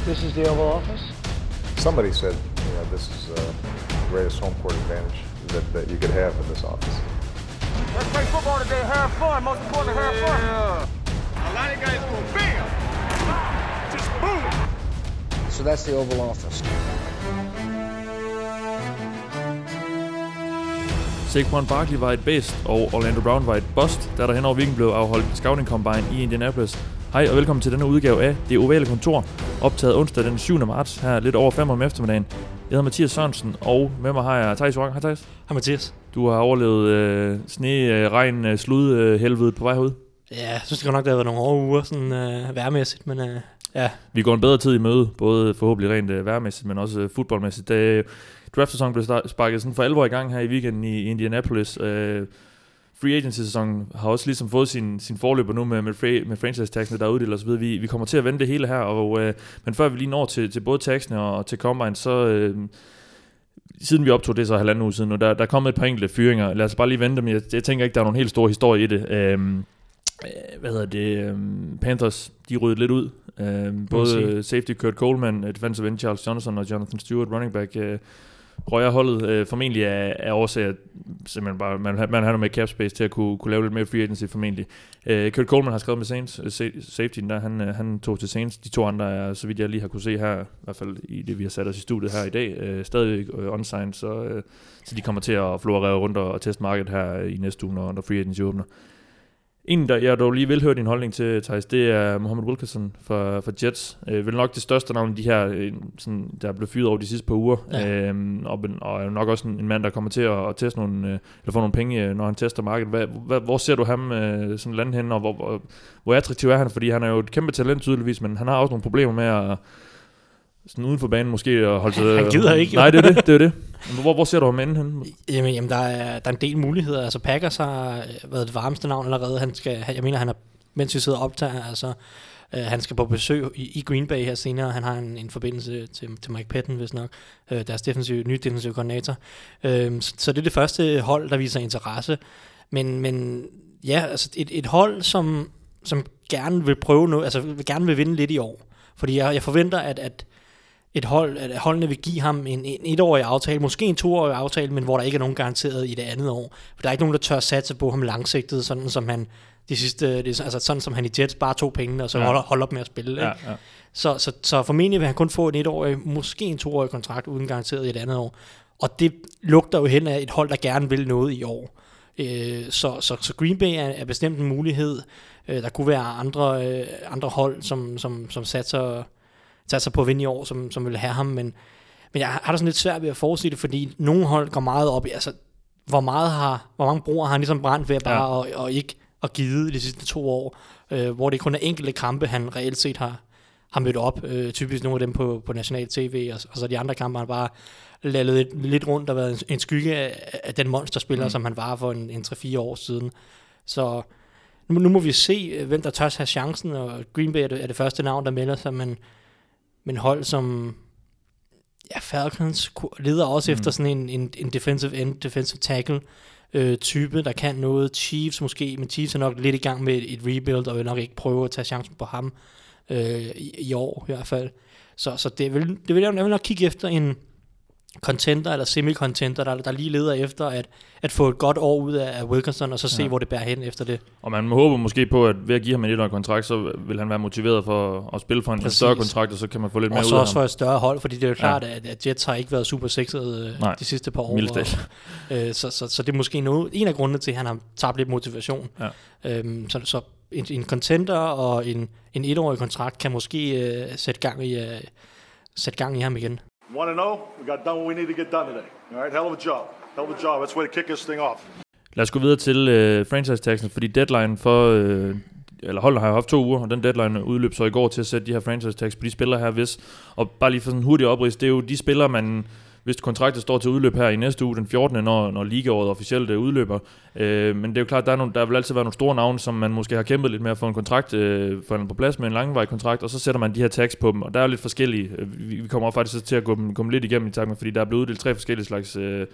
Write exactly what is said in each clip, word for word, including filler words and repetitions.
This is the Oval Office? Somebody said, you know, this is uh, the greatest home court advantage that, that you could have in this office. Let's play football today, have fun. Most important, have fun. Yeah. A lot of guys go bam, just boom. So that's the Oval Office. Saquon Barkley var et bedst, og Orlando Brown var et bust, da der hen over weekenden blev afholdt Scouting Combine i Indianapolis. Hej og velkommen til denne udgave af Det Ovale Kontor, optaget onsdag den syvende marts, her lidt over fem om eftermiddagen. Jeg hedder Mathias Sørensen, og med mig har jeg Thijs Walker. Hej Thijs. Hej Mathias. Du har overlevet øh, sne, øh, regn, øh, slud, øh, helvede på vej herud. Ja, jeg synes det godt nok, det har været nogle hårde uger, sådan øh, værmæssigt, men øh, ja. Vi går en bedre tid i møde, både forhåbentlig rent øh, værmæssigt, men også øh, fodboldmæssigt. Da draft-sæsonen blev sparket sådan for alvor i gang her i weekenden i Indianapolis. Øh, Free agency-sæsonen har også ligesom fået sin, sin forløber nu med, med, free, med franchise-tagsene, der er uddelt og så videre. Vi, vi kommer til at vende det hele her, og, øh, men før vi lige når til, til både tagsene og til Combine, så øh, siden vi optog det så halvanden uge siden, og der, der er kommet et par enkelte fyringer. Lad os bare lige vente dem. Jeg, jeg tænker ikke, der er nogen helt store historie i det. Øh, hvad hedder det? Øh, Panthers, de ryddede lidt ud. Øh, både safety Kurt Coleman, defensive end Charles Johnson og Jonathan Stewart, running back, øh, røger holdet øh, formentlig af, af årsager, simpelthen bare, man, man har noget med cap space til at kunne, kunne lave lidt mere free agency formentlig. Øh, Kurt Coleman har skrevet med Saints, øh, safetyen der, han, øh, han tog til Saints. De to andre er, så vidt jeg lige har kunne se her, i hvert fald i det, vi har sat os i studiet her i dag, øh, stadig øh, unsigned, så, øh, så de kommer til at florere rundt og, og teste markedet her i næste uge, når, når free agency åbner. En, der jeg dog lige vil høre din holdning til, Thijs, det er Mohamed Wilkerson fra, fra Jets. Øh, vel nok det største navn af de her, øh, sådan, der er blevet fyret over de sidste par uger. Ja. Øhm, og, og er nok også en, en mand, der kommer til at, at teste nogle, øh, eller få nogle penge, når han tester markedet. Hvad, hvad, hvor ser du ham øh, sådan lande hen, og hvor, hvor, hvor attraktiv er han? Fordi han er jo et kæmpe talent tydeligvis, men han har også nogle problemer med at sådan uden for banen måske at holde sig... Han gider ikke. Nej, det er det, det er det. Hvor, hvor ser du ham inde hen? Jamen, jamen der, er, der er en del muligheder. Altså Packers har været det varmeste navn allerede. Han skal, jeg mener, han er, mens vi sidder og optager, altså, øh, han skal på besøg i, i Green Bay her senere. Han har en, en forbindelse til, til Mike Pettine, hvis nok. Øh, deres defensive, nye defensive koordinator. Øh, så, så det er det første hold, der viser interesse. Men, men ja, altså et, et hold, som, som gerne vil prøve noget, altså gerne vil vinde lidt i år. Fordi jeg, jeg forventer, at, at et hold, at holdene vil give ham en, en etårig aftale, måske en toårig aftale, men hvor der ikke er nogen garanteret i det andet år. For der er ikke nogen, der tør satse på ham langsigtet, sådan som han de sidste, det, altså sådan som han i Jets bare tog pengene, og så ja. holder, holder op med at spille. Ja, ja. Så, så, så formentlig vil han kun få en etårig, måske en toårig kontrakt, uden garanteret i et andet år. Og det lugter jo hen af et hold, der gerne vil noget i år. Øh, så, så, så Green Bay er, er bestemt en mulighed. Øh, der kunne være andre, øh, andre hold, som, som, som satser... satser på at vinde i år, som, som vil have ham, men, men jeg har da sådan lidt svært ved at forudse det, fordi nogle hold går meget op i, altså, hvor meget har, hvor mange bruger har han ligesom brændt ved at bare, ja. og, og ikke at give de sidste to år, øh, hvor det kun er enkelte kampe, han reelt set har, har mødt op, øh, typisk nogle af dem på, på national tv, og, og så de andre kampe, han bare lallet lidt, lidt rundt og været en, en skygge af, af den monsterspiller, mm. som han var for en, en tre fire år siden. Så nu, nu må vi se, hvem der tør have chancen, og Green Bay er det, er det første navn, der melder sig, men Men hold som ja, Falcons leder også mm. efter sådan en, en, en defensive end, defensive tackle øh, type, der kan noget. Chiefs måske, men Chiefs er nok lidt i gang med et, et rebuild, og vil nok ikke prøve at tage chancen på ham øh, i, i år i hvert fald. Så, så det vil, det vil jeg, jeg vil nok kigge efter en contender eller semi-contender, der, der lige leder efter at, at få et godt år ud af Wilkerson, og så se, ja. hvor det bærer hen efter det. Og man håber måske på, at ved at give ham en etårig kontrakt, så vil han være motiveret for at spille for en, en større kontrakt, og så kan man få lidt mere ud af ham. Og så også for et større hold, fordi det er jo klart, ja. at, at Jets har ikke været super sexet Nej. de sidste par år. Og, øh, så, så, så det er måske noget, en af grundene til, at han har tabt lidt motivation. Ja. Øhm, så så en, en contender og en, en etårig kontrakt kan måske øh, sætte, gang i, øh, sætte gang i ham igen. Want to know? We got done what we need to get done today. All right, hell of a job. Hell of a job. That's the way to kick this thing off. Lad os gå videre til øh, franchise-tagsen, fordi deadline for, øh, eller holdet har jo haft to uger, og den deadline udløb så i går til at sætte de her franchise-tags på de spillere her, hvis, og bare lige for sådan en hurtig oprids, det er jo de spillere, man, hvis kontraktet står til udløb her i næste uge, den fjortende, når, når ligaåret officielt udløber. Øh, men det er jo klart, der, er nogle, der vil altid være nogle store navne, som man måske har kæmpet lidt med at få en kontrakt øh, for på plads med en langvarig kontrakt, og så sætter man de her tags på dem, og der er lidt forskellige. Vi, vi kommer faktisk til at gå dem, gå dem lidt igennem i takt med, fordi der er blevet uddelt tre forskellige slags, øh,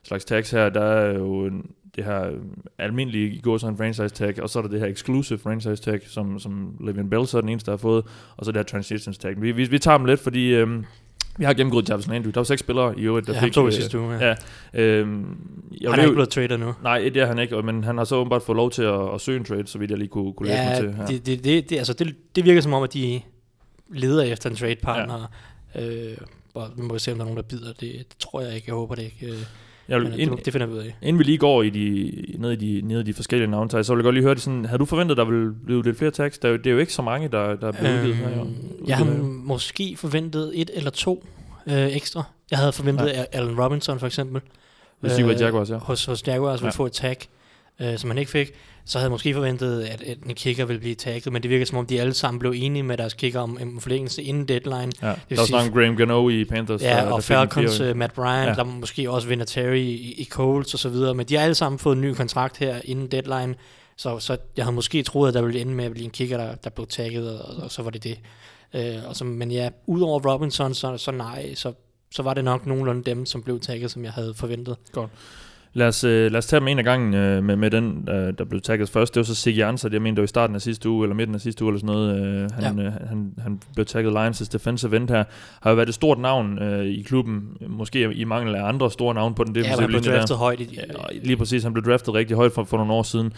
slags tags her. Der er jo en, det her almindelige i går sådan en franchise tag, og så er der det her exclusive franchise tag, som, som Le'Veon Bell så er den eneste, der har fået, og så det her transitions tag. Vi, vi, vi tager dem lidt, fordi øhm, vi har gennemgået Jarvis Landry. Der var seks spillere i øvrigt, der ja, fik... han tog i sidste uge, ja. ja øhm, jeg han er ikke blevet trader nu. Nej, det er han ikke, men han har så åbenbart fået lov til at, at søge en trade, så vidt jeg lige kunne, kunne læse ja, mig til. Ja, det, det, det, det, altså det, det virker som om, at de leder efter en trade-partner. Ja. Øh, og vi må se, om der er nogen, der bider. Det, det tror jeg ikke. Jeg håber det ikke. Jeg vil, ind, det, det finder vi ud af. Inden vi lige går i de, ned, i de, ned i de forskellige navntager, så vil jeg godt lige høre det sådan, havde du forventet, der ville blive lidt flere tags? Der, det er jo ikke så mange, der, der er blevet øhm, udgivet her. Jeg havde måske forventet et eller to øh, ekstra. Jeg havde forventet ja. Allen Robinson for eksempel. Hvis de var i Jaguars, ja. Hos, hos Jaguars ville ja. få et tag, øh, som han ikke fik. Så havde jeg måske forventet, at, at en kicker ville blive tagget, men det virker som om, de alle sammen blev enige med deres kicker om en forlængelse inden deadline. Ja. Der var sådan Graham Gano i Panthers. Ja, der, og der Falcons, uh, Matt Bryant, ja. der måske også Vinatieri i, i Colts og så videre, men de har alle sammen fået en ny kontrakt her inden deadline, så, så jeg havde måske troet, at der ville ende med at blive en kicker, der, der blev tagget, og, og så var det det. Uh, og så, men ja, udover Robinson, så, så nej, så, så var det nok nogenlunde dem, som blev tagget, som jeg havde forventet. Godt. Lad os, øh, lad os tage dem en af gangen øh, med, med den, øh, der blev tagget først. Det var så Ziggy Ansah, jeg mener, det var i starten af sidste uge, eller midten af sidste uge, eller sådan noget. Øh, han, ja. øh, han, han blev tagget Lions' defensive end her. Har jo været et stort navn øh, i klubben, måske i mangel af andre store navne på den defensive linje. Ja, han blev draftet højt. I, ja, lige præcis, han blev draftet rigtig højt for, for nogle år siden.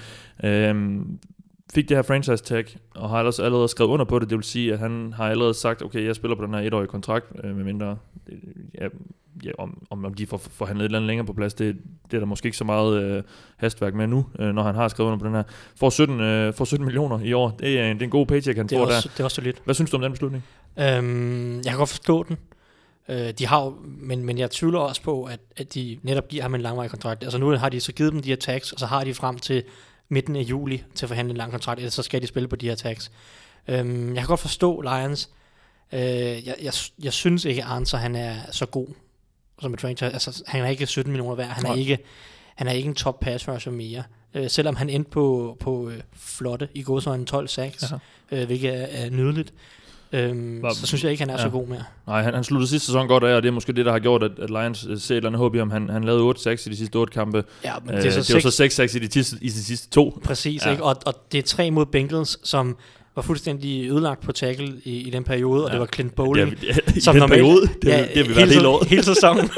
Øh, fik det her franchise tag, og har allerede, allerede skrevet under på det. Det vil sige, at han har allerede sagt, okay, jeg spiller på den her etårige kontrakt, øh, med mindre... Ja, Ja, om, om de får forhandlet et eller andet længere på plads, det, det er der måske ikke så meget øh, hastværk med nu, øh, når han har skrevet under på den her. Får sytten, øh, får sytten millioner i år. Det er en, det er en god paycheck, han det får også, der. Det er også solidt. Hvad synes du om den beslutning? Øhm, jeg kan godt forstå den. Øh, de har jo, men, men jeg tvivler også på, at, at de netop giver ham en langvarig kontrakt. Altså nu har de så givet dem de her tags, og så har de frem til midten af juli til at forhandle en lang kontrakt, ellers så skal de spille på de her tags. Øhm, jeg kan godt forstå Lions. Øh, jeg, jeg, jeg synes ikke, at Ansah, han er så god som et franchise. Altså, han er ikke sytten millioner værd. Han er ikke, han er ikke en top pass rusher mere. Øh, selvom han endte på, på øh, flotte i gåseøjne tolv sacks, øh, hvilket er, er nydeligt. Øhm, Var, så synes jeg ikke, han er ja. så god mere. Nej, han, han sluttede sidste sæson godt af, og det er måske det, der har gjort, at, at Lions ser et eller andet håb i ham. Han, han lavede otte sacks i de sidste otte kampe. Ja, men det, er så øh, det var så seks sacks i de, tisse, i de sidste to. Præcis, ja. ikke? Og, og det er tre mod Bengals, som var fuldstændig ødelagt på tackle i, i den periode, og ja. det var Clint Bowling. Ja, ja, som i den periode? Det, ja, det har vi været hele året. Hele sæsonen.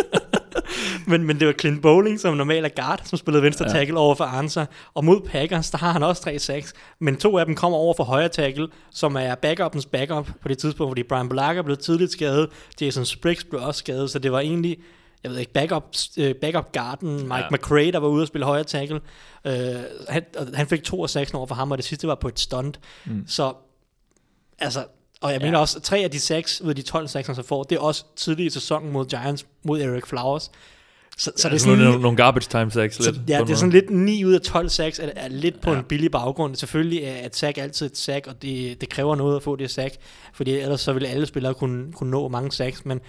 men, men det var Clint Bowling, som normalt er guard, som spillede venstre ja. tackle over for Ansah. Og mod Packers, der har han også tre sacks. Men to af dem kommer over for højre tackle, som er backupens backup på det tidspunkt, fordi Brian Bulaga blev tidligt skadet. Jason Spriggs blev også skadet, så det var egentlig... jeg ved ikke, backup, uh, backup guarden, Mike ja. McRae, der var ude og spille højre tackle. Uh, han, han fik to og seks over for ham, og det sidste var på et stunt. Mm. Så, altså, og jeg ja. mener også, tre af de seks ud af de tolv sacks, han så får, det er også tidligt i sæsonen mod Giants, mod Eric Flowers. Så, ja, så det er sådan nogle, nogle garbage time sacks så, lidt. Ja, det er sådan lidt ni ud af tolv sacks, er, er lidt på ja. en billig baggrund. Selvfølgelig er et sack altid et sack, og det, det kræver noget at få det sack, fordi ellers så ville alle spillere kunne, kunne nå mange sacks, men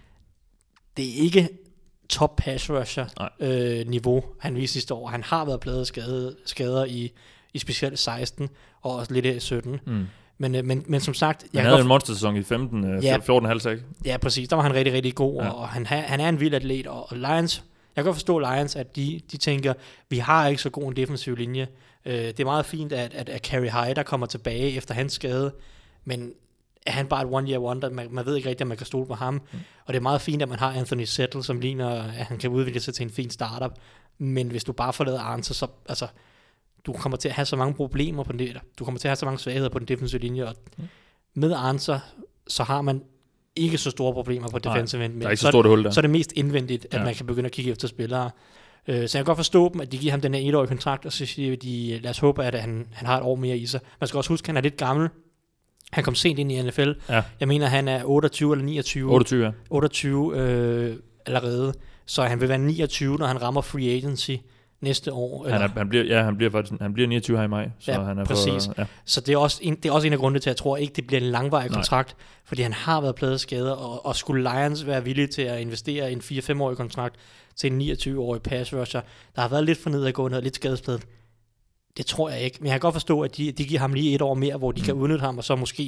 det er ikke top pass rusher øh, niveau, han viste sidste år. Han har været pladet skade, skader i, i specielt seksten, og også lidt i sytten. Mm. Men, øh, men, men som sagt... Han havde godt... en monstersæson i femten, øh, ja, fjorten komma fem sack. Ja, præcis. Der var han rigtig, rigtig god, ja. og, og han, han er en vild atlet, og, og Lions... Jeg kan godt forstå Lions, at de, de tænker, vi har ikke så god en defensiv linje. Øh, det er meget fint, at, at, at Kerry Hyder kommer tilbage efter hans skade, men er han bare et one-year wonder? Man, man ved ikke rigtigt, om man kan stole på ham. Mm. Og det er meget fint, at man har Anthony Settle, som ligner, at han kan udvikle sig til en fin startup. Men hvis du bare forlader Ansah, så altså, du kommer til at have så mange problemer på det. Du kommer til at have så mange svagheder på den defensive linje. Og mm. med Ansah, så har man ikke så store problemer på defensive end. Der er ikke så stort hul der. Så er det mest indvendigt, at ja. man kan begynde at kigge efter spillere. Så jeg kan godt forstå dem, at de giver ham den her etårige kontrakt, og så siger de, lad os håbe, at han, han har et år mere i sig. Man skal også huske, at han er lidt gammel. Han kom sent ind i N F L. Ja. Jeg mener, han er otteogtyve eller niogtyve. otteogtyve, ja. otteogtyve øh, allerede. Så han vil være niogtyve, når han rammer free agency næste år. Han, er, han bliver, ja, han bliver faktisk, han bliver niogtyve her i maj. Så ja, han er præcis. For, ja. Så det er, også en, det er også en af grundene til, at jeg tror ikke, det bliver en langvarig kontrakt, fordi han har været pladeskader, og, og skulle Lions være villige til at investere i en fire fem årig kontrakt til en niogtyve-årig pass rusher, der har været lidt for nedadgående og lidt skadespladet. Det tror jeg ikke, men jeg kan godt forstå, at de, de giver ham lige et år mere, hvor de mm. kan udnytte ham, og så måske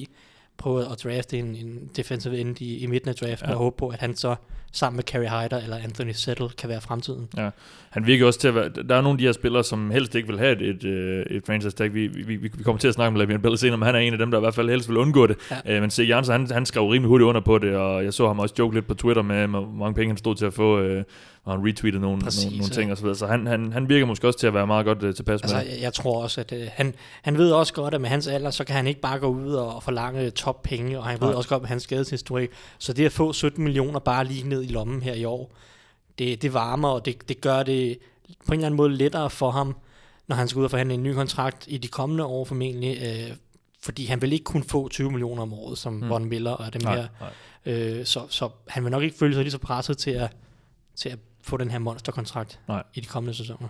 prøve at drafte en, en defensive end i, i midten af draften, Ja. og håbe på, at han så sammen med Kerry Hyder eller Anthony Settle kan være fremtiden. Ja, han virker også til at være, der er nogle af de her spillere, som helst ikke vil have et, et, et, et franchise tag. Vi, vi, vi kommer til at snakke med Le'Veon Bell senere, men han er en af dem, der i hvert fald helst vil undgå det. Ja. Uh, men Zeke Jansen, han, han skrev rimelig hurtigt under på det, og jeg så ham også joke lidt på Twitter med, hvor mange penge han stod til at få, uh, og han retweetede nogle, Præcis, nogle, nogle ja. ting og så videre. Så han, han, han virker måske også til at være meget godt uh, tilpas Altså, med det. jeg, jeg tror også, at øh, han, han ved også godt, at med hans alder, så kan han ikke bare gå ud og forlange top penge, og han Nej. ved også godt, at hans skadeshistorik. Så det at få sytten millioner bare lige ned i lommen her i år, det, det varmer, og det, det gør det på en eller anden måde lettere for ham, når han skal ud og forhandle en ny kontrakt i de kommende år formentlig, øh, fordi han vil ikke kun få tyve millioner om året, som mm. Von Miller og dem Nej, her. nej. Øh, så, så han vil nok ikke føle sig lige så presset til at, til at få den her monsterkontrakt Nej. i de kommende sæsoner.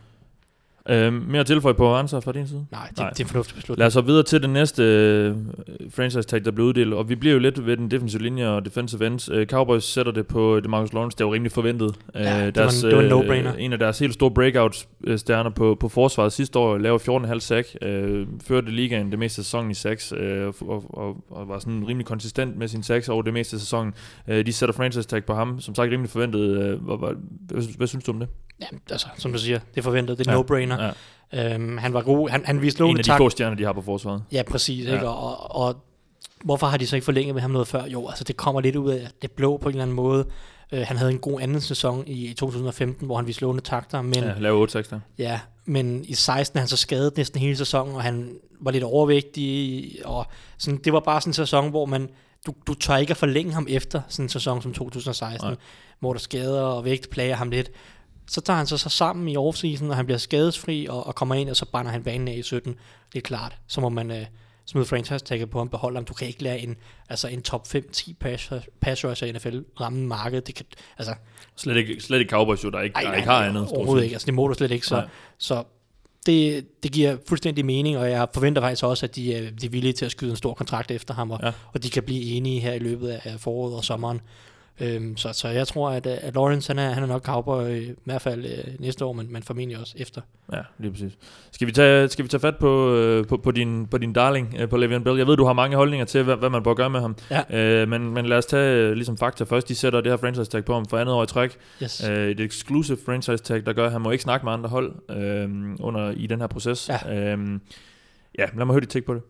Uh, mere tilføje på Ansar fra din side? Nej, det, Nej. det er en fornuftig beslutning. Lad os så videre til den næste uh, franchise tag, der blev uddelt, og vi bliver jo lidt ved den defensive linje og defensive ends. Uh, Cowboys sætter det på DeMarcus Lawrence, det er jo rimelig forventet. Ja, det var en- det var en no-brainer. En af deres helt store breakout-stjerner på, på forsvaret sidste år, laver fjorten komma fem sack, uh, førte ligaen det meste af sæsonen i sacks, uh, og, og, og var sådan rimelig konsistent med sine sacks over det meste af sæsonen. Uh, de sætter franchise tag på ham, som sagt rimelig forventet. Uh, hvad, hvad, hvad, hvad synes du om det? Ja, altså, som du siger, det er forventet, det er Ja, no-brainer. ja. Øhm, han var god, han, han viste En lovende af de tak. få stjerner, de har på forsvaret. Ja, præcis, Ja. ikke? Og, og, og hvorfor har de så ikke forlænget med ham noget før? Jo, altså det kommer lidt ud af det blå på en eller anden måde. Uh, han havde en god anden sæson i, i to tusind og femten, hvor han viste lovende takter, men Ja, lave otte sacks der. ja, men i seksten er han så skadet næsten hele sæsonen, og han var lidt overvægtig, og sådan, det var bare sådan en sæson, hvor man, du, du tør ikke at forlænge ham efter sådan en sæson som to tusind og seksten, Nej. hvor der skader og vægt plager ham lidt. Så tager han så, så sammen i offseason, og han bliver skadesfri, og, og kommer ind, og så brænder han banen af i sytten. Det er klart, så må man øh, smide franchise-tagget på ham, beholde ham. Du kan ikke lade en, altså en top fem ti pass, pass rusher i N F L ramme markedet. Det kan, altså, Slet ikke, slet ikke Cowboys jo, der ikke, ej, der nej, ikke har nej, andet. stort overhovedet set. ikke. Altså, det må du slet ikke. Så, Nej. så det, det giver fuldstændig mening, og jeg forventer faktisk også, at de, er- de er villige til at skyde en stor kontrakt efter ham, og, Ja. og de kan blive enige her i løbet af foråret og sommeren. Øhm, så, så jeg tror, at, at Lawrence han er, han er nok cowboy i hvert fald øh, næste år, men, men formentlig også efter. Ja, lige præcis. Skal vi tage, skal vi tage fat på, øh, på, på, din, på din darling, øh, på Le'Veon Bell? Jeg ved, du har mange holdninger til, hvad, hvad man bør gøre med ham. Ja. Øh, men, men lad os tage øh, ligesom fakta først. De sætter det her franchise tag på ham for andet år i træk. Yes. Øh, et exclusive franchise tag, der gør, at han må ikke snakke med andre hold øh, under, i den her proces. Ja. Øh, ja, lad mig høre dit take på det.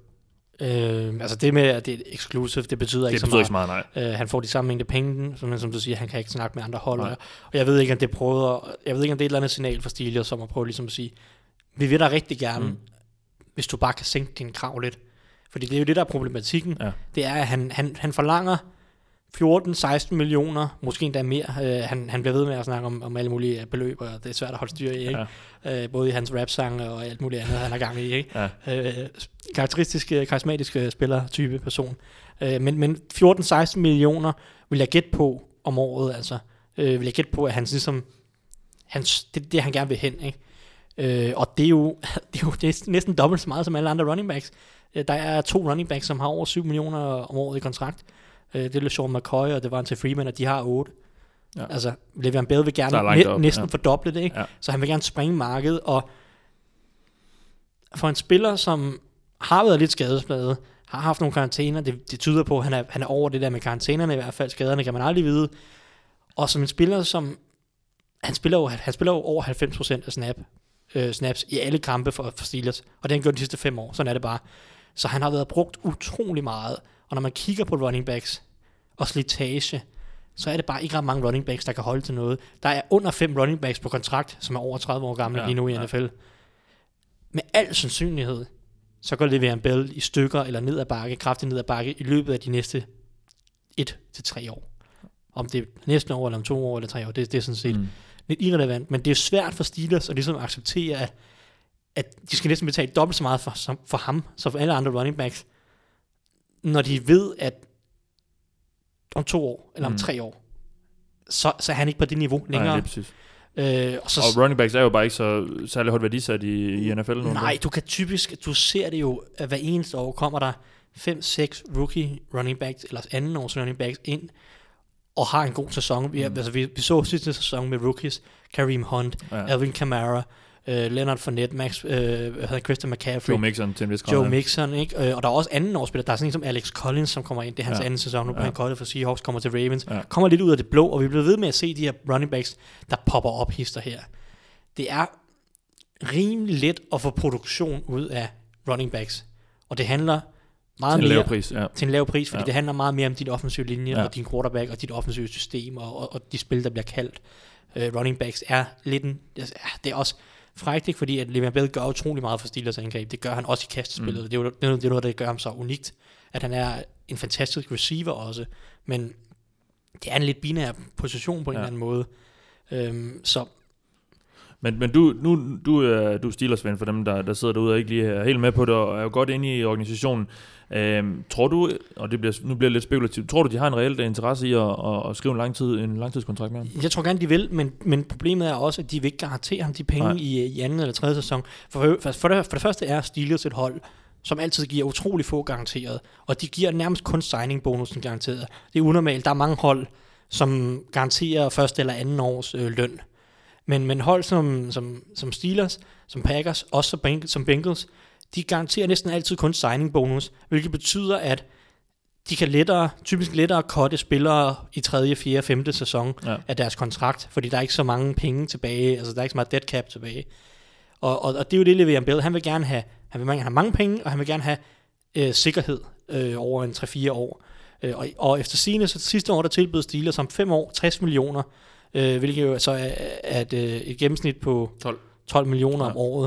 Øh, altså det med, at det er exclusive, det betyder Det ikke betyder så ikke meget. så meget, nej. Øh, han får de samme mængde penge, som, som du siger, han kan ikke snakke med andre hold. Nej. Og, og jeg ved ikke, om det prøver, jeg ved ikke, om det er et eller andet signal for Steelers, som at prøve ligesom at sige, vi vil da rigtig gerne, Mm. mm. hvis du bare kan sænke din krav lidt. Fordi det er jo det, der er problematikken. Ja. Det er, at han, han, han forlanger fjorten seksten millioner, måske endda mere. Uh, han, han bliver ved med at snakke om, om alle mulige beløb, og det er svært at holde styr i, ikke? Ja. Uh, både i hans rap-sange og alt muligt andet, han er gang i, ikke? Ja. Uh, karakteristiske, karismatiske spiller-type person. Uh, men, men fjorten seksten millioner vil jeg gætte på om året, altså. Uh, vil jeg gætte på, at han ligesom, hans, det er det, han gerne vil hen, ikke? Uh, og det er, jo, det er jo det er næsten dobbelt så meget som alle andre running backs. Uh, der er to running backs, som har over syv millioner om året i kontrakt. Uh, det er LeSean McCoy og det var til Freeman, og de har otte. Ja. Altså, Le'Veon Bell vil Der er gerne langt næ- op, næsten ja. fordoble det, ikke? Ja. Så han vil gerne springe markedet, og for en spiller, som har været lidt skadespladet, har haft nogle karantæner, det, det tyder på, at han er, han er over det der med karantænerne i hvert fald, skaderne kan man aldrig vide, og som en spiller, som han spiller jo, han spiller jo over halvfems procent af snap, øh, snaps i alle kampe for, for Steelers, og det har han gjort de sidste fem år, sådan er det bare. Så han har været brugt utrolig meget, og når man kigger på running backs og slitage, så er det bare ikke ret mange running backs, der kan holde til noget. Der er under fem running backs på kontrakt, som er over tredive år gamle Ja, ja, lige nu i ja. N F L. Med al sandsynlighed, så går Le'Veon Bell i stykker eller ned ad bakke, kraftigt ned ad bakke, i løbet af de næste et til tre år. Om det er næsten år, eller om to år, eller tre år, det, det er sådan set Mm. lidt irrelevant. Men det er jo svært for Steelers at ligesom acceptere, at, at de skal næsten betale dobbelt så meget for, som, for ham, som for alle andre running backs, når de ved, at om to år, eller om Mm. tre år, så, så er han ikke på det niveau Nej, længere. lige præcis. Øh, og så, Og running backs er jo bare ikke så særlig højt værdisat i, i N F L nu. nej, du kan typisk, du ser det jo, at hver eneste år kommer der fem seks rookie running backs, eller anden års running backs ind, og har en god sæson. Vi, mm. altså, vi, vi så sidste sæson med rookies, Kareem Hunt, Ja. ja. Alvin Kamara, øh, Leonard Fournette, Max, øh, hvad hedder Christian McCaffrey, Joe Mixon til en vis grad. Joe Mixon, ikke? Øh, og der er også anden årsspiller. Der er sådan en som Alex Collins, som kommer ind. Det er hans ja. anden sæson nu på ja. han kolde for Seahawks, kommer til Ravens. Ja. Kommer lidt ud af det blå, og vi bliver ved med at se de her running backs, der popper op hister her. Det er rimelig let at få produktion ud af running backs. Og det handler meget til en mere lav pris, ja. til en lav pris, fordi ja. det handler meget mere om din offensive linje ja. og din quarterback og dit offensive system og, og, og de spil, der bliver kaldt. Uh, running backs er lidt en, ja, det er også frækt, ikke? Fordi at Le'Veon Bell gør utrolig meget for Steelers angreb. Det gør han også i kastespillet. Mm. Det, er jo, det, er noget, det er noget, der gør ham så unikt. At han er en fantastisk receiver også. Men det er en lidt binær position på en ja. eller anden måde. Um, så Men, men du, nu, du, er, du er Steelers-fan for dem, der, der sidder derude og ikke lige er helt med på det, og er jo godt inde i organisationen. Øhm, tror du, og det bliver, nu bliver det lidt spekulativt, tror du, de har en reelt interesse i at, at, at skrive en, langtid, en langtidskontrakt med ham? Jeg tror gerne, de vil, men, men problemet er også, at de vil ikke garantere ham de penge i, i anden eller tredje sæson. For, for, for, det, for det første er Steelers et hold, som altid giver utrolig få garanteret, og de giver nærmest kun signing-bonusen garanteret. Det er unormalt. Der er mange hold, som garanterer første eller anden års øh, løn. Men, men hold som, som, som Steelers, som Packers, også som Bengals, som Bengals, de garanterer næsten altid kun signing bonus, hvilket betyder, at de kan lettere, typisk lettere cutte spillere i tredje, fjerde, femte sæson ja. af deres kontrakt, fordi der er ikke så mange penge tilbage, altså der er ikke så meget dead cap tilbage. Og, og, og det er jo det, Le'Veon Bell, han vil gerne have, han vil gerne have mange penge, og han vil gerne have øh, sikkerhed øh, over en tre fire år. Øh, og, og efter sigende, så sidste år, der tilbød Steelers om fem år, tres millioner, øh, hvilket jo så er at, øh, et gennemsnit på tolv, tolv millioner ja. om året.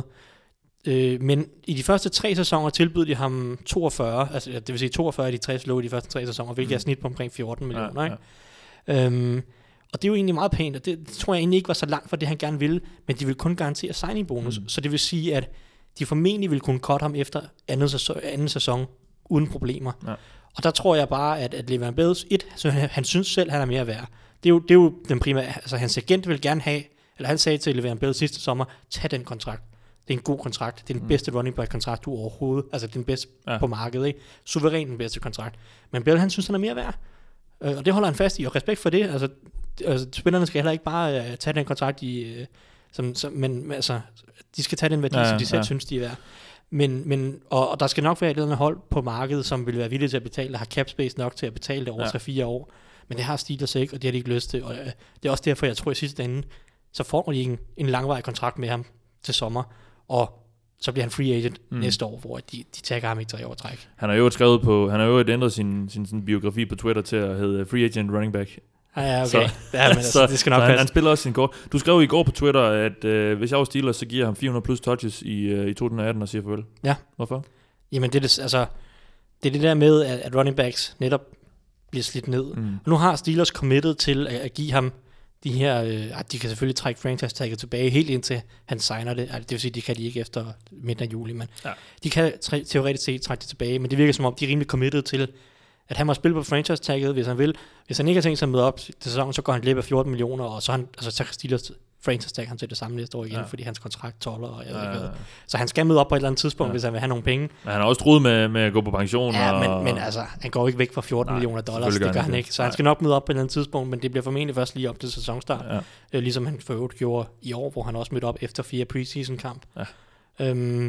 Øh, men i de første tre sæsoner tilbød de ham toogfyrre, altså det vil sige toogfyrre af de tres lå i de første tre sæsoner, hvilket mm. er snit på omkring fjorten millioner. Ja, ja. Ikke? Øhm, og det er jo egentlig meget pænt, og det, det tror jeg egentlig ikke var så langt fra det, han gerne ville, men de vil kun garantere signing bonus, mm. så det vil sige, at de formentlig vil kunne cutte ham efter anden sæson, anden sæson uden problemer. Ja. Og der tror jeg bare, at, at Le'Veon Bell, et, så han, han synes selv, han er mere værd. Det er jo, det er jo den primære, altså hans agent vil gerne have, eller han sagde til Le'Veon Bell sidste sommer, tag den kontrakt. Det er en god kontrakt. Det er den mm. bedste running back kontrakt du overhovedet. Altså den bedste ja. på markedet, ikke? Suveræn den bedste kontrakt. Men Bell, han synes, han er mere værd. Øh, og det holder han fast i, og respekt for det. Altså, altså spillerne skal heller ikke bare uh, tage den kontrakt i, uh, som, som, men altså, de skal tage den værdi, ja, som de selv ja. synes, de er værd. Men, men, og, og der skal nok være et eller andet hold på markedet, som vil være villige til at betale, der har cap space nok til at betale det over tre fire ja. år. Men det har Steelers ikke, og det har de ikke lyst til. Og uh, det er også derfor, jeg tror i sidste ende, så får de en, en langvarig kontrakt med ham til sommer. Og så bliver han free agent mm. næste år, hvor de, de tager ham i tre år træk. Han har jo skrevet på, han har jo ændret sin, sin, sin biografi på Twitter til at hedde free agent running back. Ah, ja, okay. Så, ja, men altså, det skal nok så passe. Han, han spiller også sin kort. Du skrev i går på Twitter, at øh, hvis jeg var Steelers, så giver jeg ham fire hundrede plus touches i, øh, i to tusind atten og siger farvel. Ja. Hvorfor? Jamen det er det, altså, det er det der med, at, at running backs netop bliver slidt ned. Mm. Og nu har Steelers committed til at, at give ham de her, øh, de kan selvfølgelig trække franchise-tagget tilbage helt indtil han signer det. Altså, det vil sige, de kan de ikke efter midten af juli, men ja. de kan tre, teoretisk set trække det tilbage, men det virker som om, de er rimelig committed til, at han må spille på franchise-tagget, hvis han vil. Hvis han ikke har tænkt sig at møde op til sæsonen, så går han glip af fjorten millioner, og så, han, altså, så kan Steelers franchise-tag ham til det samme næste år igen, ja. fordi hans kontrakt tolver, og jeg ved ikke hvad. Så han skal møde op på et eller andet tidspunkt, ja. hvis han vil have nogle penge. Men han har også troet med, med at gå på pension. Ja, og... men, men altså, han går ikke væk fra fjorten Nej, millioner dollars, det gør han ikke. Så Nej. han skal nok møde op på et eller andet tidspunkt, men det bliver formentlig først lige op til sæsonstart. Ja. Øh, ligesom han for øvrigt gjorde i år, hvor han også mødte op efter fire preseason-kamp. Ja. Øhm,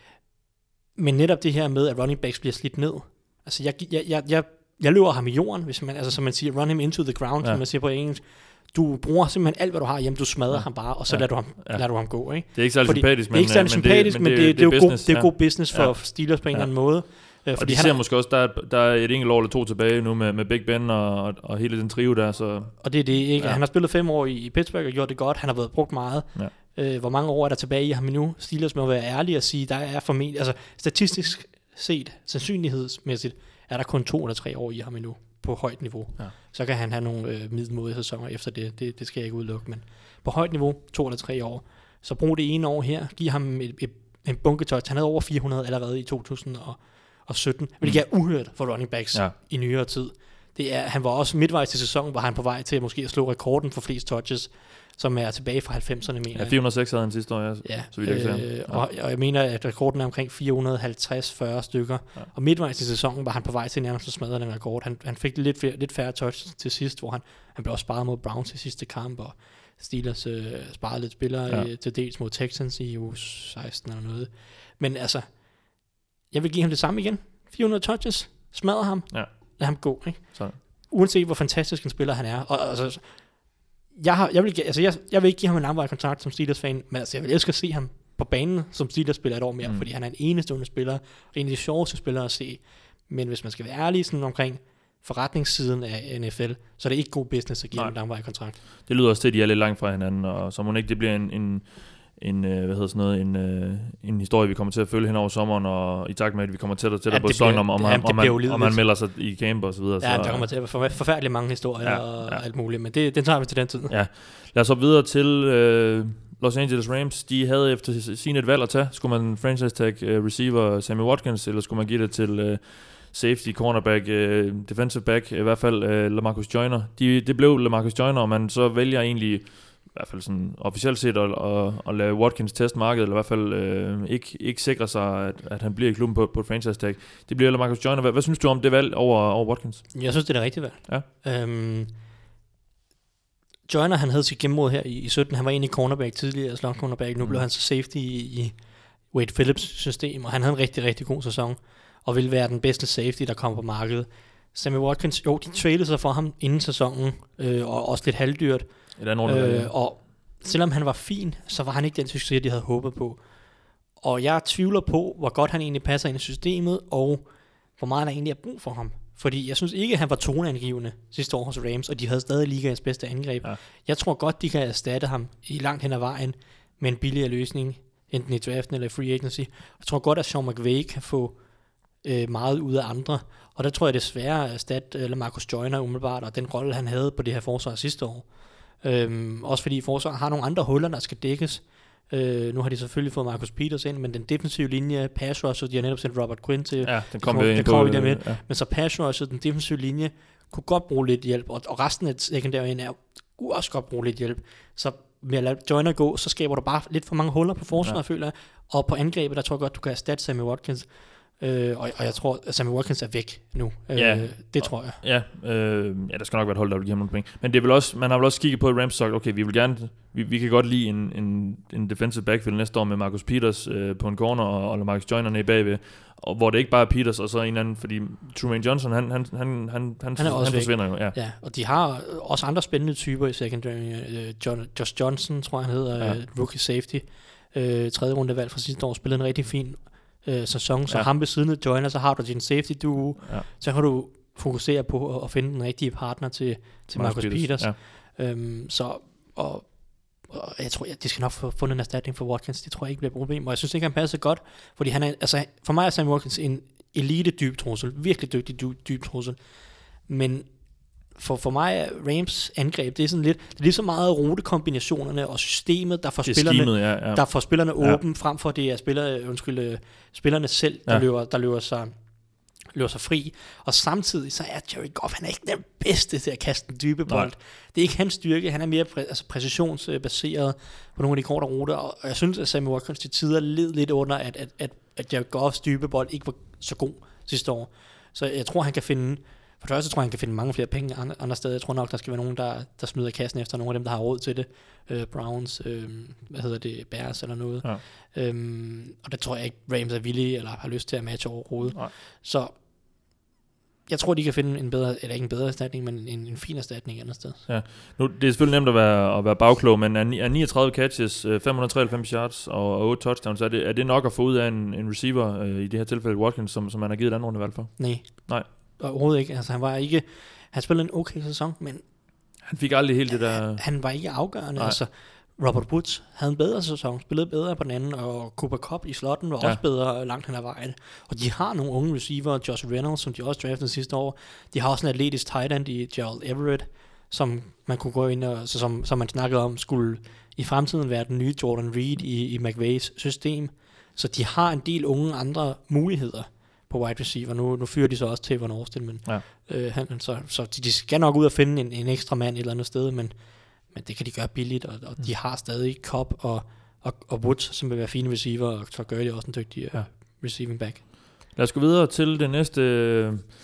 men netop det her med, at running backs bliver slidt ned. Altså, jeg, jeg, jeg, jeg, jeg løber ham i jorden, hvis man, altså som man siger, run him into the ground, ja. som man siger på engelsk. Du bruger simpelthen alt, hvad du har hjemme, du smadrer ja. ham bare, og så ja. lader, du ham, ja. lader du ham gå. Ikke? Det er ikke særlig fordi, sympatisk, men det er ikke særlig sympatisk, men det, men det, det, det, det, er, business, god, det er god business for ja. Steelers på en ja. eller anden måde. Øh, fordi og de ser han, måske også, der er, der er et enkelt år eller to tilbage nu med, med Big Ben og, og, og hele den trio der. Så. Og det er det ikke. Ja. Han har spillet fem år i, i Pittsburgh og gjort det godt. Han har været brugt meget. Ja. Øh, hvor mange år er der tilbage i ham nu? Steelers må være ærlige og sige, der er formentlig, altså statistisk set, sandsynlighedsmæssigt, er der kun to eller tre år i ham endnu på højt niveau. Ja. Så kan han have nogle øh, middelmådige sæsoner efter det. det. Det skal jeg ikke udelukke, men på højt niveau, to eller tre år. Så brug det ene år her, giv ham et, et, en bunketouch. Han havde over fire hundrede allerede i to tusind sytten, hvilket er uhørt for running backs ja. i nyere tid. Det er, han var også midtvejs til sæsonen, hvor han på vej til måske at slå rekorden for flest touches, som er tilbage fra halvfemserne, mener jeg. Ja, fire hundrede og seks havde han sidste år, ja, ja, så vidt jeg kan øh, ja. og, og jeg mener, at rekorden er omkring fire hundrede og halvtreds til fyrre stykker. Ja. Og midtvejs til sæsonen var han på vej til nærmest at smadre den rekord. Han, han fik lidt, lidt færre touch til sidst, hvor han, han blev også sparet mod Browns i sidste kamp. Og, Steelers øh, sparede lidt spillere Ja. øh, til dels mod Texans i uge seksten eller noget. Men altså, jeg vil give ham det samme igen. fire hundrede touches, smadrer ham, Ja. lad ham gå, ikke? Så. Uanset hvor fantastisk en spiller han er. Og, altså, jeg, har, jeg, vil, altså, jeg, jeg vil ikke give ham en langvarig kontrakt som Steelers-fan, men altså, jeg vil elske at se ham på banen som Steelers-spiller et år mere, mm. fordi han er en enestående spiller, og en af de sjoveste spillere at se. Men hvis man skal være ærlig sådan omkring forretningssiden af N F L, så er det ikke god business at give ham en langvarig kontrakt. Det lyder også til, at de er lidt langt fra hinanden, og så må det ikke det bliver en, en, en, hvad hedder sådan noget, en, en historie, vi kommer til at følge hen over sommeren, og i takt med, at vi kommer tættere og tættere Ja, på det sæsonen, bliver- om, om, ja, han, det om, bliver han, om han ulideligt. melder sig i camp og så videre. Ja, så, der kommer til at være for, forfærdeligt mange historier Ja, og ja. alt muligt, men det, det tager vi til den tid. Ja. Lad os så videre til øh, Los Angeles Rams. De havde efter sin et valg at tage. Skulle man franchise tag øh, receiver Sammy Watkins, eller skulle man give det til øh, safety, cornerback, øh, defensive back, i hvert fald øh, LaMarcus Joyner. De, det blev LaMarcus Joyner, og man så vælger egentlig, i hvert fald sådan officielt set, at, at, at lade Watkins teste markedet, eller i hvert fald øh, ikke, ikke sikre sig, at, at han bliver i klubben på, på et franchise tag. Det bliver LaMarcus Joyner. Hvad, hvad synes du om det valg over, over Watkins? Jeg synes, det er det rigtige valg. Ja. Øhm, Joyner, han havde sit gennembrud her i, i sytten. Han var egentlig cornerback tidligere, slot cornerback. Nu Mm. blev han så safety i, i Wade Phillips system, og han havde en rigtig, rigtig god sæson, og ville være den bedste safety, der kom på markedet. Sammy Watkins, jo, de tradede sig for ham inden sæsonen, øh, og også lidt halvdyrt. Et andet runde, Øh, og selvom han var fin, så var han ikke den succes, de havde håbet på. Og jeg tvivler på, hvor godt han egentlig passer ind i systemet, og hvor meget der egentlig er brug for ham. Fordi jeg synes ikke, at han var toneangivende sidste år hos Rams, og de havde stadig ligaens bedste angreb. Ja. Jeg tror godt, de kan erstatte ham i langt hen ad vejen med en billigere løsning, enten i draften eller i free agency. Jeg tror godt, at Sean McVay kan få øh, meget ud af andre, og der tror jeg desværre at erstatte eller Marcus Joyner umiddelbart, og den rolle, han havde på det her forsvar sidste år. Øhm, også fordi forsvaret har nogle andre huller, der skal dækkes. Øh, nu har de selvfølgelig fået Marcus Peters ind, men den defensive linje, pass rusher, de har netop sendt Robert Quinn til. Ja, den kom kommer- vi den ind kommer på. vi der med. Ja. Men så pass rusher, den defensive linje, kunne godt bruge lidt hjælp, og, og resten af secondary er kunne også godt bruge lidt hjælp. Så med at lade Joyner gå, så skaber du bare lidt for mange huller på forsvaret, Ja. ja. føler jeg. Og på angrebet, der tror jeg godt, du kan erstatte Sammy Watkins. Øh, og, og jeg tror, at Sammy Watkins er væk nu. Øh, Ja. det tror jeg. Ja, øh, ja, der skal nok være et hold, der vil give ham nogle penge. Men det er vel også, man har vel også kigget på, at Rams sagt, okay, vi vil gerne, vi, vi kan godt lide en, en, en defensive backfield næste år med Marcus Peters øh, på en corner, og, og Marcus Joyner nede bagved, og hvor det ikke bare er Peters, og så en eller anden, fordi Trumaine Johnson, han, han, han, han, han, han, Han er også han væk. forsvinder jo, ja. Ja, og de har også andre spændende typer i secondary. Øh, John, Josh Johnson, tror jeg han hedder, Ja. ja. rookie safety. Øh, tredje runde valg fra sidste år, spillede en rigtig fin øh, sæson. Så Ja. ja. ham ved siden af Joyner, så har du din safety duo. Ja. Så kan du fokusere på at, at finde den rigtige partner til, til Marcus, Marcus Peters. Ja. Øhm, så, og, og jeg tror, at de skal nok få fundet en erstatning for Watkins. Det tror jeg ikke bliver et problem. Og jeg synes ikke, han passer godt, fordi han er, altså, for mig er Sammy Watkins en elite dyb trussel. Virkelig dygtig dyb, dyb trussel. Men for, for mig er Rams angreb, det er sådan lidt, det er lige så meget rutekombinationerne og systemet, der får Det er spillerne, schemet, ja, ja. der får spillerne Ja. åben, frem for det er spillere, undskyld, øh, spillerne selv, der, Ja. ja. løber, der løber sig løber sig fri, og samtidig så er Jerry Goff, han er ikke den bedste til at kaste en dybe bold. Nej. Det er ikke hans styrke, han er mere præ- altså præcisionsbaseret på nogle af de korte ruter, og jeg synes, at Sammy Watkins til tider led lidt under, at, at, at, at Jerry Goffs dybe bold ikke var så god sidste år. Så jeg tror, han kan finde, for det første tror jeg, han kan finde mange flere penge andre, andre steder. Jeg tror nok, der skal være nogen, der, der smider kassen efter nogle af dem, der har råd til det. Uh, Browns, uh, hvad hedder det, Bears eller noget. Ja. Um, og det tror jeg ikke, Rams er villige eller har lyst til at matche overhovedet. Nej. Så jeg tror, de kan finde en bedre, eller ikke en bedre erstatning, men en, en fin erstatning andet sted. Ja. Nu, det er selvfølgelig nemt at være, at være bagklog, men er, ni- er niogtredive catches, øh, fem hundrede treoghalvfems yards og, og otte touchdowns, er det, er det nok at få ud af en, en receiver, øh, i det her tilfælde Watkins, som, som man har givet et andet rundevalg for? Nej. Nej. Overhovedet ikke. Altså, han var ikke, han spillede en okay sæson, men Han fik aldrig helt det der... han, han var ikke afgørende. Nej. Altså, Robert Woods havde en bedre sæson, spillede bedre på den anden, og Cooper Kupp i slotten var Ja. ja. også bedre langt hen ad vejen. Og de har nogle unge receiver, Josh Reynolds, som de også draftede sidste år. De har også en atletisk tight end i Gerald Everett, som man kunne gå ind og, så som, som man snakkede om, skulle i fremtiden være den nye Jordan Reed i, i McVays system. Så de har en del unge andre muligheder på wide receiver. Nu, nu fyrer de så også til Von Austin, men Ja. øh, han, så, så de, de skal nok ud og finde en, en ekstra mand et eller andet sted, men men det kan de gøre billigt, og, og mm. de har stadig Cobb og, og, og Woods, som vil være fine receiver, og så gør de også en dygtig uh, Ja. receiving back. Lad os gå videre til det næste øh,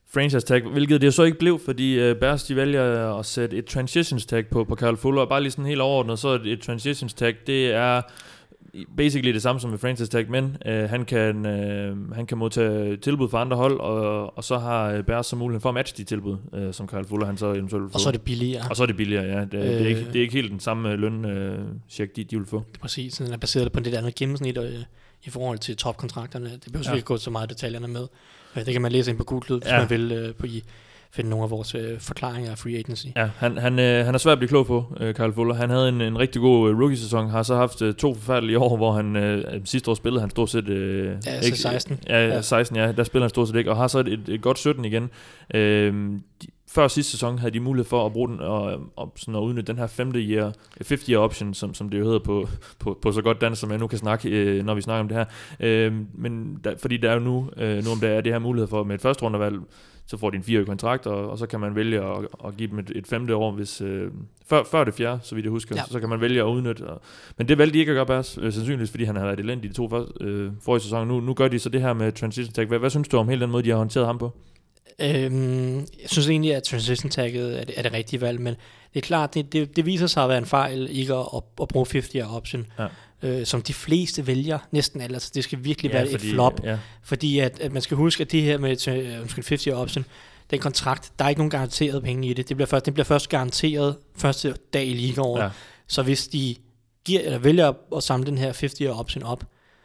franchise tag, hvilket det jo så ikke blev, fordi uh, Bears de vælger at sætte et transitions tag på, på Kyle Fuller, og bare lige sådan helt overordnet, så et, et transitions tag, det er basically det samme som med franchise tag, men uh, han, kan, uh, han kan modtage tilbud fra andre hold, og, og så har Bears så mulighed for at matche de tilbud, uh, som Kyle Fuller han så eventuelt vil få. Og så er det billigere. Og så er det billigere, ja. Det, øh, det, er, ikke, det er ikke helt den samme løn uh, check, de, de vil få. Præcis, den er baseret på en lidt andet gennemsnit og, i forhold til topkontrakterne. Det behøver ja. ikke gå så meget detaljerne med. Det kan man læse ind på Google, hvis ja. man vil øh, på i finde nogle af vores øh, forklaringer af free agency. Ja, han, han, øh, han er svært at blive klog på, øh, Kyle Fuller. Han havde en, en rigtig god øh, rookie-sæson, har så haft øh, to forfærdelige år, hvor han øh, sidste år spillede han stort set... Øh, ja, altså seksten. Ja, ja, seksten, ja, der spiller han stort set ikke, og har så et, et, et godt sytten igen. Øh, de, før sidste sæson havde de mulighed for at bruge den og, og sådan at udnytte den her femte year, fifth year option, som, som det jo hedder på, på, på så godt dansk, som jeg nu kan snakke, øh, når vi snakker om det her. Øh, men der, fordi der er jo nu, øh, nu om der er det her mulighed for med et første rundevalg, så får de en fireårig kontrakt, og, og så kan man vælge at, at give dem et, et femte år, hvis, øh, før, før det fjerde, så vidt jeg husker, ja. så, så kan man vælge at udnytte. Og, men det valgte de ikke at gøre bare, øh, sandsynligvis, fordi han har været elendig de to første, øh, forrige sæson. Nu, nu gør de så det her med transition tag. Hvad, hvad synes du om hele den måde, de har håndteret ham på? Øhm, jeg synes egentlig, at transition tagget er det, er det rigtige valg, men det er klart, det, det, det viser sig at være en fejl ikke at, at bruge fifty year option, ja. øh, som de fleste vælger, næsten alle. Altså, det skal virkelig ja, være fordi, et flop, ja. fordi at, at man skal huske, at det her med uh, fifty year option, den kontrakt, der er ikke nogen garanteret penge i det. Det bliver først, det bliver først garanteret første dag i ligaåret. Ja. Så hvis de giver, eller vælger at, at samle den her fifty year option op,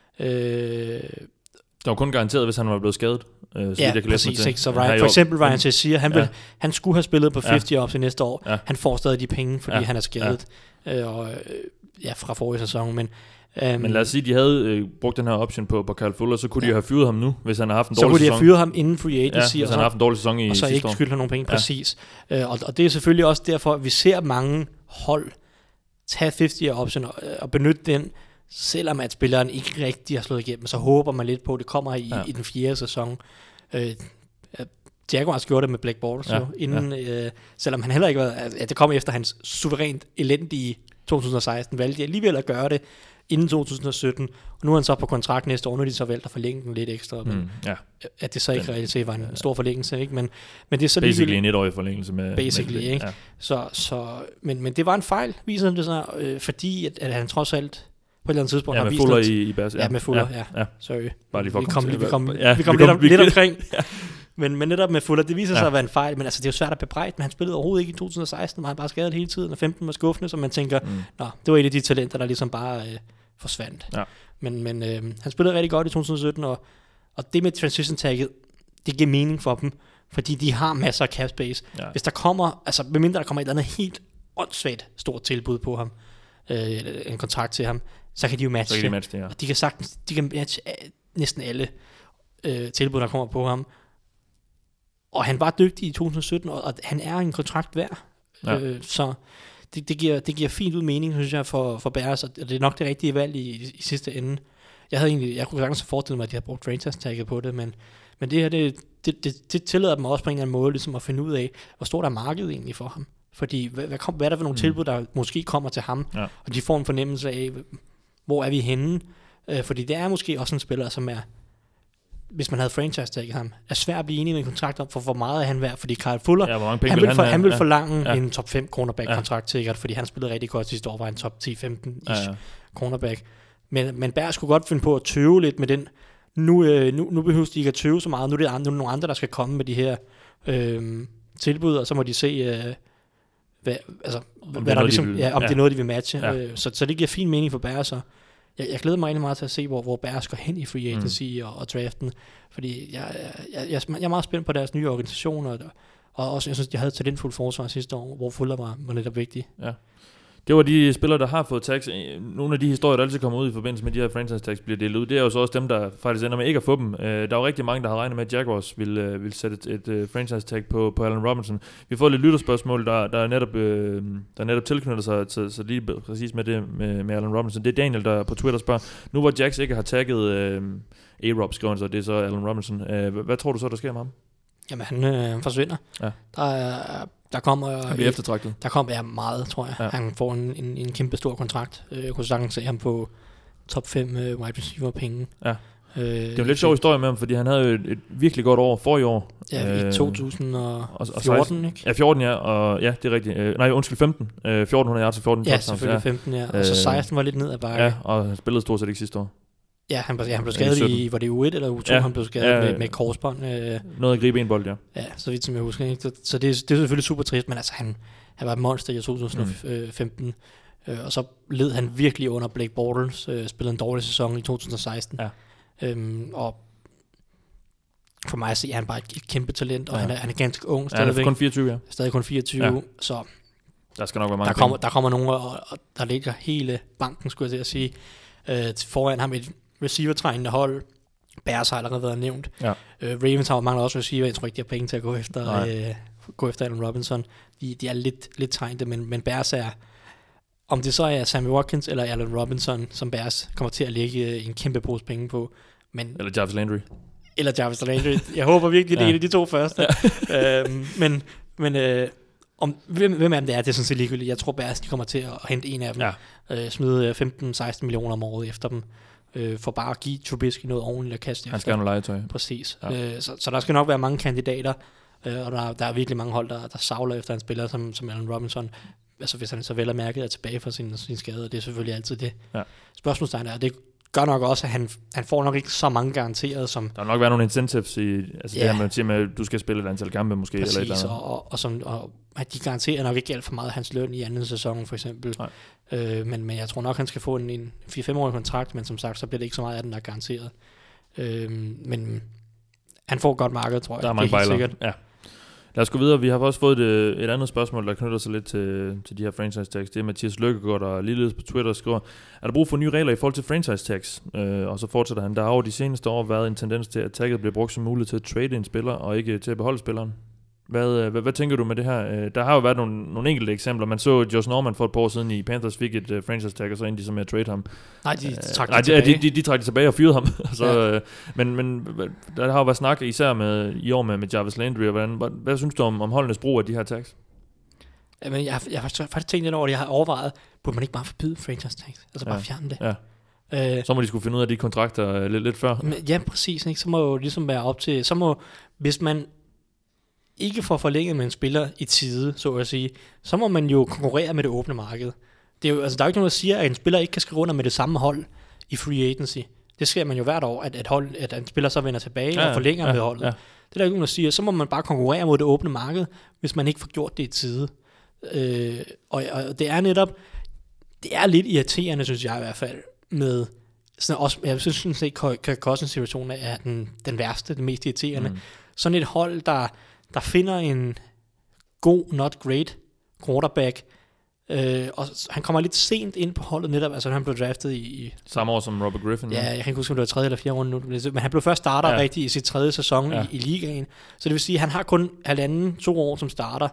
øh, der var kun garanteret, hvis han var blevet skadet. Øh, så ja, jeg kan præcis. Ikke? Så Ryan, for eksempel Ryan Shazier, han, ja. han skulle have spillet på fifty ja. op til næste år. Ja. Han får stadig de penge, fordi ja. han er skadet ja. øh, og, ja, fra forrige sæson. Men, øhm, men lad os sige, at de havde øh, brugt den her option på, på Kyle Fuller, så kunne ja. de have fyret ham nu, hvis han har haft en så dårlig sæson. Så kunne de have fyret ham inden free agency. Ja, hvis han har haft en dårlig sæson i og så ikke skyldt ham nogle penge, ja. præcis. Øh, og, og det er selvfølgelig også derfor, at vi ser mange hold tage fifty year option og, og benytte den, selvom at spilleren ikke rigtig har slået igennem, så håber man lidt på, at det kommer i, ja. i den fjerde sæson. Øh, Jaguars gjorde det med Blake Bortles, ja. inden, ja. øh, selvom han heller ikke var, at det kom efter hans suverænt elendige to tusind og seksten, valgte de alligevel at gøre det inden to tusind og sytten, og nu er han så på kontrakt næste år, nu er de så valgt at forlænge den lidt ekstra, men mm, ja. at det så ikke reelt set var en stor forlængelse, ikke? Men, men det er så basically en etårig forlængelse med basically, med, ikke? Ja. Så, så, men, men det var en fejl, viser det sig, øh, fordi at, at han trods alt på et eller andet tidspunkt ja, har vist Fuller i, i Bears, ja. ja, med Fuller, ja. ja. ja. Sorry. Bare lige for vi kom, vi kom, ja, vi kom, vi kom lidt, om, lidt omkring. ja. men, men netop med Fuller, det viser ja. sig at være en fejl, men altså, det er jo svært at bebrejde, men han spillede overhovedet ikke i to tusind og seksten, var han bare skadet hele tiden, og femten var skuffende, så man tænker, mm. nå, det var et af de talenter, der ligesom bare øh, forsvandt. Ja. Men, men øh, han spillede rigtig godt i to tusind og sytten, og, og det med transition tagget, det giver mening for dem, fordi de har masser af cap space. Ja. Hvis der kommer, altså medmindre der kommer et eller andet helt åndssvagt stort tilbud på ham, øh, en kontrakt til ham, så kan de jo matche, de matche det, ja. og de kan sagtens, de kan matche næsten alle øh, tilbud, der kommer på ham. Og han var dygtig i to tusind og sytten, og, og han er en kontrakt værd. Ja. Øh, så det, det, giver, det giver fint ud mening, synes jeg, for, for Bears, og det er nok det rigtige valg i, i, i sidste ende. Jeg havde egentlig, jeg kunne sagtens forestille mig, at de havde brugt franchise tagget på det, men, men det her, det, det, det, det tillader dem også på en eller anden måde, ligesom at finde ud af, hvor stort er markedet egentlig for ham. Fordi, hvad, hvad, kom, hvad er der for nogle mm. tilbud, der måske kommer til ham, ja. og de får en fornemmelse af, hvor er vi henne? Øh, fordi det er måske også en spiller, som er, hvis man havde franchise-tagget ham, er svært at blive enig med en kontrakt om, for hvor meget er han værd, fordi Kyle Fuller, ja, han, vil vil for, han vil ja. forlange ja. en top fem cornerback-kontrakt ja. sikkert, fordi han spillede rigtig godt sidste år, var en top ti femten ish ja, ja. cornerback. Men, men Bears skulle godt finde på at tøve lidt med den. Nu, øh, nu, nu behøver de ikke at tøve så meget, nu er det andre, nu er nogle andre, der skal komme med de her øh, tilbud, og så må de se, øh, hvad, altså, om, hvad der ligesom, vil, ja, om ja. det er noget, de vil matche. Ja. Øh, så, så det giver fin mening for Bears, og jeg, jeg glæder mig egentlig meget til at se, hvor, hvor Bears går hen i free agency mm. og, og draften, fordi jeg, jeg, jeg, jeg er meget spændt på deres nye organisation, og, og også, jeg synes, de havde et talentfuldt forsvar sidste år, hvor Fuller var, var netop vigtig. Ja. Det var de spillere, der har fået tags. Nogle af de historier, der altid kommer ud i forbindelse med de her franchise tags, bliver delt ud. Det er jo så også dem, der faktisk ender med ikke at få dem. Der er jo rigtig mange, der har regnet med, at Jaguars vil, vil sætte et, et franchise tag på, på Allen Robinson. Vi har fået lidt lytterspørgsmål, der, der, er netop, der netop tilknytter sig til, så lige præcis med det med, med Allen Robinson. Det er Daniel, der på Twitter spørger, nu hvor Jax ikke har tagget øh, A-Rob, skriver så det er så Allen Robinson. Øh, hvad tror du så, der sker med ham? Jamen, han øh, forsvinder. Ja. Der er... Der kommer, han bliver eftertragtet. Der kommer ja, meget, tror jeg. Ja. Han får en, en, en kæmpe stor kontrakt. Jeg kunne sagtens se ham på top fem uh, wide receiver penge. Ja. Øh, det er jo en lidt sjov historie med ham, fordi han havde jo et, et virkelig godt år for i år. Ja, i to tusind og fjorten, ikke? Ja, fjorten, ja, og ja, det er rigtigt. Øh, nej, undskyld, femten. Øh, fjorten hundrede yards og fjorten ja, touchdowns. Selvfølgelig ja, selvfølgelig femten, ja. Og så seksten var lidt ned ad bakke. Ja, og han spillede stort set ikke sidste år. Ja, han, ja, han blev skadet ja, i, var det U et eller U to, ja, han blev skadet ja, med, med korsbånd. Øh, noget at gribe en bold, ja. Ja, så vidt som jeg husker, ikke? Så, så det, det er selvfølgelig super trist, men altså han, han var et monster i to tusind og femten. Mm. Øh, og så led han virkelig under Blake Bortles, øh, spillede en dårlig sæson i to tusind og seksten. Ja. Øhm, og for mig at se, er han bare et, et kæmpe talent, og ja. han, er, han er ganske ung stadigvæk. Ja, han er kun fireogtyve, ja. Stadig kun fireogtyve, ja. Så der skal nok være mange der kommer, der kommer nogen, og, og der ligger hele banken, skulle jeg til at sige, øh, foran ham et receiver-trængende hold. Bears har allerede været nævnt. Ja. Øh, Ravens har mangler også receiver, jeg tror ikke, de har penge til at gå efter, øh, gå efter Allen Robinson. De, de er lidt, lidt trængte, men, men Bears er, om det så er Sammy Watkins eller Allen Robinson, som Bears kommer til at lægge en kæmpe pose penge på. Men, eller Jarvis Landry. Eller Jarvis Landry. Jeg håber virkelig, det er ja. en af de to første. Ja. øhm, men men øh, om, hvem, hvem af dem det er, det er sådan set ligegyldigt. Jeg tror Bears, de kommer til at hente en af dem. Ja. Øh, smide femten seksten millioner om året efter dem. Øh, for bare at give Trubisky noget ordentligt at kaste efter. Han skal have noget legetøj. Præcis. Ja. Øh, så, så der skal nok være mange kandidater. Øh, og der, der er virkelig mange hold, der, der savler efter en spiller som, som Allen Robinson. Altså hvis han så vel er mærket er tilbage fra sin, sin skade, og det er selvfølgelig altid det. Ja. Spørgsmålstegn er, det gør nok også, at han, han får nok ikke så mange garanteret som... Der vil nok være nogle incentives i, altså ja. det her med at sige, at du skal spille et antal kampe måske. Præcis, eller et eller andet. Og, og, og, som, og at de garanterer nok ikke alt for meget hans løn i anden sæson for eksempel. Øh, men, men jeg tror nok, han skal få en, en fire fem årig kontrakt, men som sagt, så bliver det ikke så meget af den, der er garanteret. Øh, men han får godt marked, tror jeg. Der er mange bejler. Ja. Lad os gå videre. Vi har også fået et, et andet spørgsmål, der knytter sig lidt til, til de her franchise tags. Det er Mathias Løkkegaard, der ligeledes på Twitter skriver, er der brug for nye regler i forhold til franchise tags? Øh, og så fortsætter han, der har over de seneste år været en tendens til, at tagget bliver brugt som mulighed til at trade en spiller, og ikke til at beholde spilleren. Hvad, hvad, hvad tænker du med det her? Der har jo været nogle, nogle enkelte eksempler. Man så Josh Norman for et par år siden i Panthers fik et uh, franchise tag, og så endte de så med at trade ham. Nej, de trak uh, de tilbage. De, de, de trak de tilbage og fyrede ham. så, ja. uh, men, men der har jo været snak især med, i år med, med Jarvis Landry. Og hvordan, hvad, hvad synes du om, om holdenes brug af de her tags? Jamen, jeg, har, jeg har faktisk tænkt lidt over det. Jeg har overvejet, burde man ikke bare forbyde franchise tags? Altså bare ja. fjerne det. Ja. Uh, så må de skulle finde ud af de kontrakter uh, lidt, lidt før. Men, ja, præcis. Ikke? Så må jo ligesom være op til... Så må, hvis man ikke får forlænget med en spiller i tide, så at sige, så må man jo konkurrere med det åbne marked. Det er jo, altså, der er jo ikke nogen, der siger, at en spiller ikke kan skrive under med det samme hold i free agency. Det sker man jo hvert år, at, at, hold, at en spiller så vender tilbage ja, og forlænger ja, med holdet. Ja. Det er der ikke nogen, der siger. Så må man bare konkurrere mod det åbne marked, hvis man ikke får gjort det i tide. Øh, og, og det er netop, det er lidt irriterende, synes jeg i hvert fald, med sådan også, jeg synes ikke, at Kirk Cousins situation er den, den værste, den mest irriterende. Mm. Sådan et hold, der der finder en god, not great quarterback, øh, og han kommer lidt sent ind på holdet netop, altså han blev draftet i... i samme år som Robert Griffin. Ja, jeg kan ikke huske, om det var tredje eller fjerde runde nu, men han blev først starter ja. rigtig i sit tredje sæson ja. i, i ligaen, så det vil sige, at han har kun halvanden, to år som starter,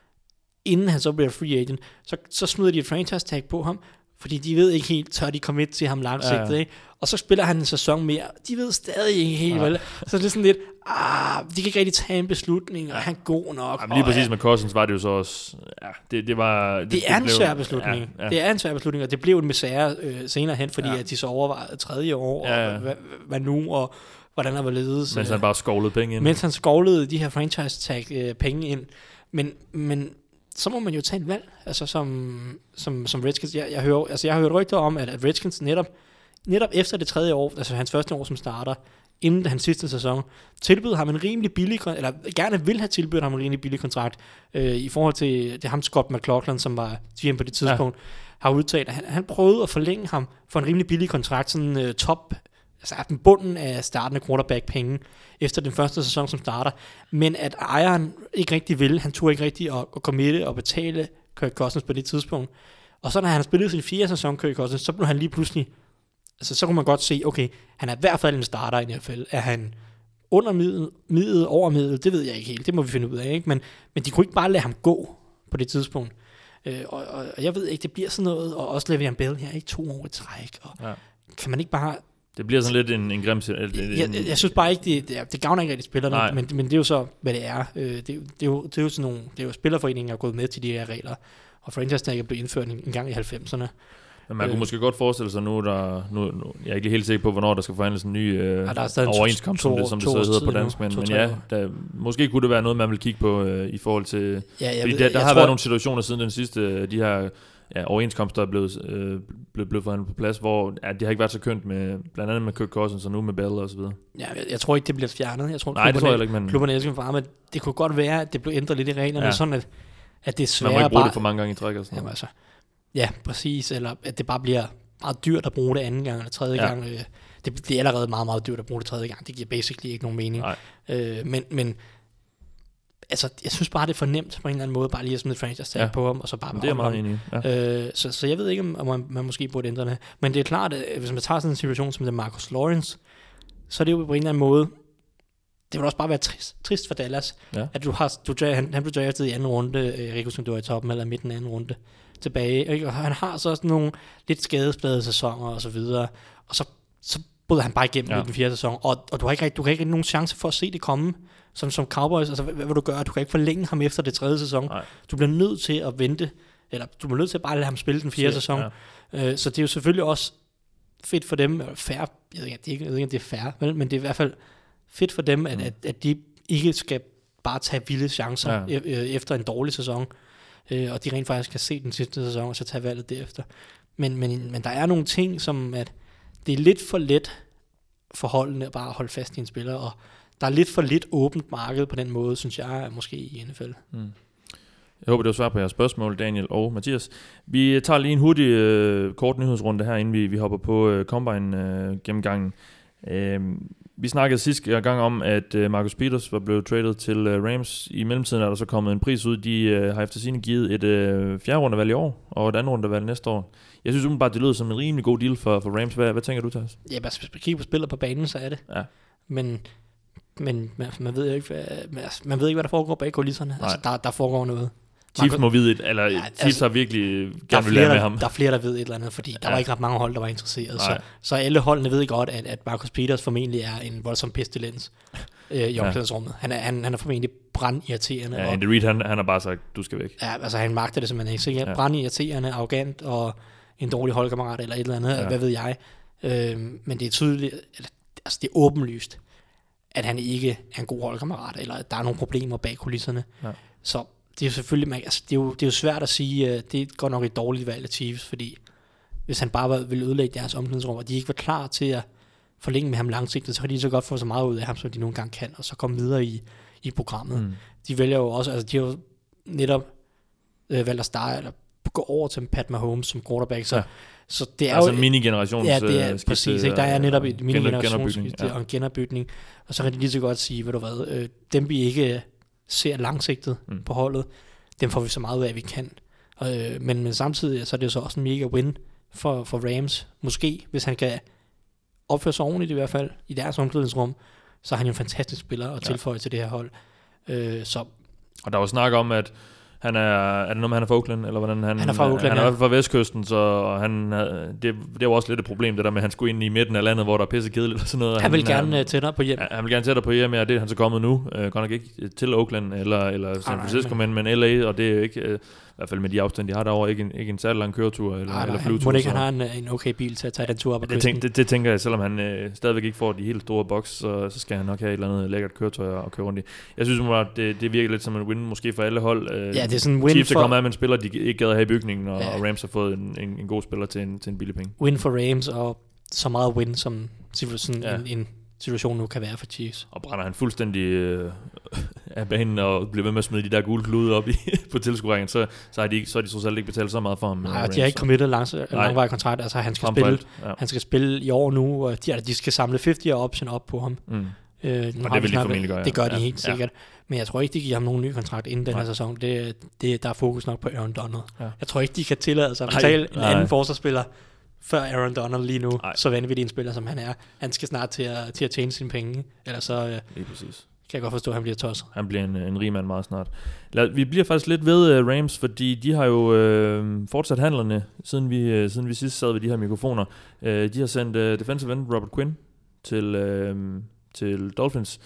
inden han så bliver free agent, så, så smider de et franchise tag på ham, fordi de ved ikke helt, tør de komme ind til ham langsigtet, ja, ja. ikke? Og så spiller han en sæson mere, de ved stadig ikke helt, ja. vel? Så det er sådan lidt, ah, de kan ikke rigtig tage en beslutning, og han er god nok. Jamen, lige præcis med Cousins var det jo så også, ja, det, det var... Det, det er en blev, svær beslutning, ja, ja. det er en svær beslutning, og det blev en misære øh, senere hen, fordi ja. at de så overvejede tredje år, ja, ja. og hvad, hvad nu, og hvordan der var ledes. Mens han bare skovlede penge ind. Mens han skovlede de her franchise tag øh, penge ind, men... men så må man jo tage et valg, altså som, som, som Redskins. Jeg, jeg, hører, altså jeg har hørt rygter om, at, at Redskins netop, netop efter det tredje år, altså hans første år som starter, inden hans sidste sæson, tilbød ham en rimelig billig, eller gerne vil have tilbudt ham en rimelig billig kontrakt, øh, i forhold til det ham Scott McLaughlin, som var G M på det tidspunkt, ja. har udtalt, at han, han prøvede at forlænge ham for en rimelig billig kontrakt, sådan uh, top, altså den bunden af startende quarterback-penge, efter den første sæson som starter, men at ejeren ikke rigtig ville, han turde ikke rigtig at, at committe og betale Kirk Cousins på det tidspunkt. Og så når han spillede sin fjerde sæson, Kirk Cousins, så blev han lige pludselig, altså så kunne man godt se, okay, han er i hvert fald en starter i hvert fald. Er han under middel, middel, over middel, det ved jeg ikke helt, det må vi finde ud af, ikke? Men, men de kunne ikke bare lade ham gå på det tidspunkt. Øh, og, og, og jeg ved ikke, det bliver sådan noget, og også Le'Veon Bell her, ikke to år i træk, og ja. kan man ikke bare... Det bliver sådan lidt en, en grim... Jeg, jeg, jeg synes bare ikke, det, det, det gavner ikke rigtig spillerne, men, men det er jo så, hvad det er. Det, det, er, jo, det er jo sådan nogle... Det er jo spillerforeningen, der er gået med til de her regler, og franchise tag blev indført en, en gang i halvfemserne. Men man kunne Øh. måske godt forestille sig nu, der, nu, nu jeg er ikke helt sikker på, hvornår der skal forhandles en ny øh, Ja, der er stadig en overenskomst, to- som det, som det to så års hedder tid på endnu. dansk, men, To, men tre ja, år. der, måske kunne det være noget, man vil kigge på øh, i forhold til... Ja, jeg fordi ved- der, der jeg har tror- været nogle situationer siden den sidste, de her ja, overenskomster er blevet, øh, blevet, blevet forhandlet på plads, hvor ja, det har ikke været så kønt med, blandt andet med Kirk Cousins og nu med Bell og så videre. Ja, jeg, jeg tror ikke, det bliver fjernet. Jeg tror, Nej, det tror jeg heller ikke, men klubberne elsker for men det kunne godt være, at det blev ændret lidt i reglerne, Ja. sådan at, at det er man må sværere ikke bruge bare... det for mange gange i træk og sådan Jamen, noget. altså, ja, præcis. Eller at det bare bliver meget dyrt at bruge det anden gang eller tredje Ja. gang. Øh, det, det er allerede meget, meget dyrt at bruge det tredje gang. Det giver basically ikke nogen mening. Nej. Øh, men, men altså, jeg synes bare, det er for nemt på en eller anden måde, bare lige at smide et franchise tag Ja. på ham, og så bare Men det er jeg beholde meget ham. enig i. Ja. Øh, så, så jeg ved ikke, om, om man, man måske burde ændre det. Men det er klart, at hvis man tager sådan en situation som det Marcus Lawrence, så er det jo på en eller anden måde, det vil også bare være trist, trist for Dallas, Ja. at du har, du, han, han blev draftet i anden runde, øh, Rico som du var i toppen, eller midten af anden runde tilbage, ikke? Og han har så sådan nogle lidt skadesbladede sæsoner og så videre, og så, så bryder han bare igennem Ja. i den fjerde sæson, og, og du har ikke rigtig, du har ikke rigtig nogen chance for at se det komme, som, som Cowboys, altså hvad, hvad vil du gøre? Du kan ikke forlænge ham efter det tredje sæson. Nej. Du bliver nødt til at vente, eller du bliver nødt til at bare lade ham spille den fjerde Se, sæson. ja. Øh, så det er jo selvfølgelig også fedt for dem, eller fair, jeg ved ikke, jeg ved ikke, om det er fair, vel, men det er i hvert fald fedt for dem, at, Mm. at, at de ikke skal bare tage vilde chancer Ja. ja. e- øh, efter en dårlig sæson, øh, og de rent faktisk kan se den sidste sæson, og så tage valget derefter. Men, men, men der er nogle ting, som at det er lidt for let for holdene at bare holde fast i en spiller, og der er lidt for lidt åbent marked på den måde, synes jeg, måske i N F L. Mm. Jeg håber, det var svar på jeres spørgsmål, Daniel og Mathias. Vi tager lige en hurtig øh, kort nyhedsrunde her, inden vi, vi hopper på øh, Combine-gennemgangen. Øh, vi snakkede sidste gang om, at øh, Marcus Peters var blevet traded til øh, Rams. I mellemtiden er der så kommet en pris ud. De øh, har efter sine givet et øh, fjerde rundevalg i år, og et andet rundevalg næste år. Jeg synes umiddelbart, det lyder som en rimelig god deal for, for Rams. Hvad, hvad tænker du, Thijs? Ja, hvis man kigger på spillet på banen, så er det. Ja. Men, men man, man, ved jo ikke, hvad, man, man ved ikke, hvad der foregår bag kulisserne. Altså, der, der foregår noget. Chiefs må vide et, eller Ja, ja, altså, Chiefs har virkelig Der er, gerne vil flere, lære med der, ham. der er flere, der ved et eller andet, fordi der Ja. var ikke ret mange hold, der var interesseret. Så, Nej. så alle holdene ved godt, at, at Marcus Peters formentlig er en voldsom pestilens øh, i Ja. omklædningsrummet. Han er, han, han er formentlig brandirriterende. Ja, og, Andy Reid, han, han har bare sagt, du skal væk. ja, altså han magter det simpelthen ikke. Så Ja. ja. brandirriterende, arrogant og en dårlig holdkammerat eller et eller andet, Ja. ja. hvad ved jeg. Øh, men det er tydeligt, eller, altså det er åbenlyst, at han ikke er en god holdkammerat, eller at der er nogle problemer bag kulisserne. Ja. Så det er jo selvfølgelig, man, altså det er jo, det er jo svært at sige, uh, det er godt nok et dårligt valg af Chiefs, fordi hvis han bare var, ville ødelægge deres omklædningsrum, og de ikke var klar til at forlænge med ham langsigtet, så kan de så godt få så meget ud af ham, som de nogle gange kan, og så komme videre i, i programmet. Mm. De vælger jo også, altså de har jo netop øh, valgt at starte, eller gå over til Pat Mahomes som quarterback, så, Ja. så det er Altså jo... en mini-generations Ja, det er øh, skifte, præcis, ikke? Der er netop et øh, mini-generationsskifte ja. og en genopbygning, og så kan de lige så godt sige, ved du hvad, øh, dem vi ikke ser langsigtet Mm. mm. på holdet, dem får vi så meget ud af, vi kan. Øh, men, men samtidig så er det jo så også en mega win for, for Rams. Måske, hvis han kan opføre sig ordentligt i hvert fald, i deres omklædningsrum, så er han jo en fantastisk spiller at tilføje ja. til det her hold. Øh, så Og der var snak om, at han er, er det noget med, han er fra Oakland, eller hvordan han, Han er fra Oakland, han er i ja. hvert fald fra Vestkysten, så og han, det, det var også lidt et problem, det der med, at han skulle ind i midten af landet, hvor der er pisse kedeligt og sådan noget. han vil er- gerne uh, tættere på hjem. Ja, han vil gerne tættere på hjem, ja, det er han så kommet nu. Uh, godt nok ikke til Oakland eller, eller San nej, Francisco, men, men L A, og det er jo ikke, uh, i hvert fald med de afstande, de har derovre, ikke en, ikke en særlig lang køretur eller, Nej, eller nej, flyvetur. må ikke så- han har en, en okay bil til at tage den tur op ad det, kysten. tænk, det, det tænker jeg, selvom han øh, stadigvæk ikke får de helt store boks, så, så skal han nok have et eller andet lækkert køretøj at køre rundt i. Jeg synes, at det, det virker lidt som en win måske for alle hold. Øh, Ja, det er sådan en win Chiefs er for- kommet af med en spiller, de ikke gad at have i bygningen, og, Ja. og Rams har fået en, en, en god spiller til en, til en billig penge. Win for Rams, og så meget win, som sådan Ja. en, en situation nu kan være for Chiefs. Og brænder han fuldstændig øh, af banen og bliver ved med at smide de der gule klude op i, på tilskuerringen, så, så har de, så har de trods alt ikke betalt så meget for ham. Nej, øh, og Rams, de har ikke så- committet langs, Nej. langvarig kontrakt. Altså, han skal, Frem for spille, alt, ja. han skal spille i år nu, og de, altså, de skal samle halvtreds option op på ham. Mm. Øh, nu Og har det vi vil de snakket- formentlig gøre, ja. Det gør de Ja. helt Ja. sikkert. Men jeg tror ikke, de giver ham nogen ny kontrakt inden den her Nej. sæson. Det, det, der er fokus nok på Aaron Donald. Ja. Jeg tror ikke, de kan tillade sig at Nej, betale en nej. anden forsvarsspiller før Aaron Donald lige nu. Nej. Så vanvittig en spiller, som han er. Han skal snart til at, til at tjene sine penge. Ellers så øh, Lige præcis. kan jeg godt forstå, at han bliver tosset. Han bliver en, en rig mand meget snart. Lad, vi bliver faktisk lidt ved uh, Rams, fordi de har jo uh, fortsat handlerne, siden vi, uh, siden vi sidst sad ved de her mikrofoner. Uh, de har sendt uh, defensive end Robert Quinn til, uh, til Dolphins.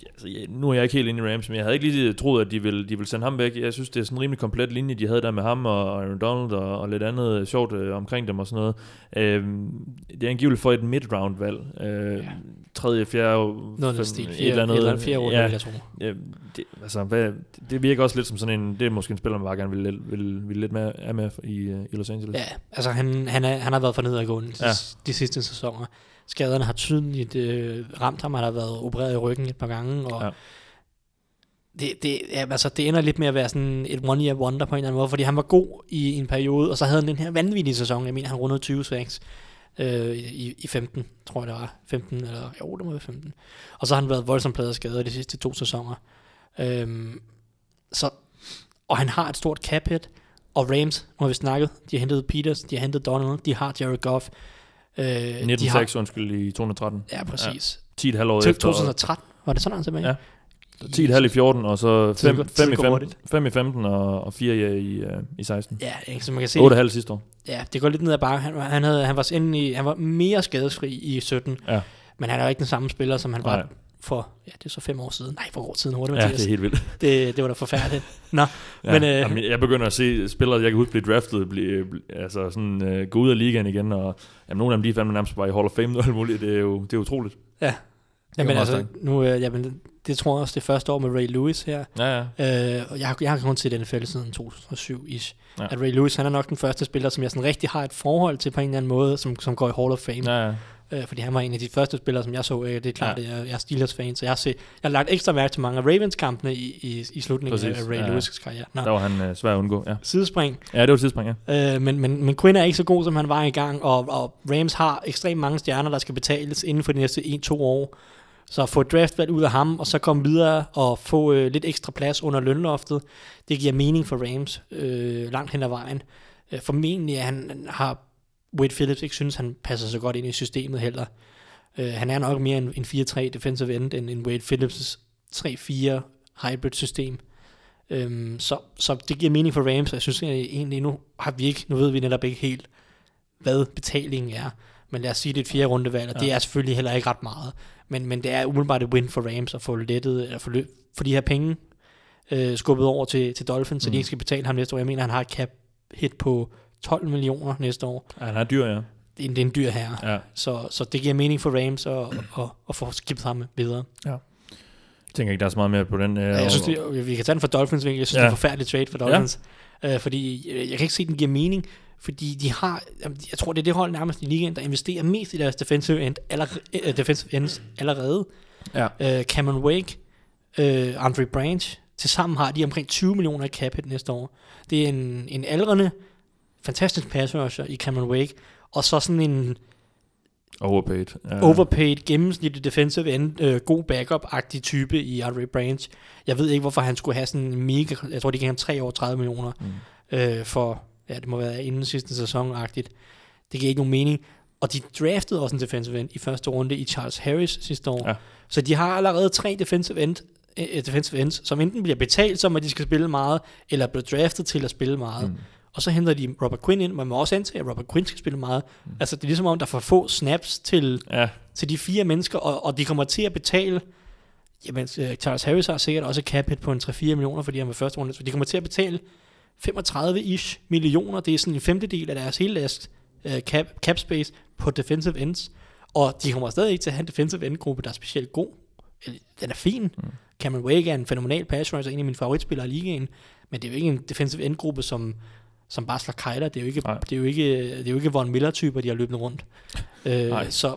Altså, ja, nu er jeg ikke helt inde i Rams, men jeg havde ikke lige troet, at de ville, de ville sende ham væk. Jeg synes, det er sådan en rimelig komplet linje, de havde der med ham og Aaron Donald og, og lidt andet sjovt øh, omkring dem og sådan noget. Øh, det er angiveligt for et mid-round-valg. Øh, ja. Tredje, fjerde, noget fem, stil, fjerde, et eller andet. Et eller andet fjerde år, ja, jeg tror. Ja, det, altså, hvad, det virker også lidt som sådan en, det er måske en spiller, man bare gerne vil, vil, vil lidt med, er med i, i Los Angeles. Ja, altså han, han, er, han har været for nedadgående de, ja. de sidste sæsoner. Skaderne har tydeligt øh, ramt ham, han har været opereret i ryggen et par gange, og ja. det, det, ja, altså, det ender lidt med at være sådan et one-year wonder på en eller anden måde, fordi han var god i en periode, og så havde han den her vanvittige sæson. Jeg mener, han rundede tyve sacks øh, i, i femten, tror jeg det var. femten, eller jo, det må være femten. Og så har han været voldsomt pladet skadet de sidste to sæsoner. Øhm, så, og han har et stort cap hit, og Rams, nu har vi snakket, de har hentet Peters, de har hentet Donald, de har Jared Goff. Øh, nitten seks, undskyld, i to tusind og tretten. Ja, præcis. Ja, ti komma fem år til efter. to tusind og tretten, var det sådan noget tilbage? Ja. ti komma fem i fjorten, og så fem i femten og, og fire i, uh, i seksten. Ja, ikke, så man kan se. otte komma fem sidste år. Ja, det går lidt ned ad bakke. Han, han, havde, han, var inde i, han var mere skadesfri i sytten, ja. Men han er jo ikke den samme spiller, som han var Nej. for, ja, det er så fem år siden. Nej, for år siden, hvor det Ja, det er helt vildt. Det, det var da forfærdeligt. Nå, ja, men, øh, jamen, jeg begynder at se spillere, jeg kan huske, blive draftet, blive, altså sådan, øh, gå ud af ligaen igen, og jamen, nogle af dem, de er fandme nærmest bare i Hall of Fame og alt muligt. Det er jo det er utroligt. Ja, jamen altså, nu, øh, jamen, det tror jeg også det første år med Ray Lewis her. Ja, ja. Øh, og jeg, jeg har kun set N F L siden to tusind og syv-ish. Ja. At Ray Lewis, han er nok den første spiller, som jeg sådan rigtig har et forhold til på en eller anden måde, som, som går i Hall of Fame. Ja, ja. Øh, fordi han var en af de første spillere, som jeg så. Øh, det er klart, ja. at jeg, jeg er Steelers-fan, så jeg har, set, jeg har lagt ekstra mærke til mange af Ravens-kampene i, i, i slutningen Præcis. af Ray ja, Lewis' karriere. Nå. Der var han øh, svær at undgå, ja. Sidespring. Ja, det var sidespring, ja. Øh, men, men, men Quinn er ikke så god, som han var i gang, og, og Rams har ekstremt mange stjerner, der skal betales inden for de næste en til to år. Så få et draftvalg ud af ham, og så komme videre og få øh, lidt ekstra plads under lønloftet, det giver mening for Rams øh, langt hen ad vejen. Øh, formentlig at han har Wade Phillips ikke synes, han passer så godt ind i systemet heller. Øh, han er nok mere en, en fire tre defensive end end en Wade Phillips tre fire hybrid system. Øh, så, så det giver mening for Rams, og jeg synes at egentlig, nu har vi ikke, nu ved vi netop ikke helt, hvad betalingen er. Men lad os sige, det er et fjerde rundevalg, og ja. det er selvfølgelig heller ikke ret meget. Men, men det er umiddelbart et win for Rams at få lettet, eller få, for de her penge øh, skubbet over til, til Dolphins, mm. så de ikke skal betale ham næste år. Jeg mener, han har et cap hit på tolv millioner næste år. Ja, han er dyr, ja. Det er en, det er en dyr herre. Ja. Så, så det giver mening for Rams at, at, at få skibet ham videre. Ja. Jeg tænker ikke, der er så meget mere på den. Øh, ja, jeg synes, det, vi kan tage den for Dolphins, jeg synes, ja. det er en forfærdelig trade for Dolphins. Ja. Øh, fordi jeg, jeg kan ikke se, at den giver mening. Fordi de har, jeg tror, det er det hold nærmest i ligaen, der investerer mest i deres defensive, end, allerede, uh, defensive ends allerede. Ja. Uh, Cameron Wake, uh, Andre Branch, tilsammen har de omkring tyve millioner i cap hit næste år. Det er en, en aldrende, fantastisk pass rusher i Cameron Wake, og så sådan en overpaid, ja. overpaid gennemsnitlig defensive end, uh, god backup-agtig type i Andre Branch. Jeg ved ikke, hvorfor han skulle have sådan en mega, jeg tror, de gav ham tre år tredive millioner mm. uh, for... Ja, det må være inden sidste sæson-agtigt. Det giver ikke nogen mening. Og de draftede også en defensive end i første runde i Charles Harris sidste år. Ja. Så de har allerede tre defensive, end, uh, defensive ends, som enten bliver betalt som, at de skal spille meget, eller bliver draftet til at spille meget. Mm. Og så henter de Robert Quinn ind, man må også antage, at Robert Quinn skal spille meget. Mm. Altså, det er ligesom om, der får få snaps til, ja. til de fire mennesker, og, og de kommer til at betale. Jamen, uh, Charles Harris har sikkert også et cap hit på en tre fire millioner, fordi han var første runde, så de kommer til at betale femogtredive-ish millioner, det er sådan en femtedel af deres hele deres uh, cap, cap space på defensive ends, og de kommer stadig ikke til at have en defensive end-gruppe, der er specielt god. Den er fin. Mm. Cameron Wake er en fænomenal pass rusher, en af mine favoritspillere i ligaen, men det er jo ikke en defensive end-gruppe, som, som bare slår kejler. Det er jo ikke, det er jo ikke, det er jo ikke Von Miller-typer, de har løbet rundt. Uh, så,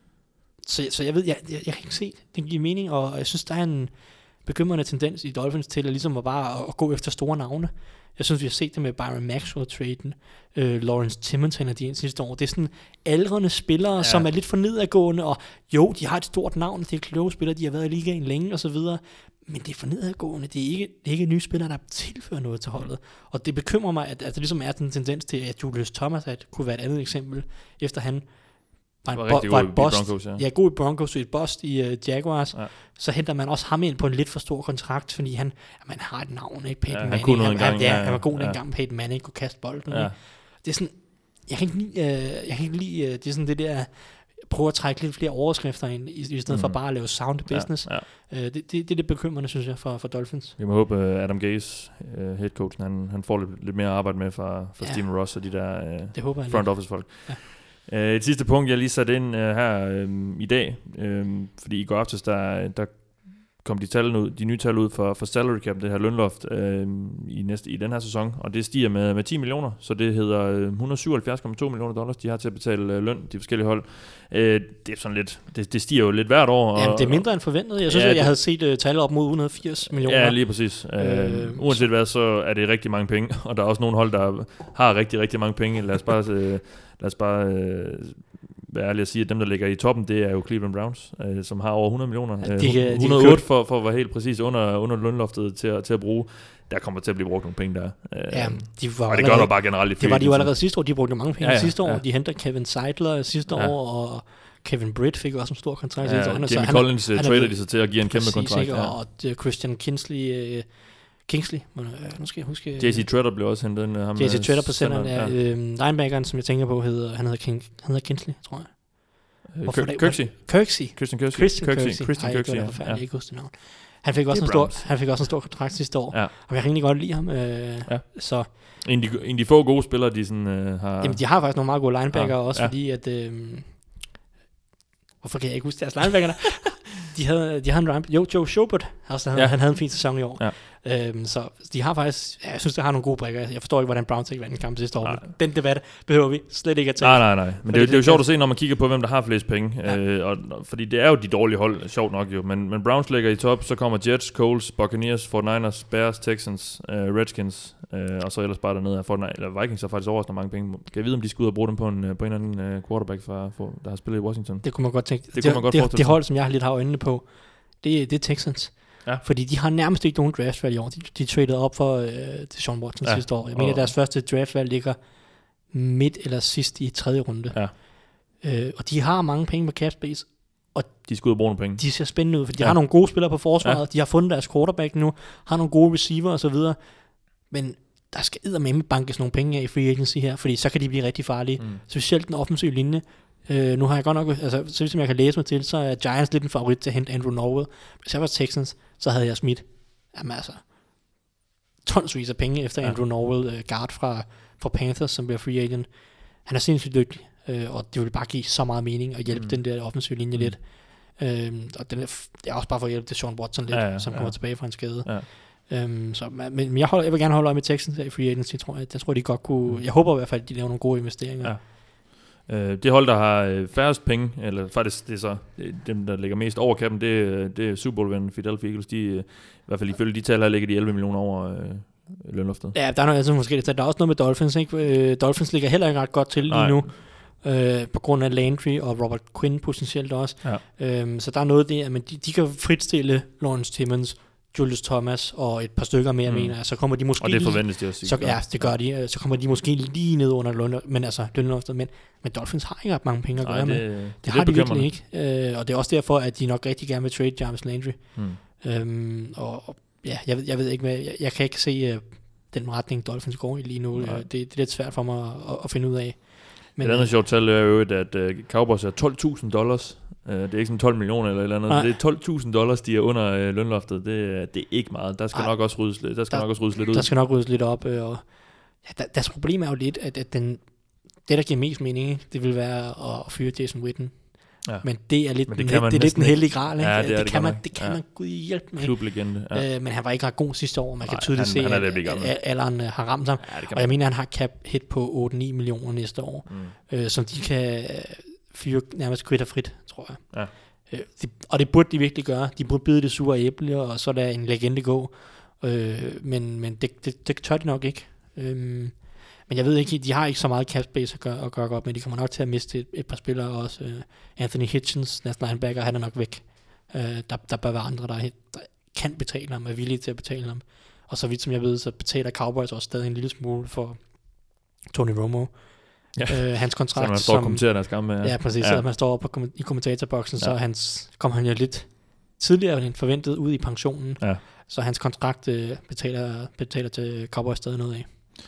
så, så jeg ved, jeg, jeg, jeg kan ikke se, det giver mening, og jeg synes, der er en bekymrende tendens i Dolphins til at ligesom at bare at, at gå efter store navne. Jeg synes, vi har set det med Byron Maxwell-traden, øh, Lawrence Timmons, de sidste år. Det er sådan aldrende spillere, ja. som er lidt for nedadgående, og jo, de har et stort navn, det er kloge spillere, de har været i ligaen længe, og så videre, men det er for nedadgående, det er ikke, det er ikke nye spillere, der tilfører noget til holdet. Og det bekymrer mig, at, at der ligesom er den tendens til, at Julius Thomas at kunne være et andet eksempel, efter han var, en var, bo- var et boss, Broncos, ja. ja, god i Broncos, et boss i uh, Jaguars, ja. Så henter man også ham ind på en lidt for stor kontrakt, fordi han, ja, man har et navn, ikke? Peyton ja, Manning, han, han, ja, han var god ja. dengang, Peyton Manning kunne kaste bolden. Ja. Det er sådan, jeg kan ikke lide, uh, jeg kan ikke lide uh, det er sådan det der prøve at trække lidt flere overskrifter ind, i, i stedet mm. for bare at lave sound business. Ja, ja. Øh, det, det, det er lidt bekymrende, synes jeg, for, for Dolphins. Jeg må håbe, Adam Gase, uh, headcoachen, han, han får lidt, lidt mere arbejde med fra, fra ja. Steven Ross og de der uh, front office folk. Ja. Uh, et sidste punkt, jeg lige satte ind uh, her uh, i dag, uh, fordi i går aftes, der, der kom de, tal ud, de nye tal ud for, for salary cap, det her lønloft, øh, i, næste, i den her sæson, og det stiger med, med ti millioner, så det hedder et hundrede og syvoghalvfjerds komma to millioner dollars, de har til at betale øh, løn, de forskellige hold. Øh, det er sådan lidt, det, det stiger jo lidt hvert år. Og, Jamen, det er mindre end forventet. Jeg synes, ja, at jeg det, havde set uh, tallet op mod et hundrede og firs millioner. Ja, lige præcis. Øh, øh, uanset hvad, så er det rigtig mange penge, og der er også nogle hold, der har rigtig, rigtig mange penge. Lad os bare, øh, lad os bare øh, være ærlig at sige, at dem, der ligger i toppen, det er jo Cleveland Browns, øh, som har over hundrede millioner. Ja, de, øh, hundrede og otte for, for at være helt præcis under, under lønloftet til at, til at bruge. Der kommer til at blive brugt nogle penge der. Øh, ja, de var og det gør der bare generelt i det var de jo allerede sidste år. De brugte mange penge ja, ja, sidste år. Ja. De henter Kevin Seidler sidste ja. år, og Kevin Britt fik også en stor kontrakt. Ja, sidste år. Jamie så Collins han, trader de sig til at give en kæmpe kontrakt. Ja. Og uh, Christian Kinsley... Uh, Kingsley, uh, nu skal jeg huske... J C Treader blev også hentet ind. J C Treader på centeren, ja. ja. Uh, linebackeren, som jeg tænker på, hedder, han hedder, King, han hedder Kinsley, tror jeg. Kirksey. Kirksey. Christian Kirksey. Christian Kirksey. Christian Kirksey, ja. Jeg ikke huske det navn. Han fik, også en stor, han fik også en stor kontrakt sidste år, ja. og jeg kan egentlig godt lide ham. Øh, ja. Så en af de, en de få gode spillere, de sådan, øh, har... Jamen, de har faktisk nogle meget gode linebacker ja. også, ja. fordi at... Øh, hvorfor kan jeg ikke huske deres linebacker? de havde, de havde en jo, Joe Schobert, altså, ja. han havde en fin sæson i år. Ja. Øhm, så de har faktisk, ja, jeg synes, de har nogle gode brækker. Jeg forstår ikke, hvordan Browns ikke vandt en kamp sidste år. Den debat behøver vi slet ikke at tage. Nej, nej, nej. Men det, det, det er jo sjovt at se, når man kigger på, hvem der har flest penge. Ja. Øh, og, fordi det er jo de dårlige hold, sjovt nok jo. Men, men Browns ligger i top, så kommer Jets, Colts, Buccaneers, forty-niners, Bears, Texans, uh, Redskins, uh, og så ellers bare dernede. Eller Vikings har faktisk overraskende mange penge. Kan jeg vide, om de skal ud og bruge dem på en, på en eller anden uh, quarterback, for, for, der har spillet i Washington? Det kunne man godt tænke. Det, det, kunne man godt det, det hold, som jeg lidt har øjnene på, det, det er Texans. Ja. Fordi de har nærmest ikke nogen draftvalg i år. De, de traded op for øh, til Sean Watson ja. sidste år. Jeg mener, deres første draftvalg ligger midt eller sidst i tredje runde. Ja. Øh, og de har mange penge på cap space. Og de skal ud og bruge nogle penge. De ser spændende ud, for de ja. har nogle gode spillere på forsvaret. Ja. De har fundet deres quarterback nu. Har nogle gode receiver og så videre. Men der skal eddermame bankes nogle penge af i free agency her, fordi så kan de blive rigtig farlige. Mm. Specielt den offensive linje. Uh, nu har jeg godt nok, altså så som jeg kan læse mig til, så er Giants lidt en favorit til at hente Andrew Norwell. Hvis jeg var Texans, så havde jeg smidt, jamen altså, tonsvis af penge efter ja. Andrew Norwell, uh, guard fra, fra Panthers, som bliver free agent. Han er sindssygt dygtig, uh, og det vil bare give så meget mening at hjælpe mm. den der offensive linje mm. lidt. Uh, og den er, f- det er også bare for at hjælpe til Sean Watson lidt, ja, ja, som kommer ja. tilbage fra en skade. Ja. Um, så, men men jeg, holder, jeg vil gerne holde øje med Texans i free agency, tror jeg. Jeg tror, de godt kunne, jeg håber i hvert fald, at de laver nogle gode investeringer. Ja. Uh, det hold, der har uh, færrest penge, eller faktisk det er så det, dem, der ligger mest over kappen, det, det er Super Bowl-vennen Philadelphia Eagles. De, uh, I hvert fald ifølge de tal her ligger de elleve millioner over uh, lønloftet. Ja, der er noget altså måske. Der er også noget med Dolphins, ikke? Uh, Dolphins ligger heller ikke ret godt til lige nu, uh, på grund af Landry og Robert Quinn potentielt også. Ja. Um, så der er noget der, men de, de kan fritstille Lawrence Timmons, Julius Thomas og et par stykker mere, mm. mener. Så kommer de måske... Og det forventes de også. Så, ja, det gør de. Så kommer de måske lige ned under lønloftet, men altså lønloftet. Men, men Dolphins har ikke ret mange penge at gøre med. Det, det, det har de virkelig ikke. Uh, og det er også derfor, at de nok rigtig gerne vil trade Jarvis Landry. Mm. Um, og ja, jeg, jeg ved ikke, hvad... Jeg, jeg kan ikke se uh, den retning, Dolphins går i lige nu. Uh, det, det er lidt svært for mig at, at finde ud af. Men, et andet sjovt tal er jo, at uh, Cowboys er tolv tusind dollars. Uh, det er ikke sådan tolv millioner eller et eller andet. Nej. Det er tolv tusind dollars, de er under uh, lønloftet. Det, det er ikke meget. Der skal Ej. nok også ryddes lidt. Der skal der, nok også ryddes lidt ud. Der skal nok ryddes lidt op. Og ja, der, deres problem er jo lidt, at, at den, det der giver mest mening, det vil være at, at fyre Jason Witten. Ja. Men det er lidt det den, det er lidt den heldige gral. Ja, det, det, det kan man, det kan ja. man gud hjælpe med. Klublegende. Ja. Øh, men han var ikke ret god sidste år. Man kan Nej, tydeligt han, se, han at, at alderen har ramt ham. Ja, og jeg mener, han har cap hit på otte til ni millioner næste år, mm. øh, som de kan fyre nærmest kvitterfrit, tror jeg. Ja. Øh, de, og det burde de virkelig gøre. De burde bide det sure æble, og så lade en legende gå. Øh, men men det, det, det tør de nok ikke. Øh, Men jeg ved ikke, de har ikke så meget cap space at gøre, at gøre godt, men de kommer nok til at miste et, et par spillere også. Uh, Anthony Hitchens, næste linebacker, han er nok væk. Uh, der, der bør være andre, der, der kan betale ham, er villige til at betale ham. Og så vidt som jeg ved, så betaler Cowboys også stadig en lille smule for Tony Romo. Ja. Uh, hans kontrakt, så man står og kommenterer deres kampe. Ja, ja præcis. Ja. Så man står op på, i kommentatorboksen, ja. så hans, kom han jo lidt tidligere end forventet ud i pensionen. Ja. Så hans kontrakt uh, betaler, betaler til Cowboys stadig noget af.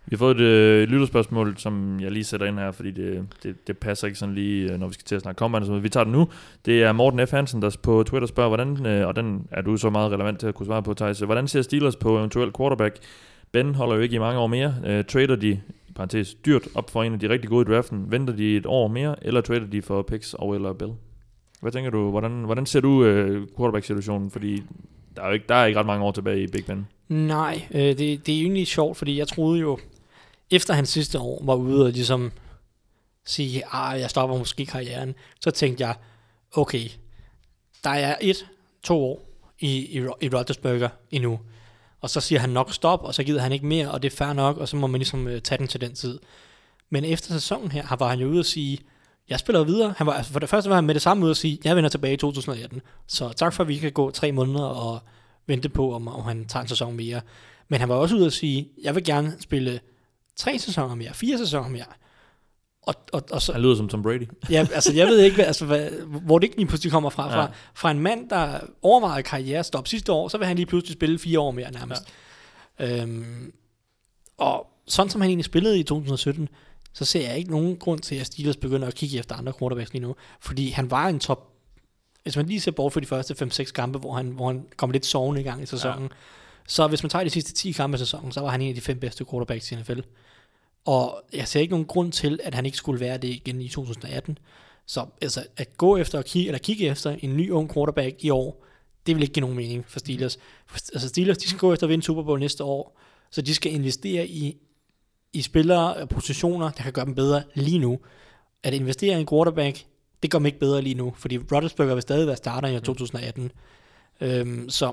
Vi har fået et øh, lytterspørgsmål, som jeg lige sætter ind her, fordi det, det, det passer ikke sådan lige, når vi skal til at snakke combine. Så vi tager det nu. Det er Morten F. Hansen, der på Twitter spørger, hvordan, øh, og den er du så meget relevant til at kunne svare på, Theis. Hvordan ser Steelers på eventuel quarterback? Ben holder jo ikke i mange år mere. Øh, trader de, i parentes, dyrt op for en af de rigtig gode i draften? Venter de et år mere, eller trader de for picks og eller Bell? Hvad tænker du? Hvordan, hvordan ser du øh, quarterback-situationen? Fordi der er jo ikke, der er ikke ret mange år tilbage i Big Ben. Nej, øh, det, det er egentlig sjovt, fordi jeg troede jo, efter hans sidste år var ude og ligesom sige, at jeg stopper måske karrieren, så tænkte jeg, okay, der er et, to år i, i, i Roethlisberger endnu, og så siger han nok stop, og så gider han ikke mere, og det er fair nok, og så må man ligesom uh, tage den til den tid. Men efter sæsonen her, var han jo ude og sige, jeg spiller videre. Han var, altså for det første var han med det samme ude og sige, jeg vender tilbage i to tusind atten, så tak for, at vi kan gå tre måneder og vente på, om, om han tager en sæson mere. Men han var også ude og sige, jeg vil gerne spille tre sæsoner mere, fire sæsoner mere. Og, og, og så, han lyder som Tom Brady. Ja, altså jeg ved ikke, hvad, altså, hvad, hvor det ikke lige pludselig kommer fra. Fra, ja. fra en mand, der overvejede karrierestop sidste år, så vil han lige pludselig spille fire år mere nærmest. Ja. Øhm, og sådan som han egentlig spillede i to tusind sytten, så ser jeg ikke nogen grund til, at Steelers begynder at kigge efter andre quarterbacks lige nu. Fordi han var en top, hvis man lige ser bort for de første fem seks kampe, hvor han, hvor han kom lidt sovende i gang i sæsonen, ja. Så hvis man tager de sidste ti kampe i sæsonen, så var han en af de fem bedste quarterbacks i N F L. Og jeg ser ikke nogen grund til, at han ikke skulle være det igen i to tusind atten. Så altså, at gå efter at kigge, eller kigge efter en ny ung quarterback i år, det vil ikke give nogen mening for Steelers. Altså Steelers, de skal gå efter at vinde Super Bowl næste år, så de skal investere i, i spillere og positioner, der kan gøre dem bedre lige nu. At investere i en quarterback, det gør dem ikke bedre lige nu, fordi Roethlisberger vil stadig være starter i to tusind atten. Øhm, så,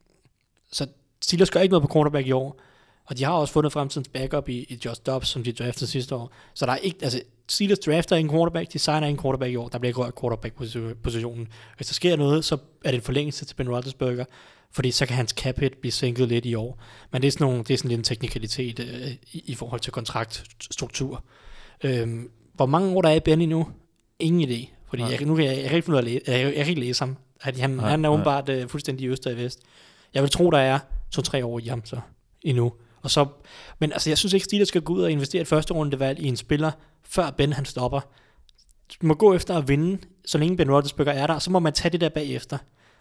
så Steelers gør ikke noget på quarterback i år. Og de har også fundet fremtidens backup i, i Josh Dobbs, som de draftede sidste år. Så der er ikke, altså Steelers drafter en quarterback, de signer en quarterback i år, der bliver ikke rørt quarterback-positionen. Hvis der sker noget, så er det en forlængelse til Ben Roethlisberger, fordi så kan hans cap hit blive sænket lidt i år. Men det er sådan, nogle, det er sådan lidt en teknikalitet øh, i, i forhold til kontraktstruktur. Øhm, hvor mange år der er i Ben endnu? Ingen idé. Fordi ja. jeg, nu kan jeg, jeg kan ikke finde ud af at læse, jeg, jeg kan ikke læse ham. Han, ja, han er åbenbart øh, fuldstændig i øst og i vest. Jeg vil tro, der er to-tre år i ham så endnu. Og så, men altså, jeg synes ikke, Steelers skal gå ud og investere et første rundevalg i en spiller, før Ben han stopper. Du må gå efter at vinde, så længe Ben Roethlisberger er der, så må man tage det der bagefter.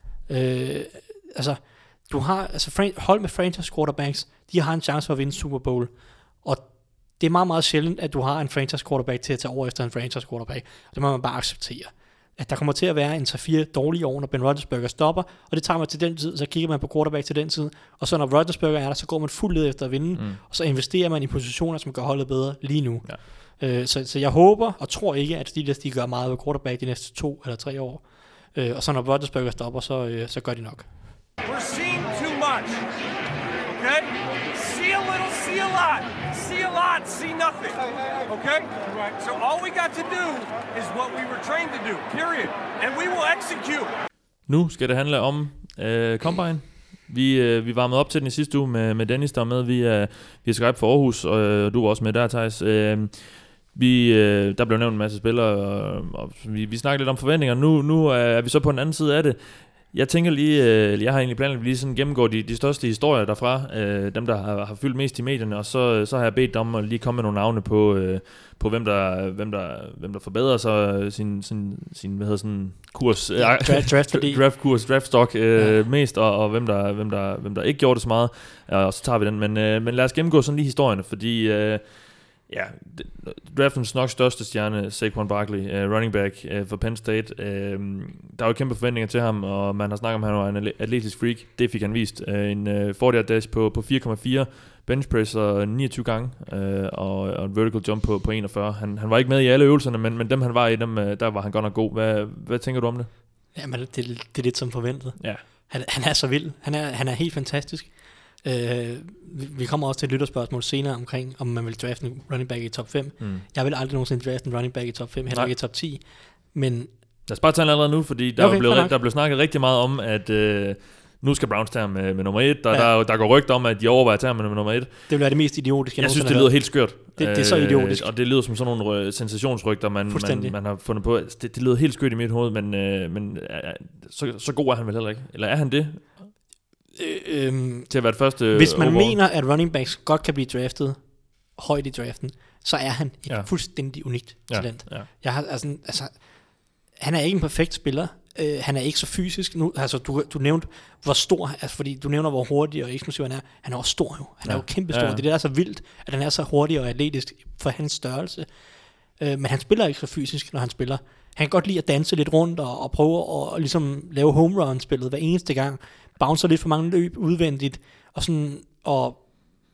Øh, altså, du har, altså, hold med franchise quarterbacks, de har en chance for at vinde Super Bowl, og det er meget, meget sjældent, at du har en franchise quarterback til at tage over efter en franchise quarterback. Det må man bare acceptere. At der kommer til at være en tre fire dårlige år, når Ben Roethlisberger stopper, og det tager man til den tid, så kigger man på quarterback til den tid, og så når Roethlisberger er der, så går man fuldt led efter at vinde, mm. og så investerer man i positioner, som gør holdet bedre lige nu. Ja. Øh, så, så jeg håber og tror ikke, at Steelers de gør meget ved quarterback de næste to eller tre år, øh, og så når Roethlisberger stopper, så, øh, så gør de nok. We're seeing too much, okay? See a little, see a lot. See a lot, see nothing, okay? So all we got to do is what we were trained to do, period. And we will execute. Nu skal det handle om øh, Combine. Vi, øh, vi varmede op til den i sidste uge med, med Dennis, der var med via, via Skype for Aarhus, og øh, du var også med der, Theis. Øh, vi, øh, der blev nævnt en masse spillere, og, og vi, vi snakkede lidt om forventninger. Nu, nu er vi så på den anden side af det. Jeg tænker lige, øh, jeg har egentlig planer, at vi lige sådan gennemgår de, de største historier derfra, øh, dem der har, har fyldt mest i medierne, og så, så har jeg bedt dem om at lige komme med nogle navne på, øh, på hvem der, hvem der, hvem der forbedrer sig sin, sin, sin hvad hedder sådan kurs, ja, draft, draft, draft kurs, draft stock øh, ja. mest, og, og hvem der, hvem der, hvem der ikke gjorde det så meget, og så tager vi den. Men, øh, men lad os gennemgå sådan lige historierne, fordi øh, ja, draftens nok største stjerne, Saquon Barkley, uh, running back uh, for Penn State. Uh, der er jo kæmpe forventninger til ham, og man har snakket om, at han var en atletisk freak. Det fik han vist. Uh, en uh, fyrre yard dash på, på fire komma fire, bench press og niogtyve gange, uh, og, og en vertical jump på, på enogfyrre. Han, han var ikke med i alle øvelserne, men, men dem han var i, dem, uh, der var han godt nok god. Hvad, hvad tænker du om det? Jamen, det, det er lidt som forventet. Ja. Han, han er så vild. Han er, han er helt fantastisk. Uh, vi kommer også til et lytterspørgsmål senere omkring, om man vil drafte en running back i top fem. Mm. Jeg vil aldrig nogensinde drafte en running back i top fem, heller ikke i top ti. Men lad os bare tage den allerede nu, fordi der, okay, er blevet, der er blevet snakket rigtig meget om, at uh, nu skal Browns tage med, med nummer et. Der, ja. der, der går rygter om, at de overvejer at tage med nummer et. Det vil være det mest idiotiske. Jeg synes, det lyder helt skørt. Det, det er så idiotisk. Uh, og det lyder som sådan nogle sensationsrygter, man, man, man har fundet på. Det, det lyder helt skørt i mit hoved, men, uh, men uh, så, så god er han vel heller ikke. Eller er han det? Øhm, til at være det første hvis man overall. mener, at running backs godt kan blive draftet højt i draften, så er han et ja. fuldstændig unikt ja. talent. Ja. Jeg har, altså, altså, han er ikke en perfekt spiller. Uh, han er ikke så fysisk. Nu, altså, du, du nævnte, hvor stor, altså, fordi du nævner, hvor hurtig og eksplosiv han er. Han er også stor jo. Han ja. er jo kæmpe stor. Ja, ja. Det er det, der er så vildt, at han er så hurtig og atletisk for hans størrelse. Uh, men han spiller ikke så fysisk, når han spiller. Han kan godt lide at danse lidt rundt og, og prøve at og ligesom lave home run spillet hver eneste gang. Bouncer lidt for mange løb udvendigt. Og sådan, og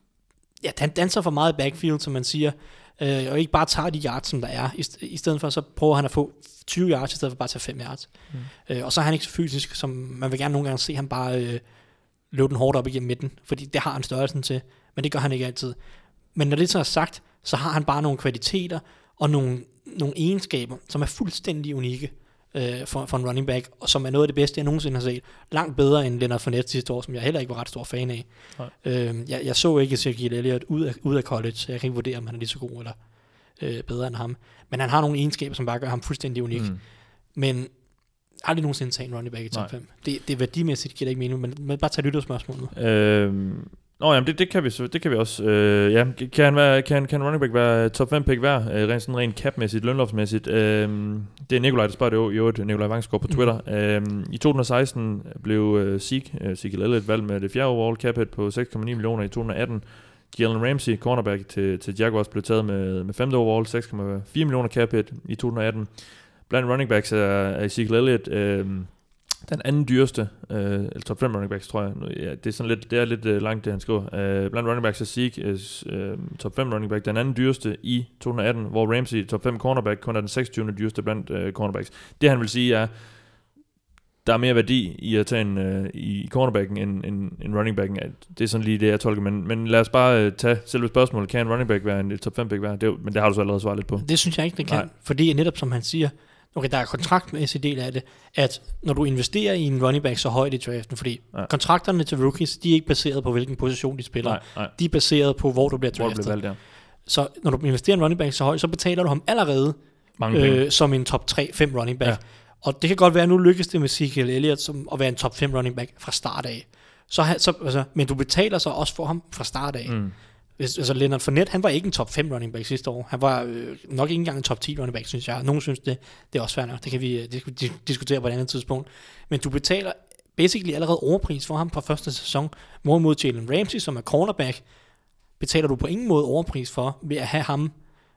ja, han danser for meget i backfield, som man siger. Øh, og ikke bare tager de yards, som der er. I, I stedet for, så prøver han at få tyve yards, i stedet for bare at tage fem yards. Mm. Øh, og så er han ikke så fysisk, som man vil gerne nogle gange se ham bare øh, løbe den hårdt op igennem midten. Fordi det har han størrelsen til. Men det gør han ikke altid. Men når det så er sagt, så har han bare nogle kvaliteter og nogle, nogle egenskaber, som er fuldstændig unikke øh, for, for en running back, og som er noget af det bedste, jeg nogensinde har set. Langt bedre end Leonard Fournette sidste år, som jeg heller ikke var ret stor fan af. Øh, jeg, jeg så ikke Ezekiel Elliott ud af, ud af college, så jeg kan ikke vurdere, om han er lige så god eller øh, bedre end ham. Men han har nogle egenskaber, som bare gør ham fuldstændig unik. Mm. Men aldrig nogensinde tage en running back i top fem. Det, det er værdimæssigt, giver det ikke mening, men, men bare tage lytterspørgsmålet. Øhm, Nå, jamen det, det kan vi så, det kan vi også. Øh, ja, kan han være, kan, kan running back være top fem pick hver, øh, rent sådan rent capmæssigt, lønlovsmæssigt. Øh, det er Nikolaj, der spørger det jo, jo et Nikolaj Vangsgaard på Twitter. Mm. Øh, I to tusind og seksten blev øh, Zeke, øh, Zeke Elliott valgt med det fjerde overall cap hit på seks komma ni millioner. I to tusind og atten Jalen Ramsey, cornerback til, til Jaguars, blev taget med, med femte overall, seks komma fire millioner cap hit i to tusind og atten. Blandt running backs er, er Zeke Elliott øh, den anden dyreste, øh, eller top fem running backs, tror jeg. Ja, det er sådan lidt, det er lidt øh, langt, det han skriver. Øh, blandt running backs er Zeke øh, top fem running back, den anden dyreste i to tusind og atten, hvor Ramsey, top fem cornerback, kun er den seksogtyvende dyreste blandt øh, cornerbacks. Det han vil sige er, der er mere værdi i at tage en øh, i cornerbacken end, end, end running backen. Det er sådan lige det, jeg tolker. Men, men lad os bare øh, tage selve spørgsmålet. Kan en running back være en top fem pick være? Det, men det har du så allerede svaret lidt på. Det synes jeg ikke, det kan. Nej. Fordi netop som han siger, okay, der er kontraktmæssig del af det, at når du investerer i en running back så højt i draften, fordi ja. kontrakterne til rookies, de er ikke baseret på, hvilken position de spiller. Nej, nej. De er baseret på, hvor du bliver draftet. Hvor du bliver valgt, ja. Så når du investerer i en running back så højt, så betaler du ham allerede øh, som en top tre fem running back. Ja. Og det kan godt være, at nu lykkes det med Ezekiel Elliott som at være en top fem running back fra start af. Så, så, altså, men du betaler så også for ham fra start af. Mm. Hvis, altså Leonard Fournette, han var ikke en top fem running back sidste år. Han var øh, nok ikke engang en top ti running back, synes jeg. Nogen synes det, det er også fair nok. Det kan vi det kan vi diskutere på et andet tidspunkt. Men du betaler basically allerede overpris for ham fra første sæson. Hvorimod Jalen Ramsey, som er cornerback, betaler du på ingen måde overpris for ved at have ham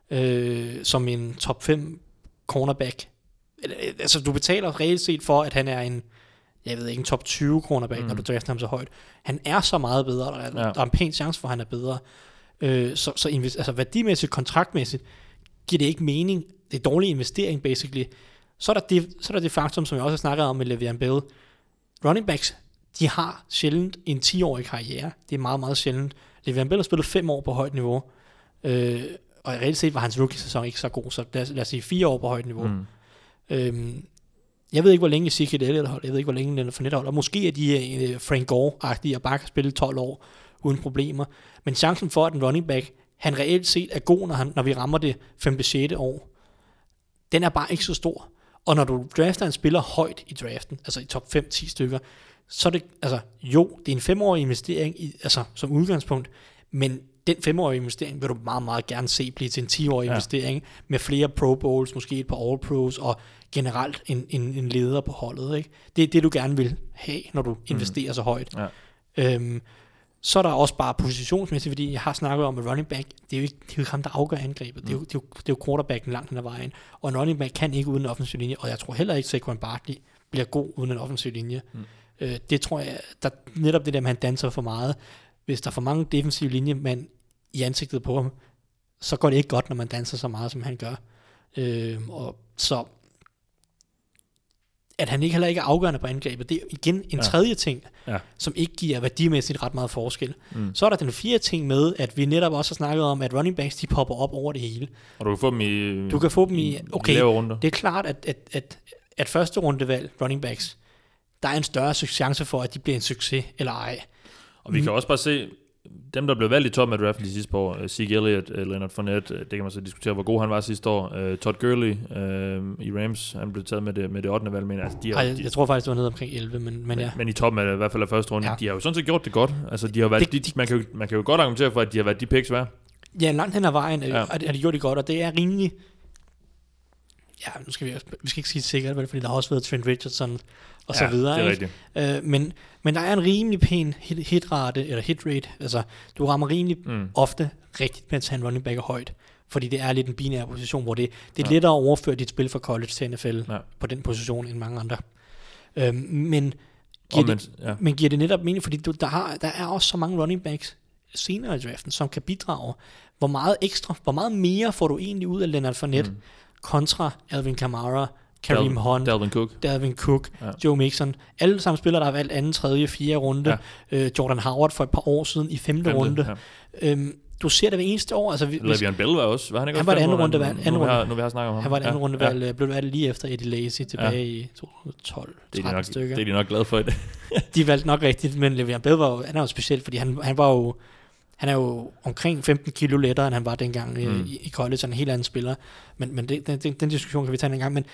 øh, som en top fem cornerback. Altså du betaler reelt set for, at han er en, jeg ved ikke, en top tyve cornerback, mm. når du drafter ham så højt. Han er så meget bedre, der er, ja. der er en pæn chance for, at han er bedre. Øh, så så invest, altså værdimæssigt, kontraktmæssigt, giver det ikke mening. Det er dårlig investering, basically. Så er der det, så er der det faktum, som jeg også har snakket om med Le'Veon Bell. Running backs, de har sjældent en ti-årig karriere. Det er meget, meget sjældent. Le'Veon Bell har spillet fem år på højt niveau. Øh, og reelt set var hans rookie-sæson ikke så god, så lad os, lad os sige fire år på højt niveau. Mm. Øhm, jeg ved ikke, hvor længe Ezekiel Elliott holder, jeg ved ikke, hvor længe Leonard Fournette holder, og måske er de uh, Frank Gore-agtige og bare kan spille tolv år uden problemer, men chancen for, at en running back, han reelt set er god, når, han, når vi rammer det femte sjette år, den er bare ikke så stor. Og når du drafter en spiller højt i draften, altså i top fem ti stykker, så er det, altså jo, det er en femårig investering, i, altså som udgangspunkt, men den femårige investering vil du meget, meget gerne se blive til en ti-årig ja. investering med flere Pro Bowls, måske et par All Pros og generelt en, en, en leder på holdet. Ikke? Det er det, du gerne vil have, når du investerer mm. så højt. Ja. Øhm, så er der også bare positionsmæssigt, fordi jeg har snakket om, at running back, det er jo ikke, det er jo ikke ham, der afgør angrebet. Mm. Det, er jo, det, er jo, det er jo quarterbacken langt hen ad vejen. Og en running back kan ikke uden en offensiv linje, og jeg tror heller ikke, at Saquon Barkley bliver god uden en offensiv linje. Mm. Øh, det tror jeg, der, netop det der med, at han danser for meget. Hvis der er for mange defensive linjemænd i ansigtet på ham, så går det ikke godt, når man danser så meget, som han gør. Øh, og så at han ikke heller ikke er afgørende på angrebet, det er igen en ja. tredje ting, ja. som ikke giver værdimæssigt ret meget forskel. Mm. Så er der den fjerde ting med, at vi netop også har snakket om, at running backs, de popper op over det hele. Og du kan få dem i Du kan få dem i, okay, runder. Det er klart, at, at, at, at første rundevalg, running backs, der er en større chance for, at de bliver en succes, eller ej. Og vi mm. kan også bare se, dem, der blev valgt i toppen af draften de sidste par år, Zeke Elliott, Leonard Fournette, det kan man så diskutere, hvor god han var sidste år. Uh, Todd Gurley uh, i Rams, han blev taget med det, med det ottende valg, men altså, de har, Ej, jeg, jeg tror faktisk, det var nede omkring elleve, men, men, men ja. Men i toppen af i hvert fald af første runde, ja. de har jo sådan set gjort det godt. Altså, de har været, det, de, man, kan jo, man kan jo godt argumentere for, at de har været de picks værd. Ja, langt hen ad vejen ja. Ja. har de gjort det godt, og det er rimelig... Ja, nu skal vi, vi skal ikke sige det sikkert, vel, fordi der har også været Trent Richardson og så Ja, videre. det er ikke? Øh, men, men der er en rimelig pæn hit, hitrate, eller hitrate. Altså, du rammer rimelig mm. ofte rigtigt, mens han running back er højt. Fordi det er lidt en binær position, hvor det, det er ja. lettere at overføre dit spil fra college til N F L ja. på den position end mange andre. Øh, men, giver det, ja. men giver det netop mening, fordi du, der, har, der er også så mange running backs senere i draften, som kan bidrage. Hvor meget ekstra, hvor meget mere får du egentlig ud af Leonard Fournette, mm. kontra Alvin Kamara, Kareem Dal- Hunt, Dalvin Cook, Dalvin Cook ja. Joe Mixon. Alle sammen spillere, der har valgt anden, tredje, fjerde runde. Ja. Øh, Jordan Howard for et par år siden i femte, femte runde. Ja. Øhm, du ser det hver eneste år. Altså, Le'Veon Bell var også. Var han ikke han også var et andet runde valg. Nu, nu, har, nu vi har snakket om ham. Han var et andet ja. runde valg. Ja. Blev valgt lige efter Eddie Lacy tilbage ja. i to tusind og tolv. Det er, de nok, stykker. det er de nok glade for i det. De valgte nok rigtigt, men Le'Veon Bell var jo, han er jo specielt, fordi han, han var jo han er jo omkring femten kilo lettere, end han var dengang mm. i, i college. Han er en helt anden spiller. Men, men det, den, den, den diskussion kan vi tage en gang. Men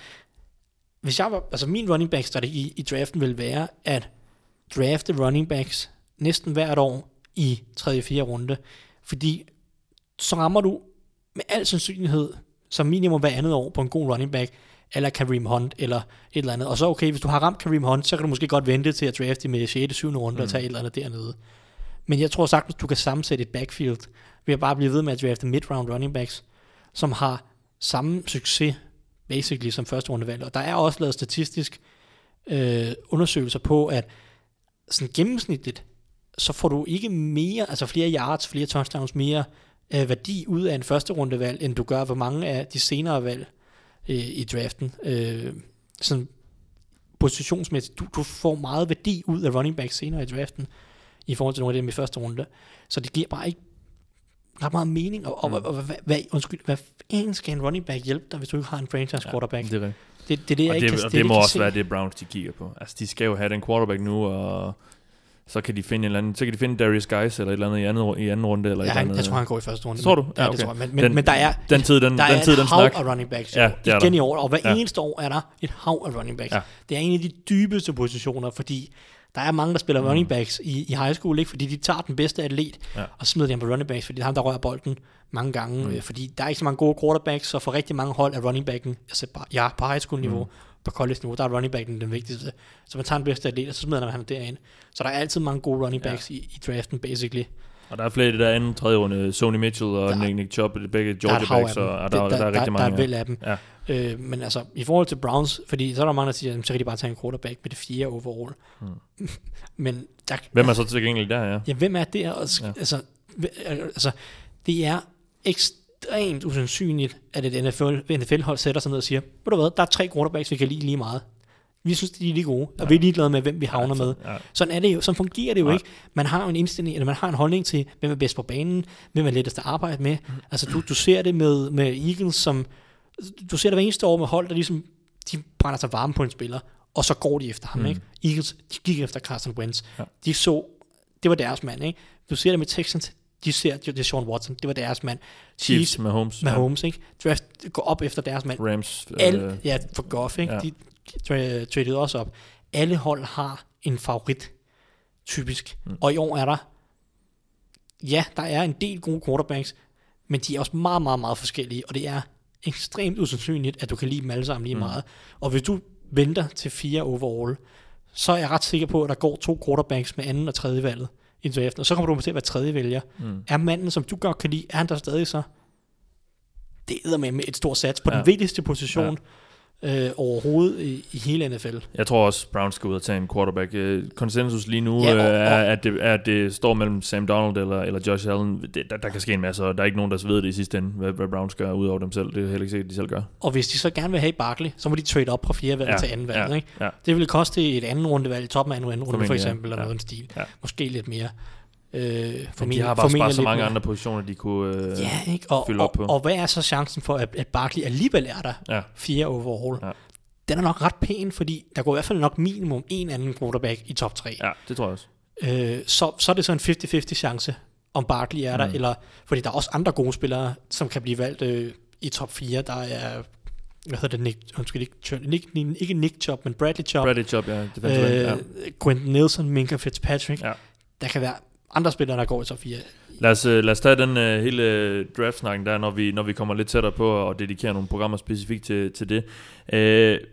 hvis jeg var, altså min running back strategi i draften ville være at drafte running backs næsten hvert år i tredje fjerde runde, fordi så rammer du med al sandsynlighed som minimum hver andet år på en god running back, eller Kareem Hunt, eller et eller andet. Og så okay, hvis du har ramt Kareem Hunt, så kan du måske godt vente til at drafte med sjette syvende runde mm. og tage et eller andet dernede. Men jeg tror sagtens, du kan sammensætte et backfield ved at bare blive ved med at drafte mid-round running backs, som har samme succes basically som første rundevalg. Og der er også lavet statistisk øh, undersøgelser på, at sådan gennemsnitligt, så får du ikke mere, altså flere yards, flere touchdowns, mere øh, værdi ud af en første rundevalg, end du gør for mange af de senere valg øh, i draften. Øh, sådan positionsmæssigt, du, du får meget værdi ud af running backs senere i draften, i forhold til nogle af dem i første runde. Så det giver bare ikke ret meget mening, og, og, mm. og, og hvad, undskyld, hvad fanden skal en running back hjælpe dig, hvis du ikke har en franchise quarterback? Ja, det er det, det, det, det, jeg og ikke det, kan, og det, det må ikke også se. være det Browns de kigger på. Altså de skal jo have den quarterback nu, og så kan de finde en eller anden, så kan de finde Darius Guice eller et eller andet i anden, i anden runde eller ja, et han, eller andet. jeg tror han går i første runde. Tror du? Ja, Ja, det okay. tror jeg. Men, men, den, men der er den tid, den, der den er tid, et den hav snak. af running backs Ja, jo, igen i år, og hver ja. eneste år er der et hav af running backs. Ja. Det er en af de dybeste positioner, fordi der er mange, der spiller mm. running backs i, i high school, ikke? Fordi de tager den bedste atlet, ja. og smider dem på running backs, fordi det er ham, der rører bolden mange gange, mm. øh, fordi der er ikke så mange gode quarterbacks, så for rigtig mange hold er running backen, altså bare, ja, på high school niveau, mm. på college niveau, der er running backen den vigtigste. Så man tager den bedste atlet, og så smider man ham derind. Så der er altid mange gode running backs ja. i, i draften, basically. Og der er flere i det der anden, tredje runde, Sony Mitchell og der, Nick, Nick Chubb, begge Georgia backs, og der, det, der, der, der er rigtig der, mange. Der er vel af dem. Ja. Øh, men altså, i forhold til Browns, fordi så er der mange, der siger, så kan de bare tage en quarterback med det fjerde overall. Hmm. Men der, hvem er så tilgængelig der, ja? Ja, hvem er det? Altså, ja. altså, altså, det er ekstremt usandsynligt, at et N F L-hold sætter sig ned og siger, ved du hvad, der er tre quarterbacks, vi kan lide lige meget. Vi synes, de er lige gode, og ja. vi er ligeglade med, hvem vi havner ja, med. Ja. Sådan er det jo, sådan fungerer det jo ja. ikke. Man har jo en indstilling, eller man har en holdning til, hvem er bedst på banen, hvem er lettest at arbejde med. Mm. Altså, du, du ser det med, med Eagles, som, du ser det hver eneste år med hold, der ligesom, de brænder sig varme på en spiller, og så går de efter ham, mm. ikke? Eagles, de gik efter Carson Wentz. Ja. De så, det var deres mand, ikke? Du ser det med Texans, de ser, det er Sean Watson, det var deres mand. Chiefs med Holmes. Med ja. Holmes, ikke? Draft går op efter deres mand. Rams. Al, øh, ja, for Goff, ikke? Ja. De tra- traded også op. Alle hold har en favorit, typisk. Mm. Og i år er der, ja, der er en del gode quarterbacks, men de er også meget, meget, meget forskellige, og det er ekstremt usandsynligt, at du kan lide dem alle sammen lige mm. meget. Og hvis du venter til fire overall, så er jeg ret sikker på, at der går to quarterbacks med anden og tredje valget i draften, og så kommer du til at være tredje vælger. Mm. Er manden, som du godt kan lide, er han der stadig så? Det er med et stort sats på ja. den vigtigste position ja. øh, overhovedet i, i hele N F L. Jeg tror også, Browns skal ud og tage en quarterback. Konsensus lige nu ja, og, er, at det, er, at det står mellem Sam Donald eller, eller Josh Allen. Det, der, der kan ske en masse, og der er ikke nogen, der ved det i sidste ende, hvad, hvad Browns gør ud over dem selv. Det er heller ikke sikkert, de selv gør. Og hvis de så gerne vil have Barkley, så må de trade op fra fjerde valg ja, til anden valg. Ja, ikke? Ja. Det vil koste et anden rundevalg, toppen af en anden runde for eksempel, ja, eller ja. noget stil. Ja. Måske lidt mere. Øh, Men de har bare, bare så mange mere. andre positioner, de kunne øh, ja, ikke? Og, fylde op på. Og, og hvad er så chancen for, at, at Barkley alligevel er der? Ja. Fire overall. Ja. Den er nok ret pæn, fordi der går i hvert fald nok minimum en anden quarterback i top tre. Ja, det tror jeg også. Øh, så, så er det så en halvtreds halvtreds chance, om Barkley er der, mm. eller fordi der er også andre gode spillere, som kan blive valgt øh, i top fire. Der er, hvad hedder det, Nick, undskyld, ikke, Nick, Nick, ikke Nick Chubb, men Bradley Chubb. Bradley Chubb, ja. Øh, ja. Quentin Nelson, Minka Fitzpatrick. Ja. Der kan være andre spillere, der går i top fire. Lad os, lad os tage den uh, hele draft-snakken der, når vi, når vi kommer lidt tættere på at dedikere nogle programmer specifikt til, til det. Uh,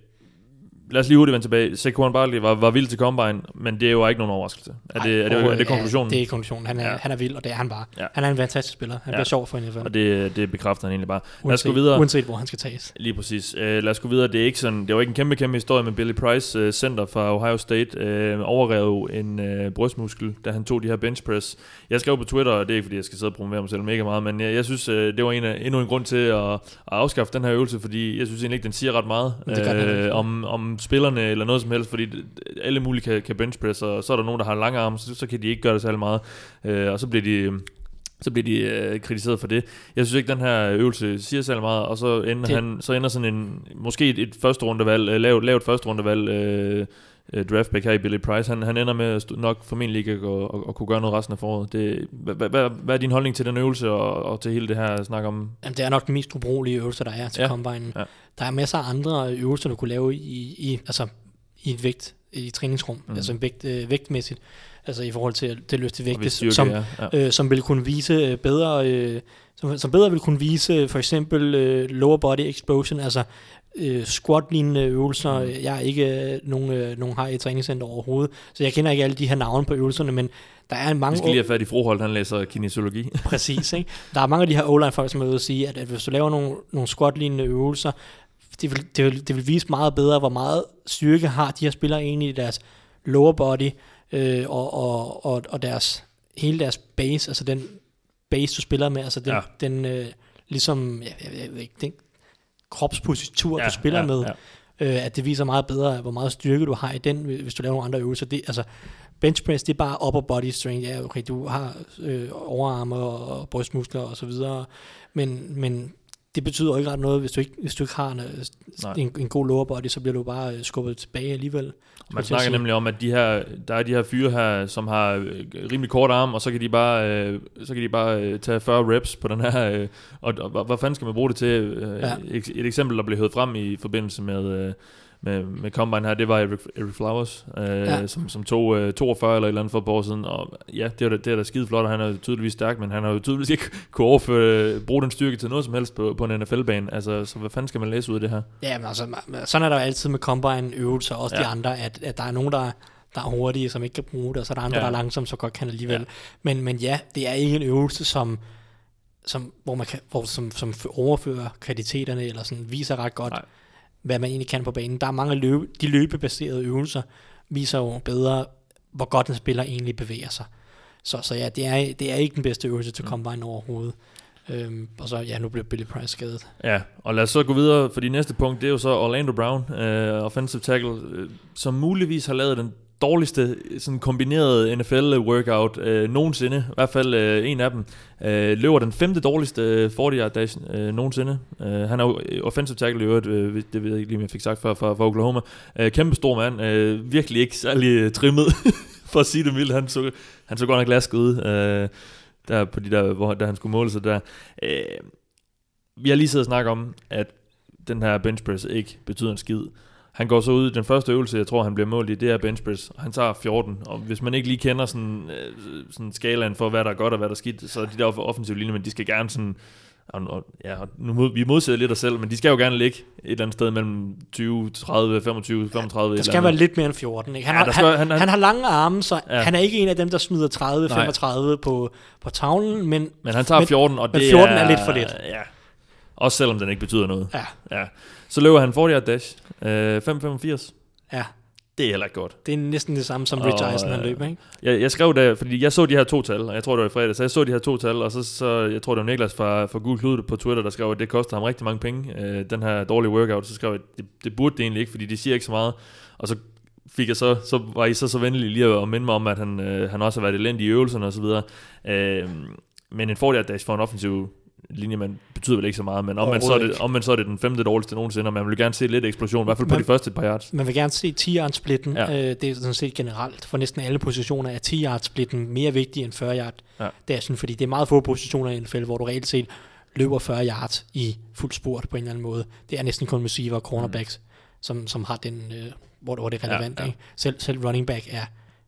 Lad os lige hurtigt vende tilbage. Saquon Barkley var, var vild til Combine, men det er jo ikke nogen overraskelse. Er det, er det, er det konklusionen? Ja, det er konklusionen. Han er, ja. han er vild, og det er han bare. Ja. Han er en fantastisk spiller. Han ja. bliver sjov for N F L. Og det, det bekræfter han egentlig bare. Uanset, lad os gå videre. Uanset hvor han skal tages. Lige præcis. Uh, lad os gå videre. Det er ikke sådan, det var ikke en kæmpe, kæmpe historie med Billy Price, uh, center fra Ohio State. Uh, overrev en uh, brystmuskel, da han tog de her bench press. Jeg skrev på Twitter, og det er ikke fordi, jeg skal sidde og promovere mig selv mega meget, men jeg, jeg synes, uh, det var en, endnu en grund til at, at afskaffe den her øvelse, fordi jeg synes egentlig ikke, den siger ret meget uh, om, om spillerne eller noget som helst, fordi alle mulige kan, kan benchpress, og så er der nogen, der har lange arme, så, så kan de ikke gøre det særlig meget, øh, og så bliver de, så bliver de øh, kritiseret for det. Jeg synes ikke, den her øvelse siger særlig meget, og så ender, det. han, så ender sådan en, måske et, et første rundevalg, øh, lavet, lavet første rundevalg, øh, draftback her i Billy Price, han, han ender med nok formentlig ikke at, at, at, at kunne gøre noget resten af foråret. Det, hvad, hvad, hvad er din holdning til den øvelse, og, og til hele det her snak om? Jamen, det er nok den mest ubrugelige øvelse, der er til ja. Combine. Ja. Der er masser af andre øvelser, du kunne lave i, i altså i et vægt, i et træningsrum, mm. altså vægt, øh, vægtmæssigt, altså i forhold til det løfte vægte, styrke, som, ja. Ja. Øh, som vil kunne vise bedre, øh, som, som bedre vil kunne vise for eksempel øh, lower body explosion, altså øh, squat-lignende øvelser. Mm. Jeg er ikke øh, nogen, øh, nogen har i træningscenter overhovedet, så jeg kender ikke alle de her navne på øvelserne, men der er mange... Vi skal lige have fat i Froholt, han læser kinesiologi. Præcis, ikke? Der er mange af de her O-line-folk, som er ude at sige, at, at hvis du laver nogle, nogle squat-lignende øvelser, Det vil, det, vil, det vil vise meget bedre, hvor meget styrke har de her spillere egentlig i deres lower body, øh, og, og, og, og deres, hele deres base, altså den base, du spiller med, altså den, ja. den øh, ligesom, jeg, jeg, jeg ved ikke, den kropspositur, ja, du spiller ja, med, ja. Øh, at det viser meget bedre, hvor meget styrke du har i den, hvis du laver nogle andre øvelser. Det, altså, bench press, det er bare upper body strength. Ja, okay, du har øh, overarme og brystmuskler og så videre, men, men det betyder jo ikke ret noget, hvis du ikke, hvis du ikke har en, en, en god lower body, så bliver du bare skubbet tilbage alligevel. Man snakker nemlig om, at de her, der er de her fyre her, som har rimelig kort arm, og så kan de bare, øh, så kan de bare øh, tage fyrre reps på den her, øh, og, og hvad fanden skal man bruge det til? Øh, ja. et, et eksempel, der blev hørt frem i forbindelse med... Øh, Med, med Combine her, det var Eric, Eric Flowers, øh, ja. som, som tog øh, toogfyrre eller et eller andet for et par år siden, og ja, det er da, det er da skide flot, og han er tydeligvis stærk, men han har jo tydeligvis ikke kunne overføre, bruge den styrke til noget som helst på, på en N F L-bane, altså, så hvad fanden skal man læse ud af det her? Ja, men altså, sådan er der jo altid med Combine-øvelser, også ja. de andre, at, at der er nogen, der, der er hurtige, som ikke kan bruge det, og så er der andre, ja. der er langsomme, så godt kan alligevel. Ja. Men, men ja, det er ikke en øvelse, som, som, hvor man kan, hvor, som, som overfører kvaliteterne, eller sådan viser ret godt, Nej. hvad man egentlig kan på banen. Der er mange løbe, de løbebaserede øvelser, viser jo bedre, hvor godt en spiller egentlig bevæger sig. Så, så ja, det er, det er ikke den bedste øvelse til Combine overhovedet. Øhm, og så, ja, nu bliver Billy Price skadet. Ja, og lad os så gå videre, for de næste punkt, det er jo så Orlando Brown, øh, offensive tackle, øh, som muligvis har lavet den dårligste sådan kombineret N F L-workout øh, nogensinde. I hvert fald øh, en af dem. Øh, løber den femte dårligste fyrre-yard dash øh, nogensinde. Øh, han er jo offensive tackle i øvrigt, øh, det ved jeg ikke lige, om jeg fik sagt før, fra, fra Oklahoma. Øh, kæmpe stor mand. Øh, virkelig ikke særlig trimmet, for at sige det mildt. Han så, han så godt nok glasket ud, øh, der på de der, hvor, da han skulle måle sig der. Øh, vi har lige siddet og snakket om, at den her bench press ikke betyder en skid. Han går så ud i den første øvelse, jeg tror, han bliver målt i, det er bench press, og han tager fjorten. Og hvis man ikke lige kender sådan, øh, sådan skalaen for, hvad der er godt og hvad der er skidt, så er de der offensive linjer, men de skal gerne sådan, og, og, ja, nu mod, vi modsætter lidt os selv, men de skal jo gerne ligge et eller andet sted mellem tyve, tredive, femogtyve, femogtredive. Det skal være lidt mere end fjorten, ikke? Han, ja, har, skal, han, han, han har lange arme, så ja. han er ikke en af dem, der smider tredive, femogtredive på, på tavlen, men, men han tager fjorten, og men det fjorten er, er lidt for lidt. Ja. Også selvom den ikke betyder noget. Ja. Ja. Så løber han fyrre-yard dash. Øh, fem femogfirs. Ja. Det er heller ikke godt. Det er næsten det samme som Rich Eisen, han løber, ikke? Jeg, jeg skrev der, fordi jeg så de her to tal, og jeg tror det var i fredag, så jeg så de her to tal, og så, så jeg tror det var Niklas fra, fra Gul Klud på Twitter, der skrev, at det koster ham rigtig mange penge, øh, den her dårlige workout. Så skrev jeg, det, det burde det egentlig ikke, fordi de siger ikke så meget. Og så fik jeg så, så var I så så venlige lige at minde mig om, at han, øh, han også har været elendig i øvelserne og så videre. Øh, men en fyrre-yard dash for en offensiv linjemand betyder vel ikke så meget, men om man så er det, om man så er det den femte dårligste nogensinde, og man vil gerne se lidt eksplosion, i hvert fald på man, de første par yards. Man vil gerne se ti-yard splitten, ja. øh, det er sådan set generelt, for næsten alle positioner er ti-yard splitten mere vigtig end fyrre-yard. Ja. Det er sådan, fordi det er meget få positioner i N F L, hvor du reelt set løber fyrre yards i fuld spurt på en eller anden måde. Det er næsten kun receiver og cornerbacks, mm. som, som har den, øh, hvor, hvor det er relevant. Ja, ja. Ikke? Selv, selv running back er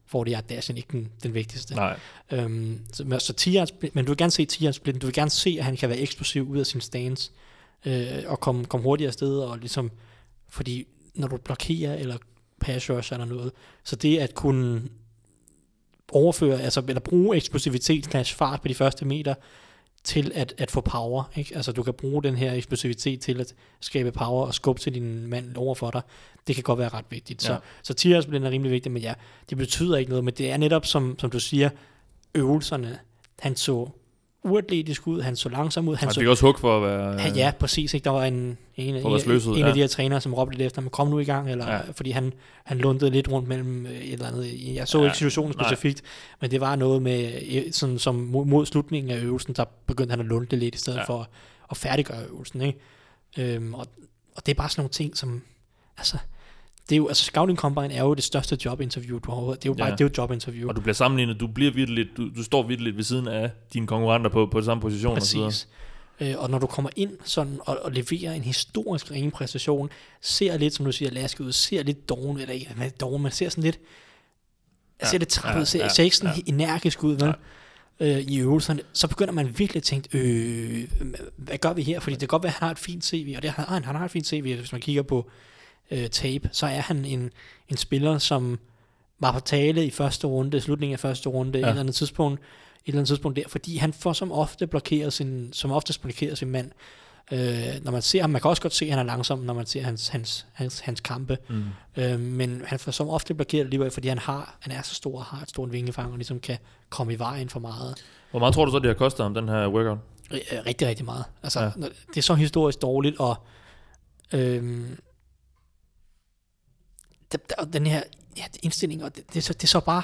forty yard dash er ikke den, den vigtigste. Nej. Øhm, så, så ti yards, men du vil gerne se ti yards splitten, du vil gerne se, at han kan være eksplosiv ud af sin stance, øh, og komme kom hurtigere afsted, og ligesom, fordi når du blokerer, eller pass rush eller noget, så det at kunne overføre, altså, eller bruge eksplosivitet slash fart på de første meter, til at, at få power, ikke? Altså du kan bruge den her eksplosivitet til at skabe power og skubbe til din mand over for dig. Det kan godt være ret vigtigt. Så, ja. så ti yards splitten er rimelig vigtigt, men ja, det betyder ikke noget, men det er netop, som, som du siger, øvelserne. Han så uatletisk ud, han så langsom ud. Han, han fik så, også hug for at være... Ja, ja, præcis. Ikke? Der var en, en, en, en, sløset, en af ja. de her trænere, som råbte lidt efter, men kom nu i gang, eller, ja. fordi han, han lundede lidt rundt mellem et eller andet. Jeg så ja, ikke situationen specifikt, nej. Men det var noget med, sådan, som mod slutningen af øvelsen, der begyndte han at lunde lidt, i stedet ja. for at færdiggøre øvelsen. Ikke? Øhm, og, og det er bare sådan nogle ting, som... Altså, det er jo, altså Scouting Combine er jo det største jobinterview, du har. Det er jo bare ja. det er jo jobinterview. Og du bliver sammenlignet, du bliver virkelig, du, du står virkelig ved siden af dine konkurrenter på, på samme position. Præcis. Og, øh, og når du kommer ind sådan og, og leverer en historisk ren præstation, ser lidt, som du siger, lasket ud, ser lidt doven, eller ikke doven, man ser sådan lidt, ja. ser lidt træt ud, ser, ja. ser ikke sådan ja. energisk ud, vel? Øh, i øvelserne, så begynder man virkelig at tænke, øh, hvad gør vi her? Fordi det kan godt være, at han har et fint C V, og det har han, han har et fint C V, hvis man kigger på øh, tape, så er han en, en spiller, som var på tale i første runde, slutningen af første runde, ja. et eller andet tidspunkt, et eller andet tidspunkt der, fordi han får som ofte blokeret sin, som oftest blokeret sin mand. Øh, når man ser ham, man kan også godt se, at han er langsom, når man ser hans, hans, hans, hans kampe, mm. øh, men han får som ofte blokeret alligevel, fordi han har, han er så stor og har et stort vingefang, og ligesom kan komme i vejen for meget. Hvor meget tror du så, det har kostet ham, den her workout? R- rigtig, rigtig meget. Altså, ja. det er så historisk dårligt, og øh, den her ja, indstilling, og det, det, så, det så bare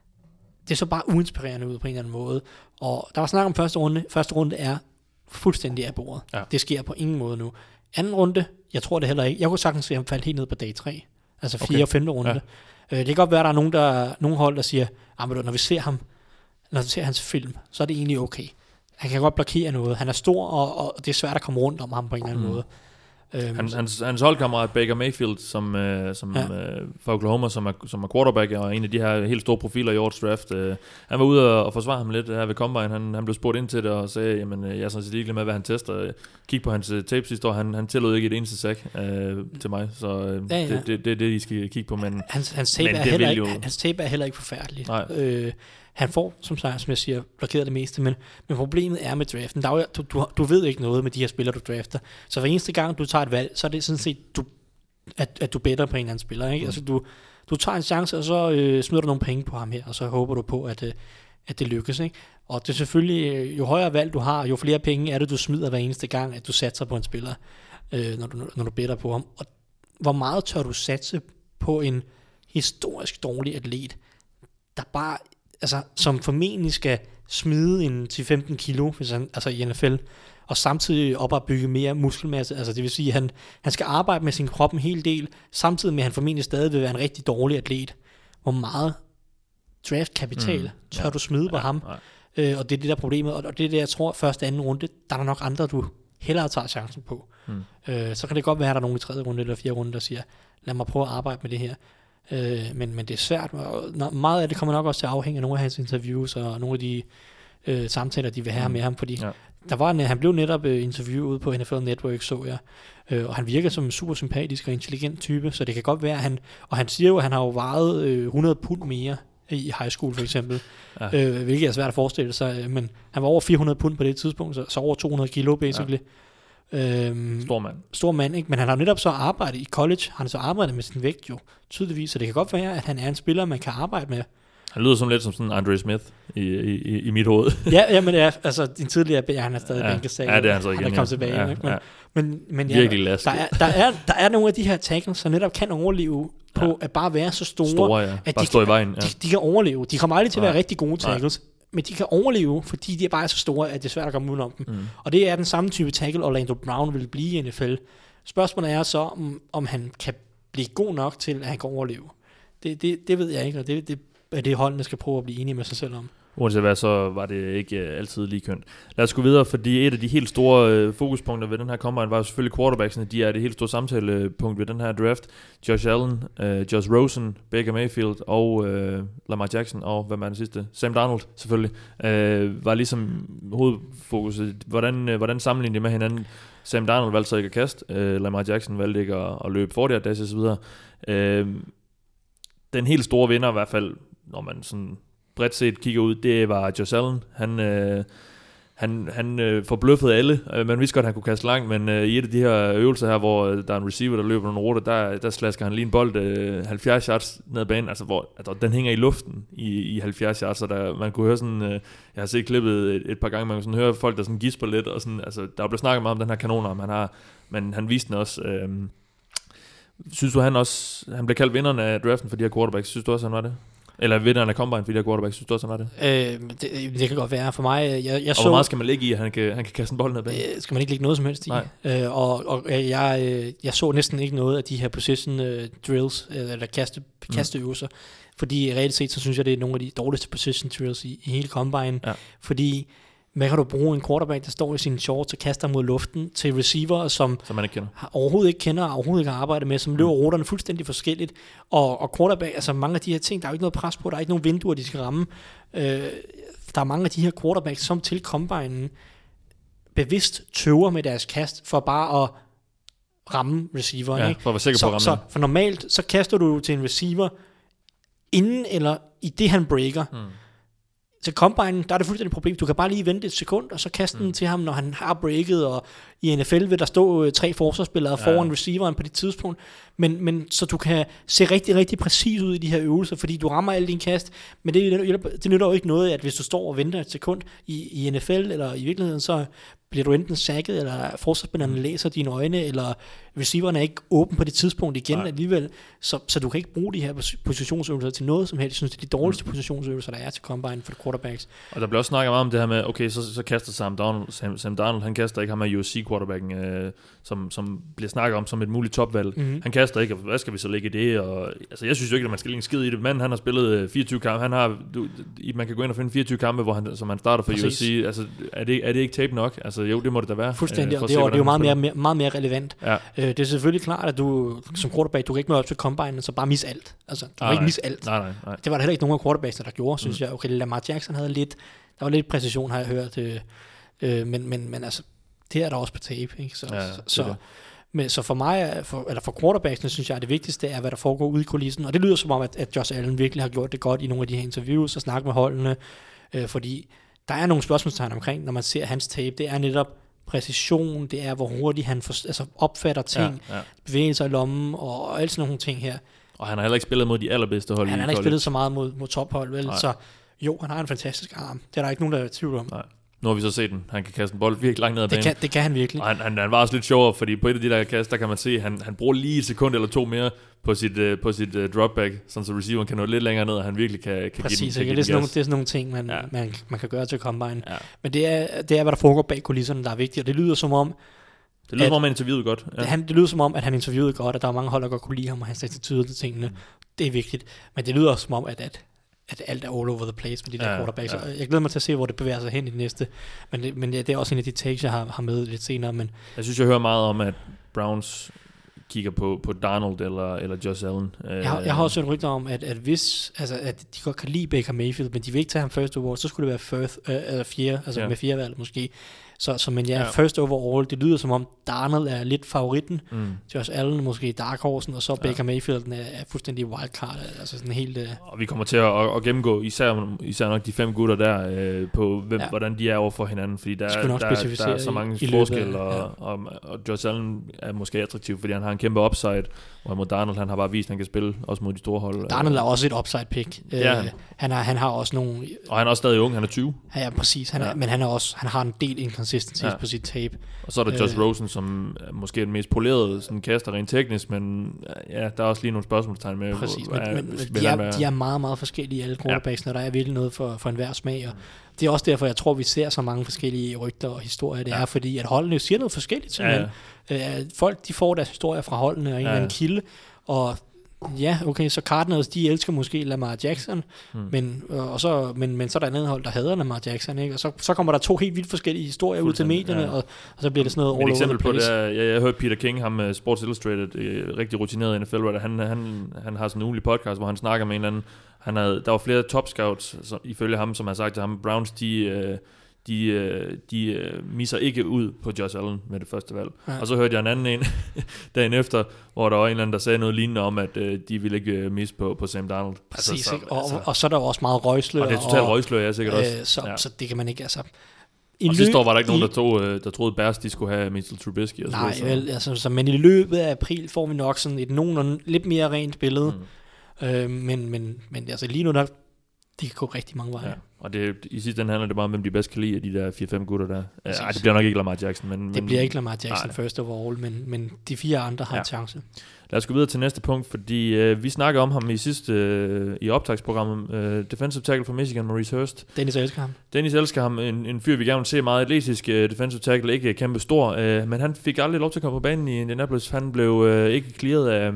det så bare uinspirerende ud på en eller anden måde. Og der var snak om første runde. Første runde er fuldstændig af bordet. Ja. Det sker på ingen måde nu. Anden runde, jeg tror det heller ikke. Jeg kunne sagtens se ham falde helt ned på dag tre. Altså fjerde okay. og femte runde. Ja. Det kan godt være, at der er nogen, der, nogen hold, der siger, ah, men når vi ser ham, når vi ser hans film, så er det egentlig okay. Han kan godt blokere noget. Han er stor, og, og det er svært at komme rundt om ham på en eller anden mm. måde. Um, hans, hans, hans holdkammerat Baker Mayfield, som, uh, som ja. uh, fra Oklahoma, som er, som er quarterback, og en af de her helt store profiler i årets draft, uh, han var ude og, og forsvare ham lidt her ved Combine. Han, han blev spurgt ind til det og sagde, jamen, jeg er sådan set ligeglad med, hvad han tester. Kig på hans uh, tape sidste år, han, han tillod ikke et eneste sack uh, til mig, så uh, ja, ja. Det, det, det er det, I skal kigge på. Men, hans, hans, tape, er heller ikke, hans tape er heller ikke forfærdelig. Øh, han får, som, sagt, som jeg siger, blokeret det meste, men, men problemet er med draften. Der er jo, du, du, du ved ikke noget med de her spillere, du drafter. Så hver eneste gang, du tager et valg, så er det sådan set, du, at, at du better på en eller anden spiller. Ikke? Mm. Altså, du, du tager en chance, og så øh, smider du nogle penge på ham her, og så håber du på, at, øh, at det lykkes. Ikke? Og det er selvfølgelig, jo højere valg du har, jo flere penge er det, du smider hver eneste gang, at du satser på en spiller, øh, når, du, når du better på ham. Og hvor meget tør du satse på en historisk dårlig atlet, der bare... altså, som formentlig skal smide en ti til femten kilo, hvis han, altså i N F L, og samtidig op at bygge mere muskelmasse. Altså det vil sige, at han, han skal arbejde med sin krop en hel del, samtidig med, at han formentlig stadig vil være en rigtig dårlig atlet. Hvor meget draftkapital mm, tør ja, du smide på ja, ham? Ja. Øh, og det er det der problemet, og det er det, jeg tror, første og anden runde, der er der nok andre, du hellere tager chancen på. Mm. Øh, så kan det godt være, at der er nogen i tredje runde eller fjerde runde, der siger, lad mig prøve at arbejde med det her. Øh, men, men det er svært, og meget af det kommer nok også til at afhænge af nogle af hans interviews og nogle af de øh, samtaler, de vil have mm. med ham, fordi ja. der var en, han blev netop øh, interviewet ude på N F L Network, så jeg, øh, og han virker som en super sympatisk og intelligent type, så det kan godt være, han, og han siger jo, at han har jo vejet øh, hundrede pund mere i high school for eksempel, ja. øh, hvilket er svært at forestille sig, men han var over fire hundrede pund på det tidspunkt, så, så over to hundrede kilo basically. Ja. Øhm, stor mand. Stor mand, ikke? Men han har netop så arbejdet i college, han har så arbejdet med sin vægt jo, tydeligvis, så det kan godt være, at han er en spiller, man kan arbejde med. Han lyder som lidt som sådan Andre Smith i, i, i mit hoved. ja, ja, men ja, altså din tidligere B, han er stadig ja, bænkesag. Ja, det er han så igen. Han er kommet tilbage, ja, ikke? Men, ja. men, men ja, virkelig last. Der er, der, er, der er nogle af de her tackles, som netop kan overleve på ja. at bare være så store, store ja. at bare de, stå kan, i vejen. Ja. de, de kan overleve. De kommer aldrig til at være Nej. rigtig gode tackles, Nej. men de kan overleve, fordi de er bare så store, at det er svært at komme udenom dem. Mm. Og det er den samme type tackle, Orlando Brown vil blive i N F L. Spørgsmålet er så, om, om han kan blive god nok til, at han kan overleve. Det, det, det ved jeg ikke, og det, det er det, holdene skal prøve at blive enige med sig selv om. Uanset hvad, så var det ikke øh, altid lige kønt. Lad os gå videre, fordi et af de helt store øh, fokuspunkter ved den her combine var jo selvfølgelig quarterbacksene. De er det helt store samtalepunkt ved den her draft. Josh Allen, øh, Josh Rosen, Baker Mayfield og øh, Lamar Jackson og, hvad var den sidste? Sam Darnold selvfølgelig, øh, var ligesom hovedfokuset. Hvordan, øh, hvordan sammenligner de med hinanden? Sam Darnold valgte så ikke at kaste, øh, Lamar Jackson valgte ikke at, at løbe fyrre yard dash og så videre. Øh, den helt store vinder i hvert fald, når man sådan bredt set kigger ud, det var Josh Allen. Han, øh, han, han øh, forbløffede alle. Man vidste godt, at han kunne kaste langt, men øh, i et af de her øvelser her, hvor øh, der er en receiver, der løber nogle ruter, der, der slasker han lige en bold øh, halvfjerds yards ned ad banen, altså hvor altså, den hænger i luften i, i halvfjerds yards, så der, man kunne høre sådan, øh, jeg har set klippet et, et par gange, man kunne sådan høre folk, der sådan gisper lidt, og sådan, altså, der er blevet snakket meget om den her kanonarm, han har, men han viste den også. Øh, synes du, han også, han blev kaldt vinderen af draften for de her quarterbacks, synes du også, han var det? Eller vinderen af combine for de her quarterbacks, synes du også, han var det? Øh, det? Det kan godt være. For mig, jeg, jeg og så... hvor meget skal man lægge i, at han kan, han kan kaste en bold ned bag? Øh, skal man ikke lægge noget som helst i? Øh, og og jeg, jeg så næsten ikke noget af de her position uh, drills, eller kaste, kasteøvelser. Mm. Fordi reelt set, så synes jeg, det er nogle af de dårligste position drills i, i hele combine. Ja. Fordi hvad kan du bruge en quarterback, der står i sine shorts og kaster mod luften, til receiver, som, som man ikke kender. Har, overhovedet ikke kender og overhovedet ikke har arbejdet med, som løber mm. ruterne fuldstændig forskelligt. Og, og quarterback, altså mange af de her ting, der er jo ikke noget pres på, der er ikke nogen vinduer, de skal ramme. Øh, der er mange af de her quarterbacks, som til combinen bevidst tøver med deres kast, for bare at ramme receiveren. Ja, ikke? for at være sikker så, på at ramme så, for normalt, så kaster du til en receiver, inden eller i det, han breaker. Mm. Til combine, der er det fuldstændig et problem. Du kan bare lige vente et sekund, og så kaste mm. den til ham, når han har breaket, og i N F L vil der stå øh, tre forsvarsspillere ja. foran receiveren på det tidspunkt. Men, men så du kan se rigtig, rigtig præcis ud i de her øvelser, fordi du rammer alle dine kast, men det, det nytter jo ikke noget, at hvis du står og venter et sekund i, i N F L, eller i virkeligheden, så bliver du enten sacket, eller forsvarsspillerne læser dine øjne, eller receiveren er ikke åben på det tidspunkt igen Nej. alligevel, så, så du kan ikke bruge de her positionsøvelser til noget som helst. Jeg synes, det er de dårligste mm. positionsøvelser, der er til combine for quarterbacks. Og der bliver også snakket meget om det her med, okay, så, så kaster Sam Darnold, Sam, Sam Darnold, han kaster ikke ham af U S C-quarterbacken, øh, som, som bliver snakket om som et muligt topvalg. Mm-hmm. Han kaster ikke, og hvad skal vi så lægge i det? Og, altså, jeg synes jo ikke, at man skal lægge en skid i det. Manden, han har spillet fireogtyve kampe, han har, du, man kan gå ind og finde fireogtyve kampe, hvor han, som han starter for Præcis. U S C. Altså, er det, er det ikke tape nok? Altså, jo, det må det da være. Fuldstændig, øh, og det, se, og det er jo meget mere, mere, meget mere relevant. Ja. Øh, det er selvfølgelig klart, at du som quarterback, du kan ikke nå op til combine, så bare mis alt. Altså, du kan ikke mis alt. Nej, nej, nej. Det var der heller ikke nogen af quarterbacksene, der gjorde, synes mm. jeg. Okay, Lamar Jackson havde lidt, der var lidt præcision, har jeg hørt. Øh, øh, men, men, men altså, det er der også på tape, ikke? Så, ja, så, så, men, så for mig, for, eller for quarterbacksene, synes jeg, at det vigtigste er, hvad der foregår ude i kulissen. Og det lyder som om, at, at Josh Allen virkelig har gjort det godt i nogle af de her interviews og snakket med holdene. Øh, fordi der er nogle spørgsmålstegn omkring, når man ser hans tape. Det er netop præcision, det er, hvor hurtigt han for, altså opfatter ting, ja, ja. bevægelser i lommen og, og alt sådan nogle ting her. Og han har heller ikke spillet mod de allerbedste hold. Han har ikke spillet så meget mod, mod tophold, vel? Nej. Så jo, han har en fantastisk arm. Det er der ikke nogen, der er tvivl om. Nej. Nu har vi så set den. Han kan kaste en bold virkelig langt ned ad banen. Det kan, det kan han virkelig. Og han, han, han var også lidt sjovere, fordi på et af de der kast, der kan man se, at han, han bruger lige et sekund eller to mere på sit, uh, på sit uh, dropback, sådan så receiveren kan nå lidt længere ned, og han virkelig kan, kan Præcis, give den, kan det, give er sådan nogle, det er sådan nogle ting, man, ja. man, man kan gøre til combine. Ja. Men det er, det er, hvad der foregår bag kulisserne, der er vigtigt, og det lyder som om, Det lyder som om, han interviewede godt. Ja. Det, han, det lyder som om, at han interviewede godt, og der er mange hold, der godt kunne lide ham, og hans attitude til tingene. Mm. Det er vigtigt. Men det lyder også som om, at, at, at alt er all over the place med de der ja, quarterbacks. Ja. Jeg glæder mig til at se, hvor det bevæger sig hen i det næste. Men det, men det er også en af de takes, jeg har, har med lidt senere. Men jeg synes, jeg hører meget om, at Browns kigger på, på Darnold eller, eller Josh Allen. Jeg har, jeg har også hørt rygter om, at, at hvis altså, at de godt kan lide Baker Mayfield, men de vil ikke tage ham first overall, så skulle det være first, øh, eller fjerde, altså ja. med fjerde valg måske. Så, så men ja, ja, first overall, det lyder som om Darnold er lidt favoritten. Mm. Josh Allen måske Dark Horsen, og så ja. Baker Mayfield er, er fuldstændig wildcard. Altså sådan helt... Uh... Og vi kommer til at, at, at gennemgå især, især nok de fem gutter der, øh, på hvem, ja. hvordan de er over for hinanden, fordi der, der, der, der er så mange forskelle, og, ja. og, og, og Josh Allen er måske attraktiv, fordi han har en kæmpe upside, og mod Darnold, han har bare vist, at han kan spille, også mod de store hold. Darnold er også et upside pick. Ja. Uh, han, har, han har også nogle... Og han er også stadig ung, han er tyve. Ja, præcis. Han er, ja. Men han, er også, han har en del inconsistencies ja. på sit tape. Og så er der Josh øh, Rosen, som er måske er den mest polerede sådan kaster rent teknisk, men ja, der er også lige nogle spørgsmålstegn med. Præcis, hvor, men, men de, er, de er meget, meget forskellige, alle quarterbacks, ja. når der er virkelig noget for, for enhver smag. Og det er også derfor, jeg tror, vi ser så mange forskellige rygter og historier. Det ja. er, fordi at holdene siger noget forskelligt. Ja, ja. Øh, folk, de får deres historier fra holdene og en ja, eller anden kilde, og Ja, okay, så Cardinals, de elsker måske Lamar Jackson, Hmm. men, og så, men, men så er der et andet hold, der hader Lamar Jackson, ikke? Og så, så kommer der to helt vildt forskellige historier ud til medierne, ja. og, og så bliver det sådan noget Et all over eksempel the på det place. er, jeg, jeg hørte Peter King, ham uh, Sports Illustrated, uh, rigtig rutineret N F L-writer, han, han, han har sådan en ugenlig podcast, hvor han snakker med en eller anden, han havde, der var flere top scouts, så, ifølge ham, som har sagt til ham, Browns, de... Uh, de, uh, de uh, misser ikke ud på Josh Allen med det første valg. Ja. Og så hørte jeg en anden en dagen efter, hvor der var en eller anden, der sagde noget lignende om, at uh, de ville ikke uh, misse på, på Sam Darnold. Præcis, altså, så, og, altså, og, og så er der jo også meget røgslør. Og det er totalt røgslør, ja, sikkert også. Øh, så, ja. så det kan man ikke, altså... I og sidste år var der ikke nogen, i, der, tog, der troede, Bears de skulle have Mitchell Trubisky. Og nej, så, vel, altså, så, men i løbet af april får vi nok sådan et nogenlunde lidt mere rent billede. Mm. Øh, men, men, men altså lige nu, der, de kan gå rigtig mange veje. Ja. Og det, i sidste ende handler det bare om, hvem de bedst kan lide af de der fire fem gutter der. Ej, det bliver nok ikke Lamar Jackson. Men, det men, bliver ikke Lamar Jackson nej. first overall, men, men de fire andre har ja. en chance. Lad os gå videre til næste punkt, fordi øh, vi snakker om ham i sidste øh, i optagsprogrammet. Øh, defensive tackle fra Michigan, Maurice Hurst. Dennis elsker ham. Dennis elsker ham. En, en fyr, vi gerne vil se, meget atletisk øh, defensive tackle, ikke kæmpe stor. Øh, men han fik aldrig lov til at komme på banen i Indianapolis. Han blev øh, ikke clearet af...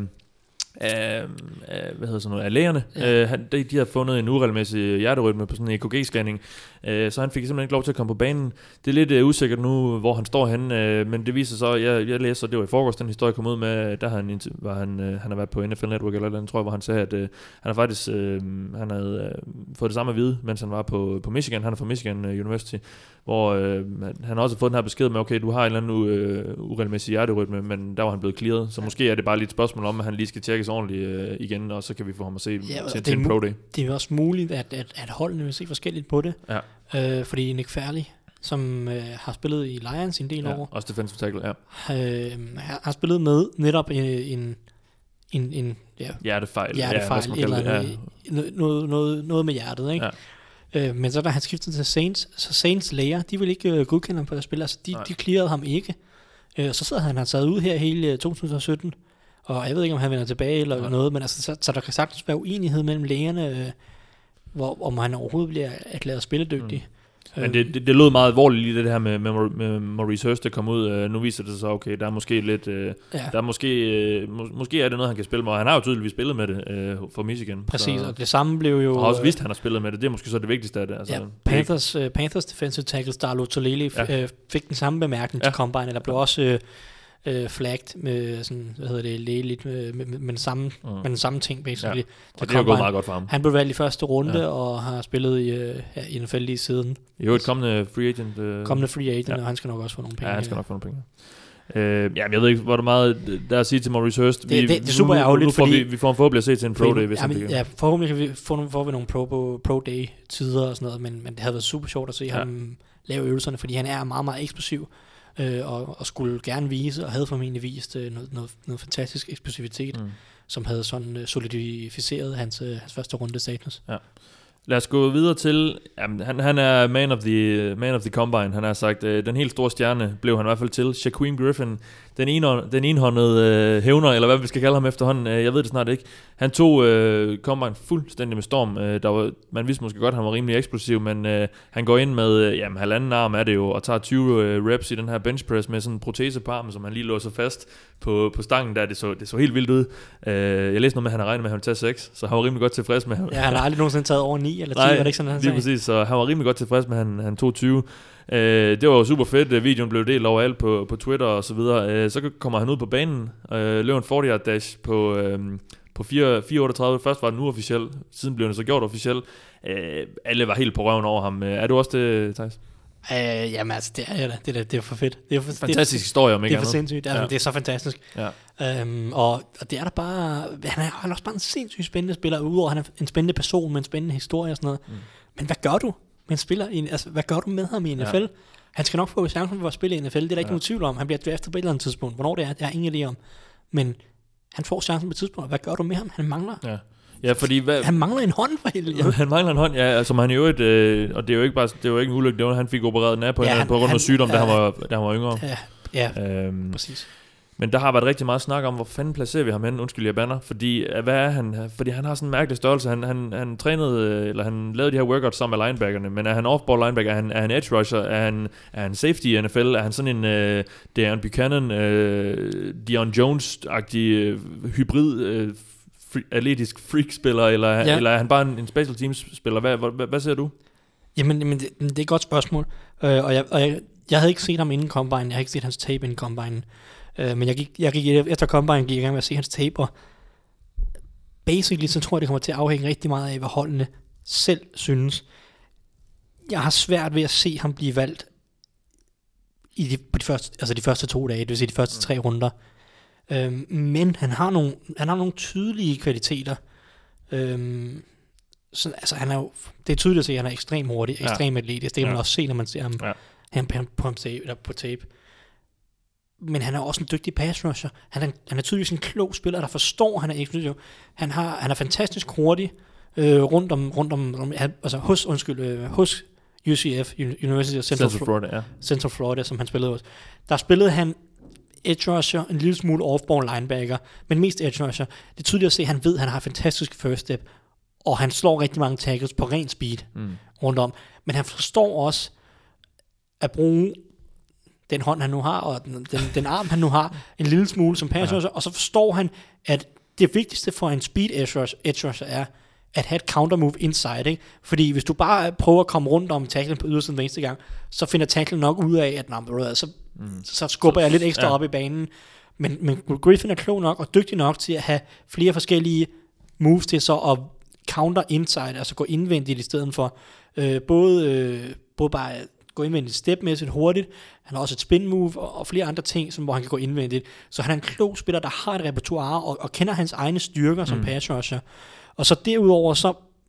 Af, af, hvad hedder sådan noget, af lægerne. Ja. Uh, han, de, de havde fundet en uregelmæssig hjerterytme på sådan en E K G-scanning, uh, så han fik simpelthen ikke lov til at komme på banen. Det er lidt uh, usikkert nu, hvor han står henne, uh, men det viser så, jeg, jeg læser, det var i forgårs, den historie kom ud med, der han, var han, uh, han har været på N F L Network eller noget, tror jeg, hvor han sagde, at uh, han har faktisk uh, han havde uh, fået det samme at vide, mens han var på, på Michigan. Han er fra Michigan University, hvor uh, han har også fået den her besked med, okay, du har en eller anden uh, uregelmæssig hjerterytme, men der var han blevet clearet, så måske er det bare lidt et spørgsmål om, at han lige skal tjekkes ordentligt uh, igen, og så kan vi få ham at se ja, til, til en pro day. Det er også muligt, at, at, at holdene vil se forskelligt på det, ja. øh, fordi Nick Fairley, som øh, har spillet i Lions en del ja, år, også defensive tackle, ja. øh, har spillet med netop en, en, en, en ja, hjertefejl, hjertefejl ja, eller det, ja. noget, noget, noget, noget med hjertet, ikke? Ja. Øh, men så da han skiftede til Saints, så Saints læger, de ville ikke øh, godkende ham på at spille, altså de, de clearede ham ikke. Øh, så sidder han, han sad ud her hele to tusind sytten, og jeg ved ikke, om han vender tilbage eller ja. noget, men altså, så, så der kan sagtens være uenighed mellem lægerne, øh, hvor, om han overhovedet bliver erklæret spilledygtig. Mm. Men det, det, det lød meget alvorligt lige det her med, med, med Maurice Hurst, der kom ud. Uh, nu viser det sig, okay, der er måske lidt... Uh, ja. Der er måske, uh, må, måske er det noget, han kan spille med, og han har jo tydeligvis spillet med det uh, for Michigan. Præcis, så, og det samme blev jo... Og har også vidst, at han har spillet med det. Det er måske så det vigtigste af det. Altså, ja, Panthers, uh, Panthers defensive tackle Starlo Tolele ja. uh, fik den samme bemærkning ja. til Combine, der blev også... Uh, Uh, flagged med sådan, hvad hedder det, lægeligt med, med, med, den samme, mm. med den samme ting, basically. Ja. Og det er jo gået meget godt for ham. Han blev valgt i første runde, ja. og har spillet i, uh, ja, i N F L lige siden. Jo, et kommende free agent. Uh, kommende free agent, ja. og han skal nok også få nogle penge. Ja, han skal nok få nogle penge. Uh, ja, jeg ved ikke, hvor der meget der er at sige til Maurice Hurst. Det, vi, det, det er super ærgerligt, fordi... Vi, vi får en forhåbentlig at se til en pro day, hvis jamen, han ja, forhåbentlig kan vi få nogle, får vi nogle pro, pro day tider og sådan noget, men, men det havde været super sjovt at se ja. ham lave øvelserne, fordi han er meget, meget eksplosiv. Øh, og, og skulle gerne vise, og havde formentlig vist øh, noget, noget, noget fantastisk eksplosivitet, mm. som havde sådan øh, solidificeret hans, øh, hans første runde status. Ja. Lad os gå videre til, jamen, han, han er man of the, man of the combine, han har sagt, øh, den helt store stjerne blev han i hvert fald til, Shaquem Griffin, den, ene, den enhåndede øh, hævner, eller hvad vi skal kalde ham efterhånden, øh, jeg ved det snart ikke. Han tog øh, combine fuldstændig med storm, øh, der var, man vidste måske godt, at han var rimelig eksplosiv, men øh, han går ind med, øh, jamen halvanden arm er det jo, og tager tyve øh, reps i den her bench press med sådan en protese på armen, som han lige låser fast på, på stangen der, det så, det så helt vildt ud. Øh, jeg læste noget med, at han har regnet med, at han ville tage seks, så han var rimelig godt tilfreds med ham. Ja, han har aldrig nogensinde taget over ni eller ti, Nej, var det ikke sådan, han lige sagde? præcis, så han var rimelig godt tilfreds med, at han, han tog tyve. Øh, det var jo super fedt. Videoen blev delt overalt på, på Twitter og så videre. Øh, så kommer han ud på banen, øh, løber en fyrre yard dash på, øh, på fire otteogtredive. Først var den uofficiel, siden blev den så gjort officiel. Øh, alle var helt på røven over ham. Er du også det, Thijs? Øh, jamen altså, det er, det, det, er, det er for fedt. Det er for, fantastisk det, historie om ikke Det er for sindssygt. Altså, ja. Det er så fantastisk. Ja. Øhm, og, og det er der bare... Han er, han er også bare en sindssygt spændende spiller, udover han er en spændende person med en spændende historie og sådan noget. Mm. Men hvad gør du med en spiller? I, altså, hvad gør du med ham i N F L? Ja. Han skal nok få chancen for at spille i N F L. Det er der ikke ja. nogen tvivl om. Han bliver draftet på et eller andet tidspunkt. Hvornår det er, det har ingen idé om. Men han får chancen på et tidspunkt. Hvad gør du med ham? Han mangler... Ja. Ja, fordi hvad, han mangler en hånd for helvede. Ja, han mangler en hånd, ja, altså han i øvrigt, øh, og det er jo ikke bare, det er jo ikke en ulykke, det var, han fik opereret den af på, ja, en, på grund af sygdom, ja, da, han var, da han var yngre. Ja, ja øhm, præcis. Men der har været rigtig meget snak om, hvor fanden placerer vi ham hen, undskyld jeg bander, fordi hvad er han, fordi han har sådan en mærkelig størrelse, han, han, han trænede, eller han lavede de her workouts sammen med linebackerne, men er han off-ball linebacker, er han, er han edge rusher, er han, er han safety i N F L, er han sådan en uh, Deion Buchanan, uh, Deion Jones-agtig uh, hybrid, uh, free, atletisk freak-spiller, eller, ja. eller er han bare en, en special teams-spiller? Hvad, hvad, hvad ser du? Jamen, jamen det, det er et godt spørgsmål. Øh, og jeg, og jeg, jeg havde ikke set ham inden Combine. Jeg har ikke set hans tape inden Combine. Øh, men jeg gik, jeg gik efter Combine gik jeg i gang med at se hans tape, og basically så tror jeg, det kommer til at afhænge rigtig meget af, hvad holdene selv synes. Jeg har svært ved at se ham blive valgt i de, på de, første, altså de første to dage, det vil sige de første tre runder. Øhm, men han har, nogle, han har nogle tydelige kvaliteter. Øhm, så, altså han er jo, det er tydeligt at se, at han er ekstremt hurtig, ja. ekstremt atletisk. Det kan ja. man også se, når man ser ham, ja. ham på, på, tape, eller på tape. Men han er også en dygtig pass rusher. Han er, han er tydeligvis en klog spiller, der forstår, han er eksplosiv. Han, har, han er fantastisk hurtig øh, rundt om, rundt om, om altså hos, undskyld, øh, hos U C F, University of Central, Central Florida, ja. Central Florida, som han spillede hos. Der spillede han edge rusher, en lille smule off-ball linebacker, men mest edge rusher. Det er tydeligt at se, at han ved, at han har fantastisk first step, og han slår rigtig mange tackles på ren speed mm. rundt om. Men han forstår også at bruge den hånd, han nu har, og den, den, den arm, han nu har, en lille smule som pass rusher, ja. Og så forstår han, at det vigtigste for en speed edge rusher, edge rusher er at have et counter move inside, ikke? Fordi hvis du bare prøver at komme rundt om tacklen på ydersiden hver eneste gang, så finder tacklen nok ud af, at nah, så, mm. så skubber jeg lidt ekstra ja. op i banen. Men, men Griffin er klog nok og dygtig nok til at have flere forskellige moves til så at counter inside, altså gå indvendigt i stedet for øh, både, øh, både bare gå indvendigt stepmæssigt hurtigt. Han har også et spin move og, og flere andre ting, som, hvor han kan gå indvendigt. Så han er en klog spiller, der har et repertoire og, og kender hans egne styrker som mm. pass rusher. Og så derudover, så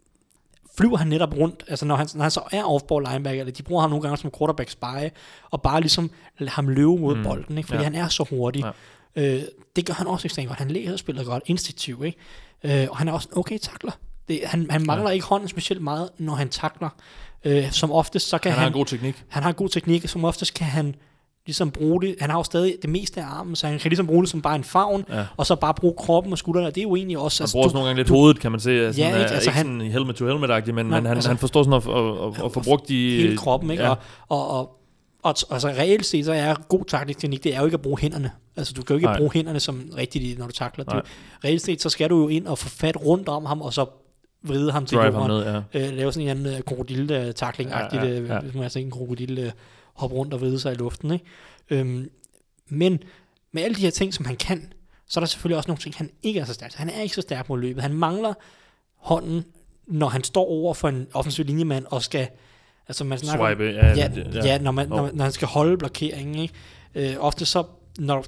flyver han netop rundt, altså når han, når han så er off-ball linebacker, eller de bruger ham nogle gange som quarterback spy, og bare ligesom lader ham løbe mod mm. bolden, ikke? Fordi ja. han er så hurtig. Ja. Øh, det gør han også ekstremt godt. Han læser spillet godt, instinktivt, ikke? Øh, og han er også en okay tackler. Det, han, han mangler ja. ikke hånden specielt meget, når han tackler. Øh, som oftest, så kan han... Han har en god teknik. Han har en god teknik, som oftest kan han ligesom bruge det. Han har jo stadig det meste af armen, så han kan ligesom bruge det som bare en favn, ja. og så bare bruge kroppen og skuldrene. Det er jo egentlig også... Han bruger også nogle gange lidt du, hovedet, kan man se. Altså, ja, ikke? Altså, ikke han, sådan helmet to helmet-agtig, men, nej, men han, altså, han forstår sådan at, at, at, at få brugt de... hele kroppen, ikke? Ja. Og, og, og, og altså reelt set, så er god taktisk teknik, det er jo ikke at bruge hænderne. Altså du kan jo ikke nej. bruge hænderne som rigtigt, når du takler. Du, reelt set, så skal du jo ind og få fat rundt om ham, og så vride ham til jorden. Ja. Øh, lave sådan en anden krokodille-takling-agtigt, ja, ja, ja. hvis man altså ikke en krokodille hoppe rundt og vride sig i luften, ikke? Øhm, men med alle de her ting, som han kan, så er der selvfølgelig også nogle ting, han ikke er så stærk. Han er ikke så stærk mod løbet. Han mangler hånden, når han står over for en offensiv linjemand og skal... Altså man snakker Swipe, ja, ja, ja, ja når, man, når, når han skal holde blokeringen, ikke? Øh, ofte så, når,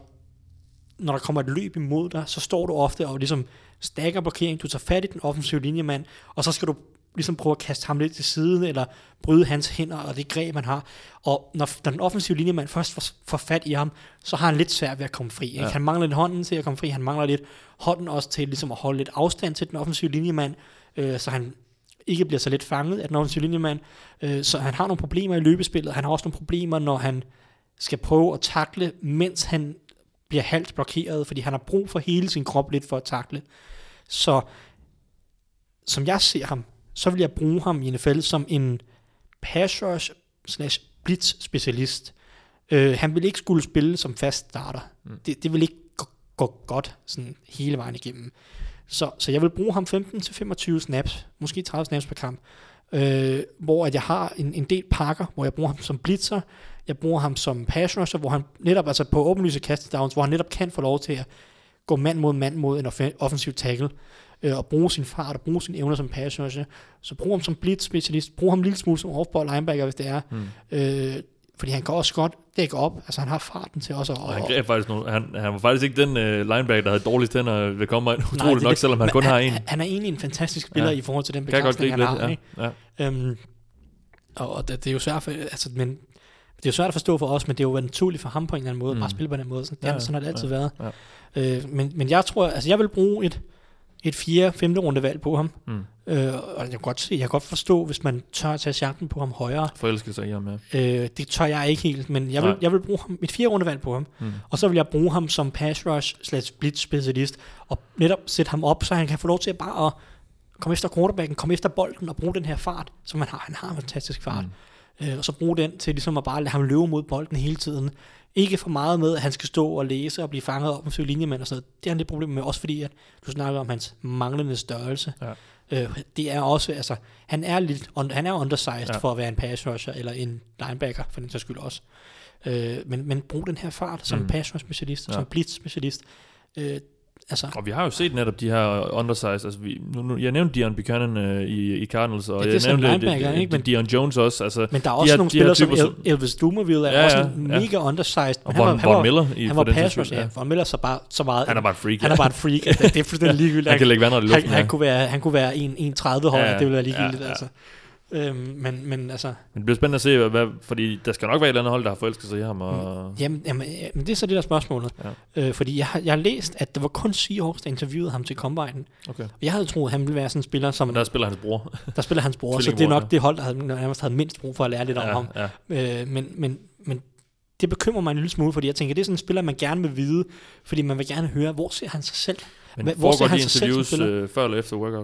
når der kommer et løb imod dig, så står du ofte og ligesom stakker blokering, du tager fat i den offensive linjemand, og så skal du ligesom prøve at kaste ham lidt til siden, eller bryde hans hænder, og det greb, man har. Og når, når den offensive linjemand først får, får fat i ham, så har han lidt svært ved at komme fri. Ikke? Ja. Han mangler lidt hånden til at komme fri, han mangler lidt hånden også til ligesom at holde lidt afstand til den offensive linjemand, øh, så han ikke bliver så let fanget af den offensive linjemand. Øh, så han har nogle problemer i løbespillet, han har også nogle problemer, når han skal prøve at takle, mens han bliver halvt blokeret, fordi han har brug for hele sin krop lidt for at takle. Så som jeg ser ham, så vil jeg bruge ham i N F L som en pass rush slash blitz specialist. Øh, han vil ikke skulle spille som fast starter. Mm. Det, det vil ikke gå, gå godt sådan hele vejen igennem. Så, så jeg vil bruge ham femten til femogtyve snaps, måske tredive snaps per kamp, øh, hvor at jeg har en, en del pakker, hvor jeg bruger ham som blitzer, jeg bruger ham som pass rusher, hvor han netop, altså på åbenlyse kastedowns, hvor han netop kan få lov til at gå mand mod mand mod en offensiv tackle, øh, og bruge sin fart og bruge sine evner som pass rusher. Så brug ham som blitz specialist, brug ham en lille smule som off-ball linebacker, hvis det er. Mm. Øh, fordi han kan også godt dække op, altså han har farten til også at... Og han greb faktisk nogle, han, han var faktisk ikke den uh, linebacker, der havde dårligst hænder ved komme ind, utroligt nej, det, nok, selvom han kun han, har en. Han, han er egentlig en fantastisk spiller ja. i forhold til den begrænsning, han har. Lidt, ja. Ja. Øhm, og det, det er jo svært for, altså, men det er jo svært at forstå for os, men det er jo naturligt for ham på en eller anden måde, mm. bare spille på den måde. Sådan, ja, sådan har det altid ja, været. Ja. Øh, men, men jeg tror, altså jeg vil bruge et, et fjerde, femte runde valg på ham. Mm. Øh, og jeg kan godt se, jeg kan godt forstå, hvis man tør at tage chancen på ham højere. Forelsker sig i ham, ja. Øh, det tør jeg ikke helt, men jeg vil, jeg vil bruge ham, et fjerde runde valg på ham. Mm. Og så vil jeg bruge ham som pass rush slash blitz specialist, og netop sætte ham op, så han kan få lov til at bare at komme efter quarterbacken, komme efter bolden og bruge den her fart, som han har. Han har en fantastisk fart. Mm. Øh, og så bruge den til ligesom at bare lade ham løbe mod bolden hele tiden. ikke for meget med, at han skal stå og læse og blive fanget op med linjemand og sådan noget. Det er han lidt problem med, også fordi, at du snakker om hans manglende størrelse. Ja. Øh, det er også, altså, han er lidt, han er undersized ja. for at være en pass rusher, eller en linebacker, for den sags skyld også. Øh, men, men brug den her fart som mm. pass rush specialist, ja. som blitz specialist. Øh, Altså. Og vi har jo set netop de her undersized, altså vi, nu, nu, jeg nævnte Dion Buchanan øh, i, i Cardinals, og ja, jeg nævnte linebacker, det, ikke? Men, Dion Jones også. Altså, men der er også de nogle her, spillere de som El, Elvis Dumerville er ja, ja, også ja. mega undersized. Og Von, han var, Von Miller i han var pass rush, ja. ja. Von Miller så bare så meget. Han er bare en freak. Han er bare en freak. Altså, det er fuldstændig ligegyldigt. Han kan lægge vandret i luften. Han, han, kunne være, han kunne være en tredive høj, ja, ja. det ville være ligegyldigt. Ja, ja. Altså. Øhm, men, men altså... Men det bliver spændende at se, hvad, fordi der skal nok være et eller andet hold, der har forelsket sig i ham. Og... Jamen, jamen, jamen, det er så det der spørgsmålet. Ja. Øh, fordi jeg har, jeg har læst, at det var kun Seahawks, der interviewede ham til Combine. Okay. Og jeg havde troet, at han ville være sådan en spiller, som... Men der spiller hans bror. Der spiller hans bror, så det er nok ja. det hold, der havde, nærmest havde mindst brug for at lære lidt ja, om ham. Ja. Øh, men, men, men det bekymrer mig en lille smule, fordi jeg tænker, det er sådan en spiller, man gerne vil vide, fordi man vil gerne høre, hvor ser han sig selv? Men hvor ser han sig selv som spiller? Øh, før eller efter workout?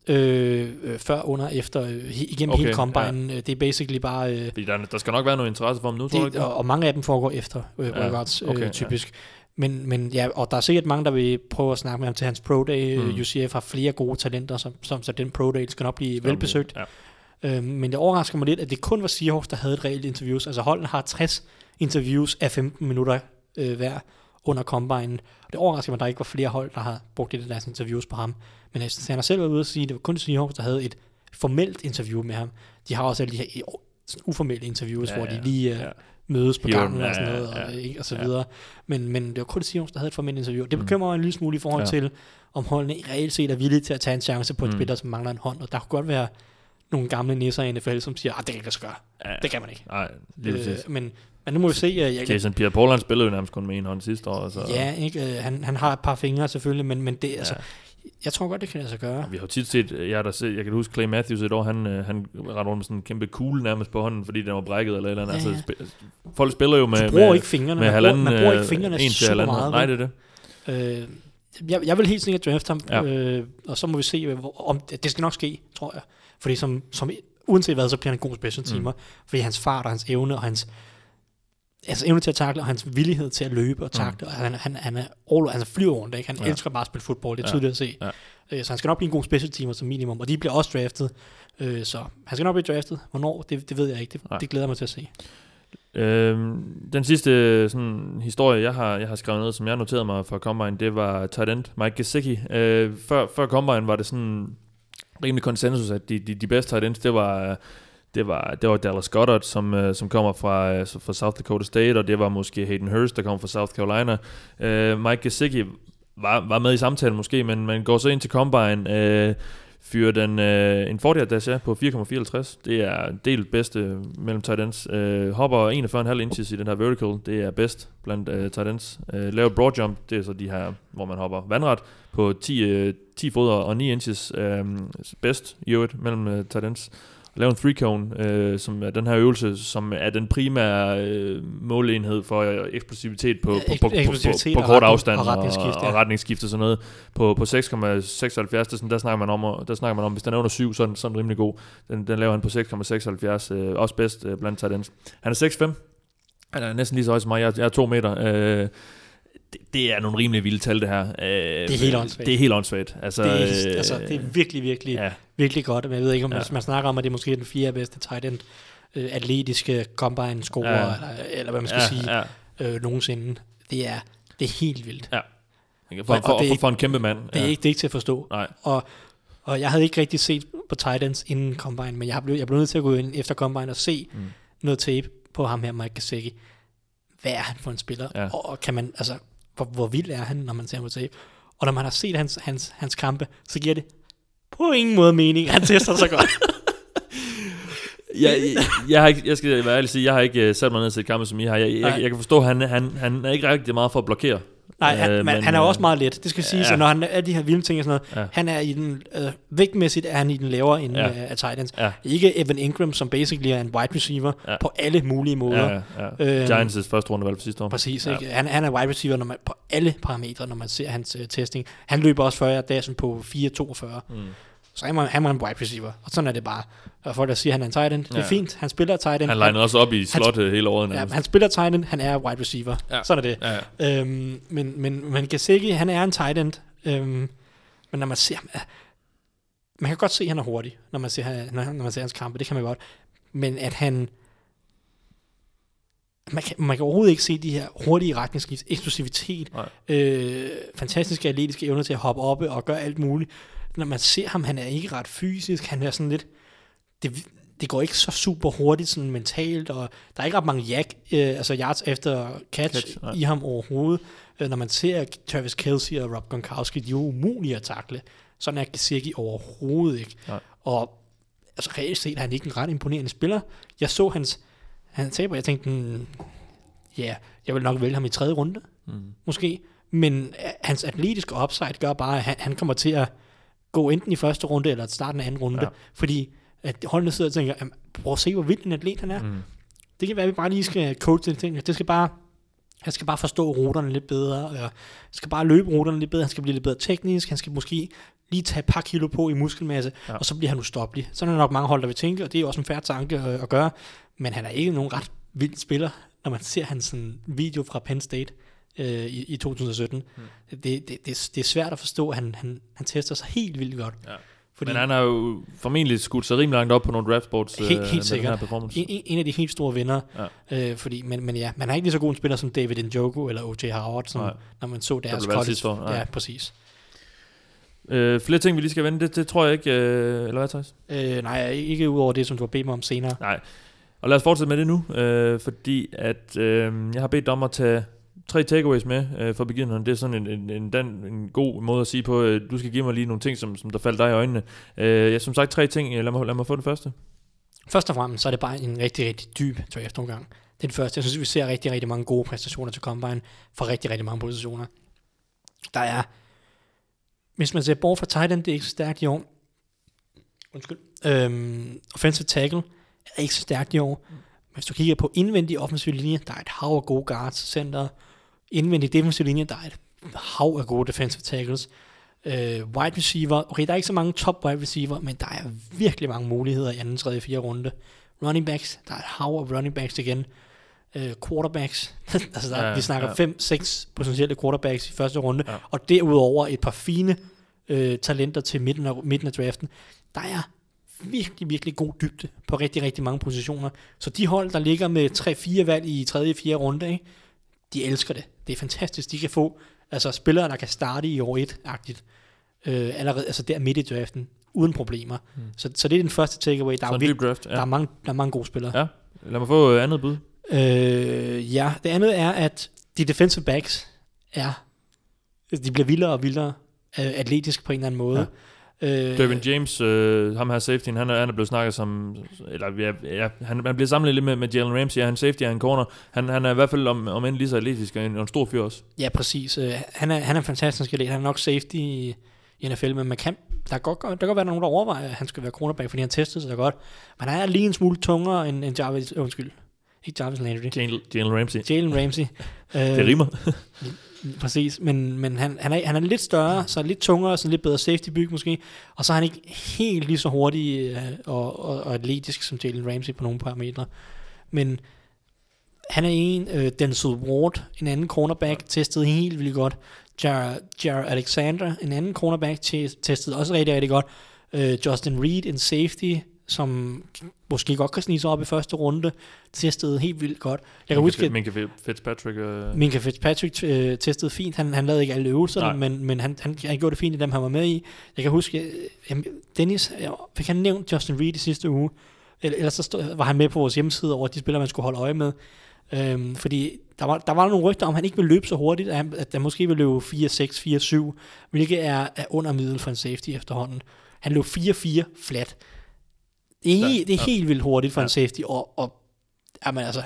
Øh, øh, før, under, efter, øh, igennem okay, hele combine. Ja. Det er basically bare... Øh, der, der skal nok være noget interesse for ham nu, det, tror jeg ikke? Og, og mange af dem foregår efter øh, ja, workouts, okay, øh, typisk. Ja. Men, men ja, og der er sikkert mange, der vil prøve at snakke med ham til hans pro day. Mm. U C F har flere gode talenter, som, som, så den pro day skal nok blive skal velbesøgt. Ja. Øh, men det overrasker mig lidt, at det kun var Seahawks, der havde et reelt interviews. Altså holden har tres interviews af femten minutter øh, hver under combine. Og det overrasker mig, at der ikke var flere hold, der har brugt det deres interviews på ham. Men han har selv været ude at sige, at det var kun Seahawks, der havde et formelt interview med ham. De har også alle de her uformelle interviews, ja, hvor de lige uh, ja. mødes på gangen ja, og sådan noget, ja, ja. Og, og så videre. Ja. Men, men det var kun Seahawks, der havde et formelt interview. Det bekymrer mig en lille smule i forhold ja. til, om holdene reelt set er villige til at tage en chance på et mm. spiller, som mangler en hånd. Og der kunne godt være nogle gamle nisser i N F L, som siger, at det kan ikke gøre. Ja. Det kan man ikke. Nej, det er øh, men, men nu må vi se. Jeg, Jason Pierre-Paul, han spillede jo nærmest kun med en hånd sidste år. Så. Ja, ikke? Han, han har et par fingre selvfølgelig, men, men det ja. altså... Jeg tror godt, det kan lade sig gøre. Vi har jo tit set, jeg, der set, jeg kan huske Clay Matthews et år, han, han rendte rundt med sådan en kæmpe kugle nærmest på hånden, fordi den var brækket eller et eller andet. Ja, ja. Altså, sp- folk spiller jo med, du bruger med, ikke fingrene. med man, halvanden, bruger, man bruger ikke fingrene en super halvanden. meget. Nej, det er det. Øh, jeg, jeg vil helt sikkert drafte ham, ja. øh, og så må vi se, hvor, om det skal nok ske, tror jeg. Fordi som, som uanset hvad, så bliver han en god special teamer. Mm. Fordi hans fart og hans evne og hans altså evne til at takle, og hans villighed til at løbe og takle, mm. og han, han, han er all, altså flyver rundt, ikke? Han ja. elsker bare at spille fodbold, det er tydeligt ja. at se. Ja. Øh, så han skal nok blive en god special teamer som minimum, og de bliver også draftet. Øh, så han skal nok blive draftet. Hvornår, det, det ved jeg ikke. Det, det glæder mig til at se. Øhm, den sidste sådan, historie, jeg har, jeg har skrevet ned, som jeg noterede mig fra Combine, det var tight end Mike Gesicki. Øh, før, før Combine var det sådan rimelig konsensus, at de, de, de bedste tight ends, det var... Det var, det var Dallas Goedert, som, uh, som kommer fra, uh, fra South Dakota State, og det var måske Hayden Hurst, der kom fra South Carolina. Uh, Mike Gesicki var, var med i samtalen måske, men man går så ind til Combine, uh, fyrer den uh, en fyrre dash ja, på fire komma fireoghalvtreds. Det er delt bedste mellem tight ends. Uh, hopper enogfyrre komma fem inches i den her vertical, det er bedst blandt uh, tight ends. Uh, laver broad jump, det er så de her, hvor man hopper vandret på ti, uh, ti fod og ni inches. Uh, bedst i øvrigt mellem uh, tight ends. Lave en three cone, øh, som er den her øvelse, som er den primære øh, måleenhed for øh, eksplosivitet på, på, på, på, på, på kort afstand og, retningsskift, og, ja. og retningsskift og sådan noget. På, på seks komma seksoghalvfjerds, der, der snakker man om, der snakker man om, hvis den er under syv, så er den, så er den rimelig god. Den, den laver han på seks komma seksoghalvfjerds, øh, også bedst øh, blandt tight ends. Han er seks komma fem, han er næsten lige så høj som mig, jeg, jeg er to meter. Øh, det, det er nogle rimelig vilde tal, det her. Øh, det er helt åndssvagt. Det er helt åndssvagt. Altså, det, er, altså, det er virkelig, virkelig... Ja. Virkelig godt, men jeg ved ikke, om ja. man snakker om, at det er måske den fjerde bedste tight end øh, atletiske combine-scorer, ja. eller, eller hvad man skal ja, sige, ja. Øh, nogensinde. Det er, det er helt vildt. Ja. For, for, for, for, for en kæmpe mand. Det er, ja. ikke, det er ikke til at forstå. Nej. Og, og jeg havde ikke rigtig set på tight ends inden combine, men jeg blev, jeg blev nødt til at gå ind efter combine og se mm. noget tape på ham her, Mike Gesicki. Hvad er han for en spiller? Ja. Og, og kan man, altså, hvor, hvor vild er han, når man ser ham på tape? Og når man har set hans, hans, hans kampe, så giver det på ingen måde mening. Han tester så godt. jeg, jeg, jeg, har ikke, jeg skal være ærlig sige, jeg har ikke uh, sat mig ned til et kamp, som I har. Jeg, jeg, jeg kan forstå, at han, han, han er ikke rigtig meget for at blokere. Nej, han, øh, men, han er også meget let. Det skal siges, ja. at når han er de her vilde ting og sådan noget, ja. han er i den, øh, vægtmæssigt er han i den lavere ende ja. af, af tight ends. Ja. Ikke Evan Ingram, som basically er en wide receiver ja. på alle mulige måder. Ja, ja. Øhm, Giants' første rundevalg for sidste år. Præcis, ja. ikke? Han, han er wide receiver når man, på alle parametre, når man ser hans uh, testing. Han løber også fyrre dashen på fire komma toogfyrre. Mm. så er man, han en wide receiver. Og sådan er det bare. Og folk der siger, at han er en tight end, det er Ja. fint. Han spiller tight end. Han linede også op i slottet hele året. Ja, han spiller tight end, han er wide receiver. Ja. Sådan er det. Ja, ja. Øhm, men, men, men Gesicki, han er en tight end. Øhm, men når man ser ham, man kan godt se, at han er hurtig, når man ser, når, når man ser hans kampe. Det kan man godt. Men at han... Man kan, man kan overhovedet ikke se de her hurtige retningsskift, eksplosivitet, øh, fantastiske atletiske evner til at hoppe oppe og gøre alt muligt. Når man ser ham, han er ikke ret fysisk, han er sådan lidt... Det, det går ikke så super hurtigt sådan mentalt, og der er ikke ret mange jack, øh, altså yards efter catch, catch i ham overhovedet. Øh, når man ser Travis Kelce og Rob Gronkowski, de er jo umulige at takle. Sådan er Gesicki overhovedet ikke. Nej. Og altså, reelt set er han ikke en ret imponerende spiller. Jeg så hans... Han taber, jeg tænkte, mm, ja, yeah, jeg vil nok vælge ham i tredje runde, mm. måske. Men hans atletiske upside gør bare, at han, han kommer til at gå enten i første runde, eller starten af anden runde. Ja. Fordi at holdene sidder og tænker, prøv at se, hvor vild en atlet han er. Mm. Det kan være, at vi bare lige skal coache den ting. Det skal bare, han skal bare forstå ruterne lidt bedre, og han skal bare løbe ruterne lidt bedre, han skal blive lidt bedre teknisk, han skal måske lige tage et par kilo på i muskelmasse, ja. Og så bliver han ustoppelig. Sådan er der nok mange hold, der vil tænke, og det er også en fair tanke at, at gøre. Men han er ikke nogen ret vild spiller, når man ser hans sådan, video fra Penn State øh, i, i to tusind sytten. Mm. Det, det, det, det er svært at forstå, at han, han, han tester sig helt vildt godt. Ja. Fordi, men han har jo formentlig skudt sig rimelig langt op på nogle draftboards helt, helt med sikkert. den her performance. En, en af de helt store vinder. Ja. Øh, fordi, men, men ja, man har ikke lige så god en spiller som David Njoku eller O J Howard, som, når man så deres college. Ja, præcis. Øh, flere ting, vi lige skal vende, det, det tror jeg ikke, øh, eller hvad, Thijs? Øh, nej, ikke ud over det, som du har bedt mig om senere. Nej, og lad os fortsætte med det nu, øh, fordi at øh, jeg har bedt dig om at tage tre takeaways med øh, for beginneren. Det er sådan en, en, en, en, en god måde at sige på, øh, du skal give mig lige nogle ting, som, som der faldt dig i øjnene. Øh, ja, som sagt, tre ting. Lad mig, lad mig få det første. Først og fremmest, så er det bare en rigtig, rigtig dyb draftomgang. Det er den første. Jeg synes, vi ser rigtig, rigtig mange gode præstationer til Combine fra rigtig, rigtig mange positioner. Der er, hvis man ser bort fra tight end, det er ikke så stærkt i år. Undskyld. Øhm, offensive tackle er ikke så stærkt i år. Hvis du kigger på indvendig offensiv linje, der er et hav af gode guards, center. Indvendig defensiv linje, der er et hav af gode defensive tackles. Uh, wide receiver, okay, der er ikke så mange top wide receiver, men der er virkelig mange muligheder i anden, tredje, fjerde runde. Running backs, der er et hav af running backs igen. Uh, quarterbacks, altså der, ja, vi snakker ja. fem, seks potentielle quarterbacks i første runde, ja. Og derudover et par fine uh, talenter til midten af, midten af draften. Der er virkelig, virkelig god dybde på rigtig, rigtig mange positioner. Så de hold, der ligger med tre fire valg i tredje, fjerde runde, ikke? De elsker det. Det er fantastisk. De kan få altså spillere, der kan starte i år et-agtigt, øh, allerede, altså der midt i draften, uden problemer. Hmm. Så, så det er den første takeaway. Der, er, vildt, draft, ja. der, er, mange, der er mange gode spillere. Ja. Lad mig få andet bud. Øh, ja, det andet er, at de defensive backs er, de bliver vildere og vildere øh, atletisk på en eller anden måde. Ja. Øh, Derwin James, øh, ham her safetyen, han er, han er blevet snakket som, eller ja, ja, han, han bliver samlet lidt med, med Jalen Ramsey, ja, han safety, han corner, han, han er i hvert fald om, om end lige så atletisk, og en, en stor fyr også. Ja, præcis. Uh, han, er, han er en fantastisk atlet, han er nok safety i, i N F L, men man kan, der, kan godt, der kan godt være nogen, der overvejer, at han skal være cornerback, fordi han testede sig godt, men han er lige en smule tungere end, end Jarvis, øh, undskyld, ikke Jarvis Landry. Jalen, Jalen Ramsey. Jalen Ramsey. uh, det rimer. Præcis, men, men han, han, er, han er lidt større, så lidt tungere, så lidt bedre safety-byg måske, og så er han ikke helt lige så hurtig øh, og, og, og atletisk som Jalen Ramsey på nogle parametre. Men han er en, øh, Denzel Ward, en anden cornerback, testede helt vildt godt. Jar, Jar Alexander, en anden cornerback, testede også rigtig, rigtig godt. Øh, Justin Reed, en safety, som måske godt kan snige sig op i første runde, testede helt vildt godt. Jeg kan huske, Minka Fitzpatrick uh... Minka Fitzpatrick øh, testede fint. Han, han lavede ikke alle øvelserne, men, men han, han, han gjorde det fint i dem, han var med i. Jeg kan huske, øh, Dennis, jeg fik han nævnt Justin Reed i sidste uge, ellers så stod, var han med på vores hjemmeside over de spillere, man skulle holde øje med. Øhm, fordi der var, der var nogle rygter om, at han ikke ville løbe så hurtigt, at han, at han måske ville løbe fire seks, fire syv, hvilket er, er under middel for en safety efterhånden. Han løb fire fire flat. Det er, helt, det er ja. helt vildt hurtigt for ja. en safety, og, og jamen, altså,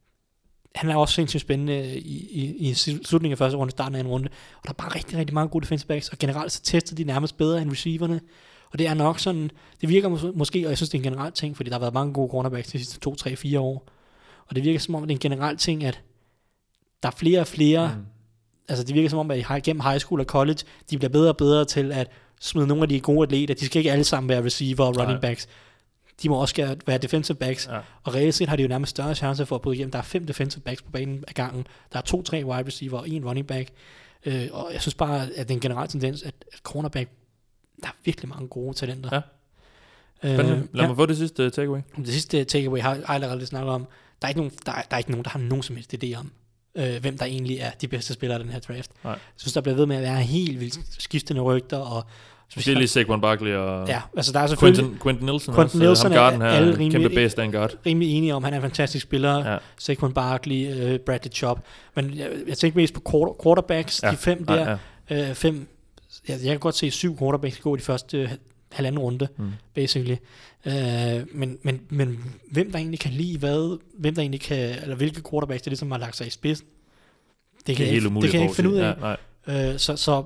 han er også sindssygt spændende i, i, i slutningen af første runde, starten af en runde, og der er bare rigtig, rigtig mange gode defensive backs, og generelt så tester de nærmest bedre end receiverne, og det er nok sådan, det virker mås- måske, og jeg synes det er en generel ting, fordi der har været mange gode cornerbacks de sidste to, tre, fire år, og det virker som om, det er en generel ting, at der er flere og flere, mm. altså det virker som om, at gennem high school og college, de bliver bedre og bedre til at smide nogle af de gode atleter. De skal ikke alle sammen være receiver og running Nej. backs. De må også være defensive backs. Ja. Og reelt set har de jo nærmest større chance for at bryde igennem. Der er fem defensive backs på banen af gangen. Der er to-tre wide receiver og en running back. Øh, og jeg synes bare, at det er en generel tendens, at, at cornerback, der er virkelig mange gode talenter. Ja. Øh, Spændende. Lad ja. mig få det sidste takeaway. Det sidste takeaway har jeg allerede snakket om. Der er ikke nogen, der er, der er ikke nogen, der har nogen som helst idé om, øh, hvem der egentlig er de bedste spillere af den her draft. Nej. Jeg synes, der bliver ved med at være helt vildt skiftende rygter. Og Måske lige Saquon Barkley og ja, altså der er selvfølgelig Quentin, Quentin Nielsen. Quentin også, Nielsen ham guarden er her, alle kæmpe rimelig- base stand guard. rimelig enige om, han er en fantastisk spiller. Ja. Saquon Barkley, øh, Bradley Chubb. Men jeg, jeg tænker mest på quarter, quarterbacks, Ja. de fem Ja, der. ja. Øh, fem, jeg, jeg kan godt se syv quarterbacks gå i de første øh, halvanden runde, Mm. basically. Øh, men, men, men hvem der egentlig kan lide hvad, hvem der egentlig kan, eller hvilke quarterbacks, der ligesom har lagt sig i spidsen, det Det kan, er jeg, helt ikke, umuligt det kan jeg at ikke finde ud af. forudse. Ja, nej. Øh, så, så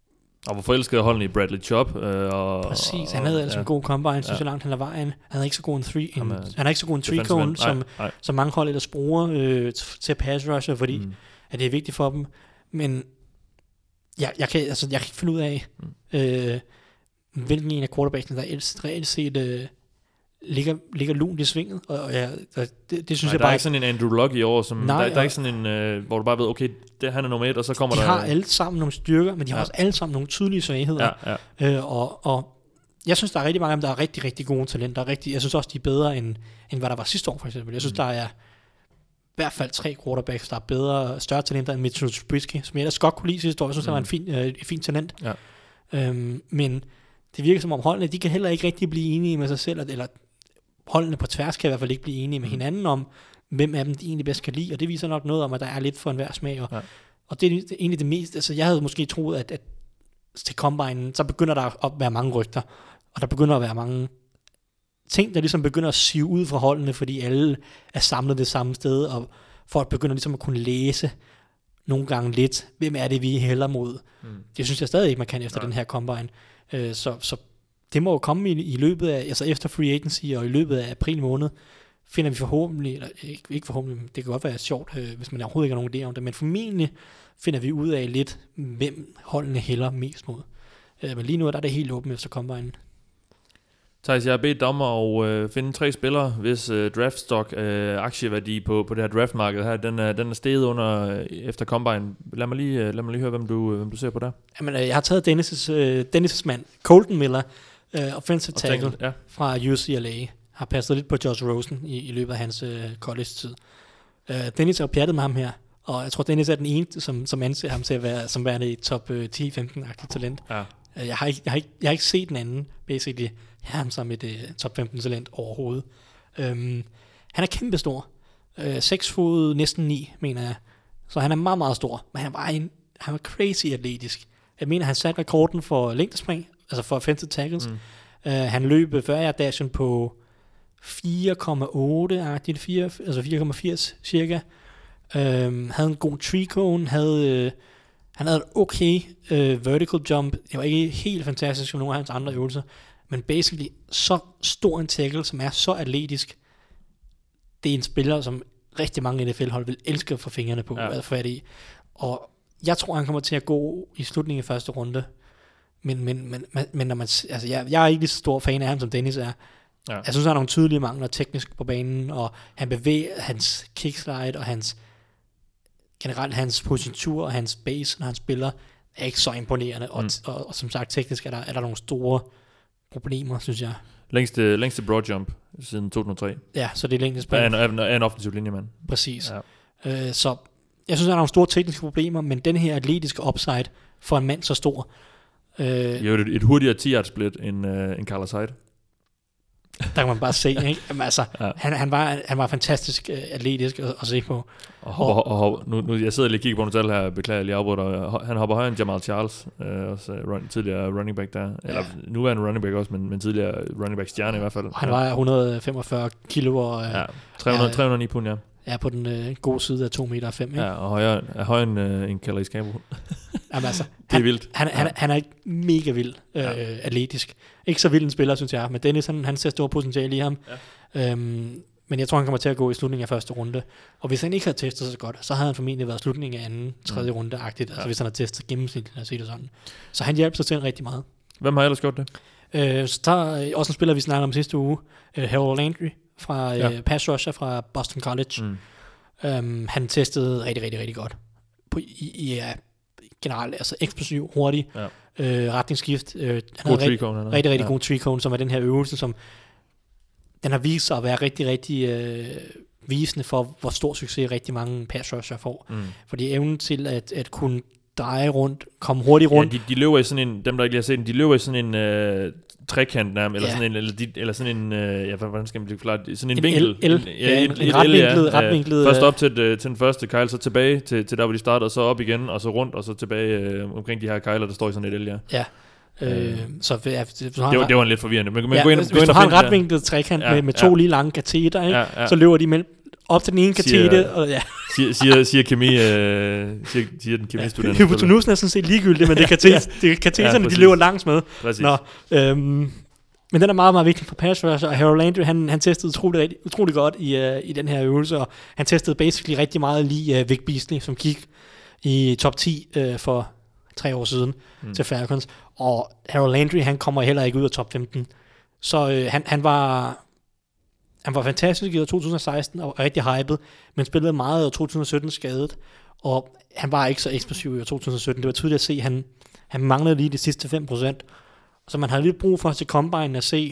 Og hvor forelsket holdene i Bradley Chubb. Øh, og, præcis, han havde altså ja. en god combine, synes Ja. jeg langt hen ad vejen. Han havde ikke så god en three, en, Jamen, han havde ikke så god en three defensive cone, end. som, Nej, nej. som mange hold ellers bruger øh, t- til pass rusher, fordi Mm. at det er vigtigt for dem. Men jeg, jeg, kan, altså, jeg kan ikke finde ud af, mm. øh, hvilken en af quarterbacksene, der reelt, reelt set øh, ligger, ligger lunt i svinget. Og, og jeg, og det, det synes Nej, jeg der er bare ikke sådan en Andrew Luck i år, som, Nej, der, der er og- ikke sådan en, øh, hvor du bare ved, okay, det, han er nummer et, og så kommer de der... har alle sammen nogle styrker, men de har Ja. også alle sammen nogle tydelige svagheder. Ja, ja. Øh, og, og jeg synes, der er rigtig mange af dem, der er rigtig, rigtig gode talenter. Rigtig, jeg synes også, de er bedre, end, end hvad der var sidste år, for eksempel. Jeg synes, Mm. der er i hvert fald tre quarterbacks, der er bedre, større talenter end Mitchell Trubisky, som jeg ellers godt kunne lide sidste år. Jeg synes, mm. der var en fin, øh, et fint talent. Ja. Øhm, men det virker som om holdene, de kan heller ikke rigtig blive enige med sig selv, eller holdene på tværs kan i hvert fald ikke blive enige med Mm. hinanden om, hvem af dem de egentlig bedst kan lide, og det viser nok noget om, at der er lidt for enhver smag. Og, Ja. og det er det er egentlig det mest, altså jeg havde måske troet, at, at til combine, så begynder der at være mange rygter, og der begynder at være mange ting, der ligesom begynder at sive ud fra holdene, fordi alle er samlet det samme sted, og folk begynder ligesom at kunne læse nogle gange lidt, hvem er det, vi hælder mod. Mm. Det synes jeg stadig ikke, man kan efter Nej. den her combine. Øh, så, så det må jo komme i, i løbet af, altså efter free agency og i løbet af april måned, finder vi forhåbentlig, eller ikke, ikke forhåbentlig, men det kan godt være sjovt, øh, hvis man overhovedet ikke har nogen idé om det, men formentlig finder vi ud af lidt, hvem holdene hælder mest mod. Øh, men lige nu der er det helt åbent efter combine. Thijs, jeg har bedt dig om at øh, finde tre spillere, hvis øh, draftstock øh, aktieværdi på, på det her draftmarked her, den er, den er steget under øh, efter combine. Lad mig lige, øh, lad mig lige høre, hvem du, øh, hvem du ser på der. Jamen, øh, jeg har taget Dennis' øh, Dennis' mand, Colton Miller, øh, offensive Og tackle tænk- ja. fra U C L A. Har passet lidt på Josh Rosen i, i løbet af hans øh, college-tid. Øh, Dennis har jo pjattet med ham her, og jeg tror, Dennis er den eneste, som, som anser ham til at være, som værende et top øh, ti femten-agtigt talent. Ja. Øh, Jeg har, ikke, jeg, har ikke, jeg har ikke set den anden, basically, have ham som et uh, top femten talent overhovedet. Um, han er kæmpestor. Uh, seks fod, næsten ni, mener jeg. Så han er meget, meget stor. Men han var, en, han var crazy atletisk. Jeg mener, han satte rekorden for længdespring, altså for offensive tackles. Mm. Uh, han løb fyrre yard dashen på fire komma otte-agtigt, fire, altså fire komma firs cirka. Um, havde en god tree cone, havde... Uh, han havde et okay uh, vertical jump. Det var ikke helt fantastisk som nogle af hans andre øvelser, men basically så stor en tackle, som er så atletisk. Det er en spiller, som rigtig mange N F L-hold vil elske at få fingrene på, Ja. ja. fat i. Og jeg tror, han kommer til at gå i slutningen af første runde. Men, men, men, men når man, altså jeg, jeg er ikke lige så stor fan af ham, som Dennis er. Ja. Jeg synes, han har nogle tydelige mangler teknisk på banen, og han bevæger hans kickslide og hans generelt hans positur og hans base, når han spiller, er ikke så imponerende. Og, Mm. og, og, og som sagt, teknisk er der, er der nogle store problemer, synes jeg. Længste, længste broad jump siden to tusind og tre. Ja, så det er længden Af spil. en, af en, af en offensiv linjemand. Præcis. Ja. Øh, så jeg synes, der er nogle store tekniske problemer, men den her atletiske upside for en mand så stor, øh, Det er jo et, et hurtigere ti-yard split end, uh, end Carlos Hyde. der kan man bare se, ikke? Jamen, altså, Ja. han, han, var, han var fantastisk øh, atletisk at, at se på. Og, hopper, og, og, nu, nu, jeg sidder lige og kigger på nogle tal her, beklager lige afbryder. Han hopper højere end Jamal Charles, øh, også uh, run, tidligere running back der. Eller nuværende running back også, men, men tidligere running back stjerne i hvert fald. Og han ja. var et hundrede og femogfyrre kilo og øh, Ja, tre hundrede, ja, tre hundrede og ni pund, ja. er på den øh, gode side af to komma fem meter. Ikke? Ja, og højere, er højere end, øh, end Calais Campbell. Jamen, altså, Det er han, vildt. Han, han, Ja. han er mega vild øh, Ja. atletisk. Ikke så vild en spiller, synes jeg, men Dennis, han, han ser stor potentiale i ham. Ja. Øhm, men jeg tror, han kommer til at gå i slutningen af første runde. Og hvis han ikke havde testet sig så godt, så havde han formentlig været slutningen af anden, tredje mm. runde-agtigt. Altså Ja. hvis han havde testet gennemsnitligt, lad os sige det sådan. Så han hjælper sig til rigtig meget. Hvem har ellers gjort det? Øh, så der er også en spiller, vi snakkede om sidste uge, uh, Harold Landry fra uh, Ja. pass rusher fra Boston College. Mm. Um, han testede rigtig, rigtig, rigtig godt. På, i, i uh, generelt, altså eksplosiv, hurtig, Ja. øh, retningsskift. Øh, han God havde tree cone, han er. rigtig, rigtig Ja. god tree cone, som er den her øvelse, som den har vist sig at være rigtig, rigtig øh, visende for, hvor stor succes rigtig mange pass rusher får. Mm. Fordi evnen til at, at kunne dreje rundt, komme hurtigt rundt. Ja, de, de løber i sådan en, dem der ikke lige har set den, de løber i sådan en øh, trekant nærmest, eller Ja. sådan en, eller, de, eller sådan en, øh, ja, hvordan skal man blive forklare det? Sådan en, En vinkel. L- L. Ja, en- en retvinklet- retvinklet, Først øh, op til, øh, til den første kejl, så tilbage til, til der, hvor de starter, og så op igen, og så rundt, og så tilbage øh, omkring de her kejler, der står i sådan et L, ja. Ja. Øh, så ja, hvis du har Det var, en- det var en lidt forvirrende, men, men ja, gå ind, hvis, gå hvis ind du og har en find- retvinklet trekant Ja, med, med ja. to lige lange kateter, ikke? Ja, ja. Så løber de mellem, op til den ene Siger- katete, og ja. Siger, siger, siger kemi, øh, siger, siger den kemistudent. Hypotenusen er sådan set ligegyldig, men det er katet- det er kateterne, Ja, de præcis. løber langs med. Præcis. Nå, øhm, men den er meget, meget vigtig for pass rusher, og Harold Landry, han, han testede utrolig, rigtig- utrolig godt i, uh, i den her øvelse, og han testede basically rigtig meget lige uh, Vic Beasley, som gik i top ti uh, for tre år siden mm. til Falcons, og Harold Landry, han kommer heller ikke ud af top femten. Så uh, han, han var... Han var fantastisk i år to tusind og seksten og rigtig hyped, men spillede meget i år to tusind og sytten skadet, og han var ikke så eksplosiv i år to tusind og sytten. Det var tydeligt at se, at han, han manglede lige de sidste fem procent. Så man havde lidt brug for til Combine at se,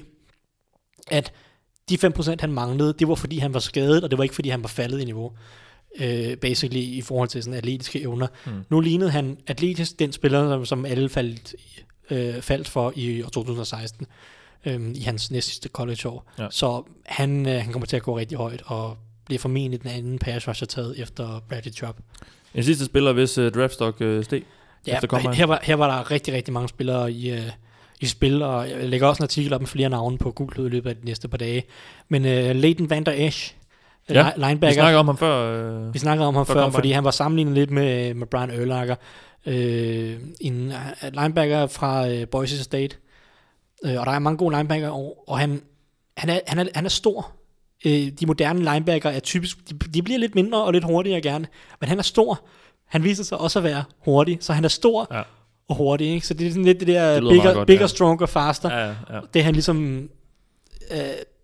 at de fem procent han manglede, det var fordi han var skadet, og det var ikke fordi han var faldet i niveau. Øh, basically i forhold til sådan atletiske evner. Mm. Nu lignede han atletisk den spiller, som, som alle faldt, øh, faldt for i år to tusind og seksten. Øhm, i hans næste sidste college-år. Ja. Så han, øh, han kommer til at gå rigtig højt, og bliver formentlig den anden pass rusher taget efter Bradley Chubb. En sidste spiller, hvis uh, draftstock uh, steg ja, efter Combine. her var, her var der rigtig, rigtig mange spillere i, uh, i spil, og jeg lægger også en artikel op med flere navne på Google i løbet af de næste par dage. Men uh, Leighton Vander Esch, ja, linebacker. Vi snakkede om ham før. Uh, vi snakkede om ham før, før Combine. fordi han var sammenlignet lidt med, med Brian Urlacher. Uh, en uh, linebacker fra uh, Boise State. Øh, og der er mange gode linebacker, og, og han, han, er, han, er, han er stor. Øh, de moderne linebacker er typisk, de, de bliver lidt mindre og lidt hurtigere gerne, men han er stor. Han viser sig også at være hurtig, så han er stor ja. og hurtig, ikke? Så det er sådan lidt det der det bigger, godt, bigger ja. stronger, faster. Ja, ja, ja. Det er han ligesom øh,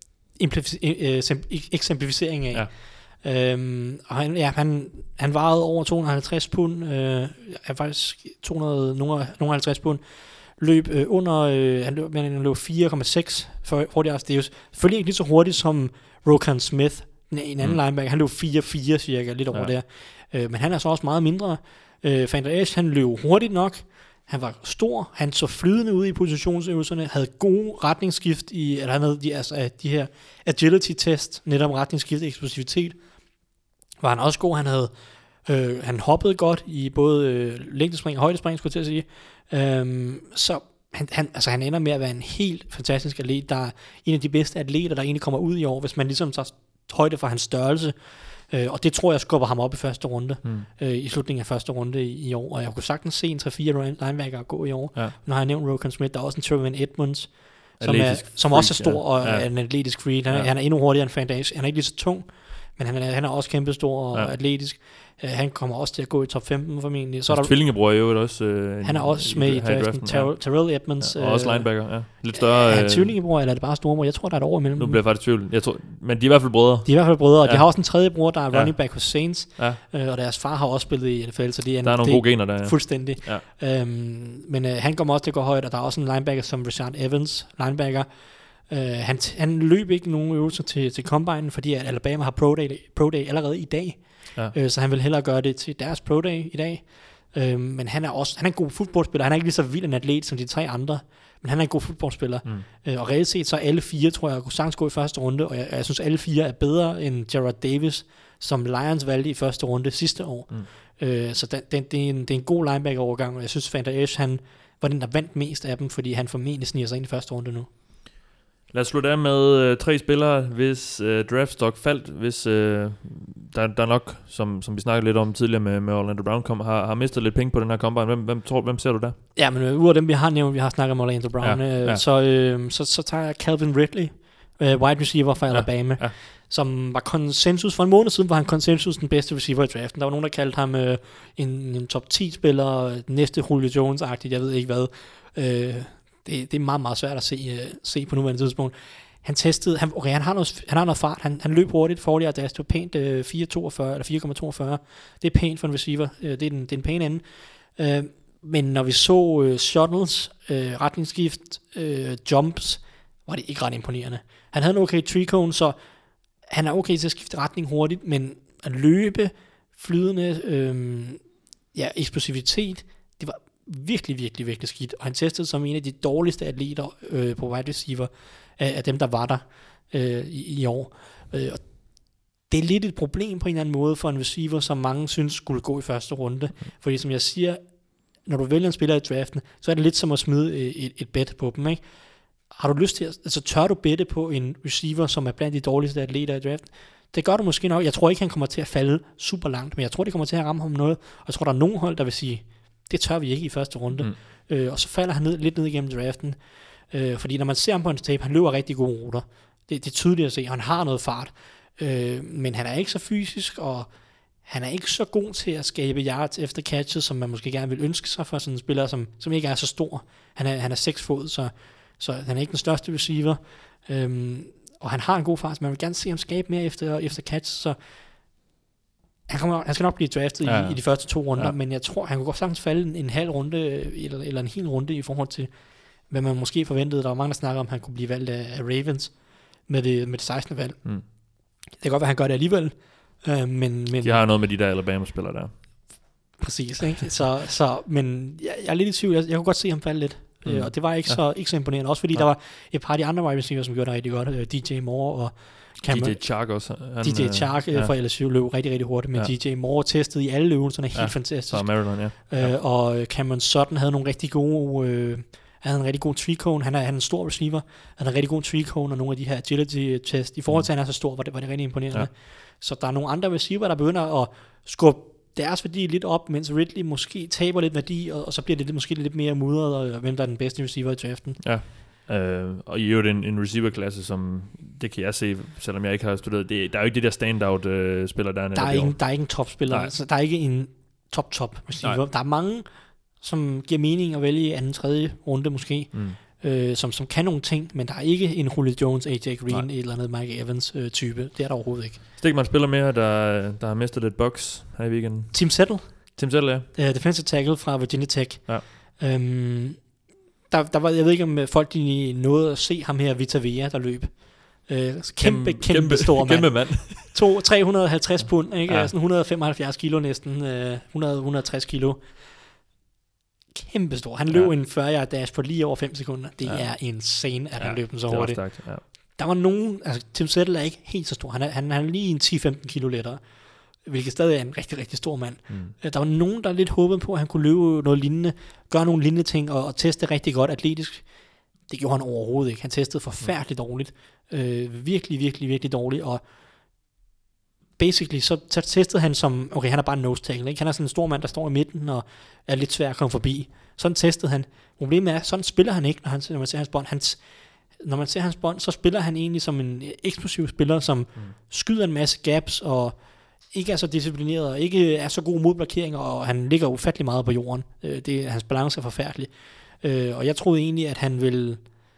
implifi- øh, eksemplificering af. Ja. Øhm, og han, ja, han, han vejede over to hundrede og halvtreds pund, øh, er faktisk to hundrede og halvtreds pund, løb øh, under, øh, han løb, han løb fire komma seks for hurtigt. Det er jo selvfølgelig ikke lige så hurtigt som Roquan Smith, en anden mm. linebacker. Han løb fire komma fire cirka, lidt over ja. der. Øh, men han er så også meget mindre. Øh, Vander Esch, han løb hurtigt nok. Han var stor. Han så flydende ud i positionsøvelserne. Havde gode retningsskift i, eller han havde de, altså, de her agility test, netop retningsskift og eksplosivitet. Var han også god. Han havde Øh, han hoppede godt i både øh, længdespring og højdespring, skulle jeg til at sige. Øhm, så han, han, altså han ender med at være en helt fantastisk atlet, der er en af de bedste atleter, der egentlig kommer ud i år, hvis man ligesom tager højde for hans størrelse. Øh, og det tror jeg skubber ham op i første runde, mm. øh, i slutningen af første runde i, i år. Og jeg kunne sagtens se en tre fire linebacker gå i år. Ja. Nu har jeg nævnt Roquan Smith, der er også en Trevin Edmonds, som, er, som også er stor ja. og ja. er en atletisk freak. Han, ja. han er endnu hurtigere end Vander Esch. Han er ikke lige så tung, men han er, han er også kæmpestor og ja. atletisk. Uh, han kommer også til at gå i top femten formentlig. Så er der tvillingebror er jo også uh, han er også med i draften. Ter- Terrell Edmonds. Ja, og også linebacker, ja. Lidt større. Er han tvillingebror, eller er det bare storbror? Jeg tror, der er et år imellem. Nu bliver jeg faktisk tvivl. Jeg tror, men de er i hvert fald brødre. De er i hvert fald brødre, og ja. de har også en tredje bror, der er ja. running back hos Saints. Ja. Uh, og deres far har også spillet i N F L, så det er, der er nogle det gode gener der. Ja. Fuldstændig. Ja. Um, men uh, han kommer også til at gå højt, og der er også en linebacker som Rashaan Evans, linebacker. Uh, han, t- han løb ikke nogen øvelser til, til Combine, fordi at Alabama har Pro Day, Pro Day allerede i dag. Ja. Uh, så han vil hellere gøre det til deres Pro Day i dag. Uh, men han er også han er en god fodboldspiller. Han er ikke lige så vild en atlet som de tre andre, men han er en god fodboldspiller. Mm. Uh, og reelt set så er alle fire, tror jeg, kunne sagtens gå i første runde, og jeg, jeg synes alle fire er bedre end Jarrad Davis, som Lions valgte i første runde sidste år. Mm. Uh, så den, den, det, er en, det er en god linebacker-overgang, og jeg synes Vander Esch, han var den, der vandt mest af dem, fordi han formentlig sniger sig ind i første runde nu. Lad os slutte af med øh, tre spillere, hvis øh, draftstock faldt, hvis øh, der, der nok, som, som vi snakkede lidt om tidligere med, med Orlando Brown, kom, har, har mistet lidt penge på den her combine. Hvem, hvem, tror, hvem ser du der? Ja, men øh, ud af dem, vi har nævnt, vi har snakket om Orlando Brown, ja, øh, ja. Så, øh, så, så tager jeg Calvin Ridley, øh, wide receiver fra Alabama, ja, ja. som var konsensus for en måned siden, var han konsensus den bedste receiver i draften. Der var nogen, der kaldte ham øh, en, en top ti-spiller, næste Julio Jones-agtigt, jeg ved ikke hvad. Øh, det, det er meget, meget svært at se, uh, se på nuværende tidspunkt. Han testede, han, okay, han, har noget, han har noget fart, han, han løb hurtigt, forrige år, det var pænt uh, fire komma toogfyrre eller fire komma toogfyrre. Det er pænt for en receiver, uh, det, er den, det er en pæn ende. Uh, men når vi så uh, shuttles, uh, retningsskift, uh, jumps, var det ikke ret imponerende. Han havde en okay tree cone, så han er okay til at skifte retning hurtigt, men at løbe, flydende, øh, ja, eksplosivitet, det var virkelig, virkelig, virkelig skidt. Og han testede som en af de dårligste atleter øh, på wide receiver, af, af dem, der var der øh, i, i år. Øh, og det er lidt et problem på en eller anden måde for en receiver, som mange synes skulle gå i første runde. Fordi som jeg siger, når du vælger en spiller i draften, så er det lidt som at smide et, et bet på dem, ikke? Har du lyst til at, altså tør du bette på en receiver, som er blandt de dårligste atleter i draften? Det gør du måske nok. Jeg tror ikke, han kommer til at falde super langt, men jeg tror, det kommer til at ramme ham noget. Og jeg tror, der er nogen hold, der vil sige, det tør vi ikke i første runde. Mm. Øh, og så falder han ned, lidt ned igennem draften. Øh, fordi når man ser ham på en tape, han løber rigtig gode ruter. Det, det er tydeligt at se, han har noget fart. Øh, men han er ikke så fysisk, og han er ikke så god til at skabe yards efter catches, som man måske gerne vil ønske sig for sådan en spiller, som, som ikke er så stor. Han er, han er seks fod, så, så han er ikke den største receiver. Øhm, og han har en god fart, så man vil gerne se ham skabe mere efter, efter catch, så han, kommer, han skal nok blive draftet ja, ja. I, i de første to runder, ja. Men jeg tror, han kunne godt sagtens falde en, en halv runde, eller, eller en hel runde i forhold til, hvad man måske forventede. Der var mange, der snakker om, at han kunne blive valgt af, af Ravens med det, med det sekstende valg. Mm. Det kan godt være, at han gør det alligevel, øh, men, men... De har noget med de der Alabama-spillere der. Præcis, ikke? Så, så, men jeg, jeg er lidt i tvivl. Jeg, jeg kunne godt se ham falde lidt. Mm. Øh, og det var ikke, ja. så, ikke så imponerende. Også fordi ja. der var et par af de andre wide receivers, som gjorde det rigtig godt. Øh, D J Moore og Cameron, D J Chark også. Han, D J Chark øh, ja. fra L S U løb rigtig, rigtig hurtigt. Men ja. D J Moore testede i alle øvelserne helt ja. fantastisk. Så Maryland, ja. Øh, ja. Og Cameron Sutton havde nogle rigtig gode... Øh, han havde en rigtig god tree cone. Han er, han er en stor receiver. Han har en rigtig god tree cone og nogle af de her agility test. I forhold til, mm. at han er så stor, var det, var det rigtig imponerende. Ja. Så der er nogle andre receiver, der begynder at skubbe deres værdi lidt op, mens Ridley måske taber lidt værdi, og, og så bliver det lidt, måske lidt mere mudret, og hvem der er den bedste receiver i draften. Ja, øh, og i øvrigt en, en receiver-klasse, som det kan jeg se, selvom jeg ikke har studeret, det, der er jo ikke det der standout-spiller, øh, der er der er, ikke, der er ikke en topspiller, altså, der er ikke en top-top receiver. Nej. Der er mange, som giver mening at vælge i anden, tredje runde måske, mm. øh, som, som kan nogle ting, men der er ikke en Julio Jones, A J Green, Nej. eller andet Mike Evans øh, type. Det er der overhovedet ikke. Stikman spiller mere, der, der har mistet lidt box her i weekenden. Tim Settle. Tim Settle, ja. Uh, defensive tackle fra Virginia Tech. Ja. Um, der, der var, jeg ved ikke, om folk de nåede at se ham her, Vita Vea, der løb. Uh, kæmpe, kæmpe, kæmpe stor mand. Kæmpe mand. to, tre hundrede og halvtreds pund, ikke? Ja. Sådan et hundrede og femoghalvfjerds kilo næsten. Uh, hundrede til hundrede og tres kilo. Kæmpe stor. Han løb ja. en fyrre yard dash på lige over fem sekunder. Det ja. er insane, at ja, han løb den så hurtigt. Ja. Der var nogen, altså Tim Settle er ikke helt så stor. Han er, han, han er lige en ti til femten kilo lettere, hvilket stadig er en rigtig, rigtig stor mand. Mm. Der var nogen, der lidt håbede på, at han kunne løbe noget lignende, gøre nogle lignende ting og, og teste rigtig godt atletisk. Det gjorde han overhovedet ikke. Han testede forfærdeligt mm. dårligt. Øh, virkelig, virkelig, virkelig dårligt. Og basically, så, så testede han som, okay, han er bare en nose tackle, ikke? Han er sådan en stor mand, der står i midten og er lidt svær at komme forbi. Sådan testede han. Problemet er, sådan spiller han ikke, når, han, når man ser hans bånd. Hans, når man ser hans bånd, så spiller han egentlig som en eksplosiv spiller, som mm. skyder en masse gaps og ikke er så disciplineret og ikke er så god mod blokeringer, og han ligger ufattelig meget på jorden. Det, hans balance er forfærdelig. Og jeg troede egentlig, at han ville...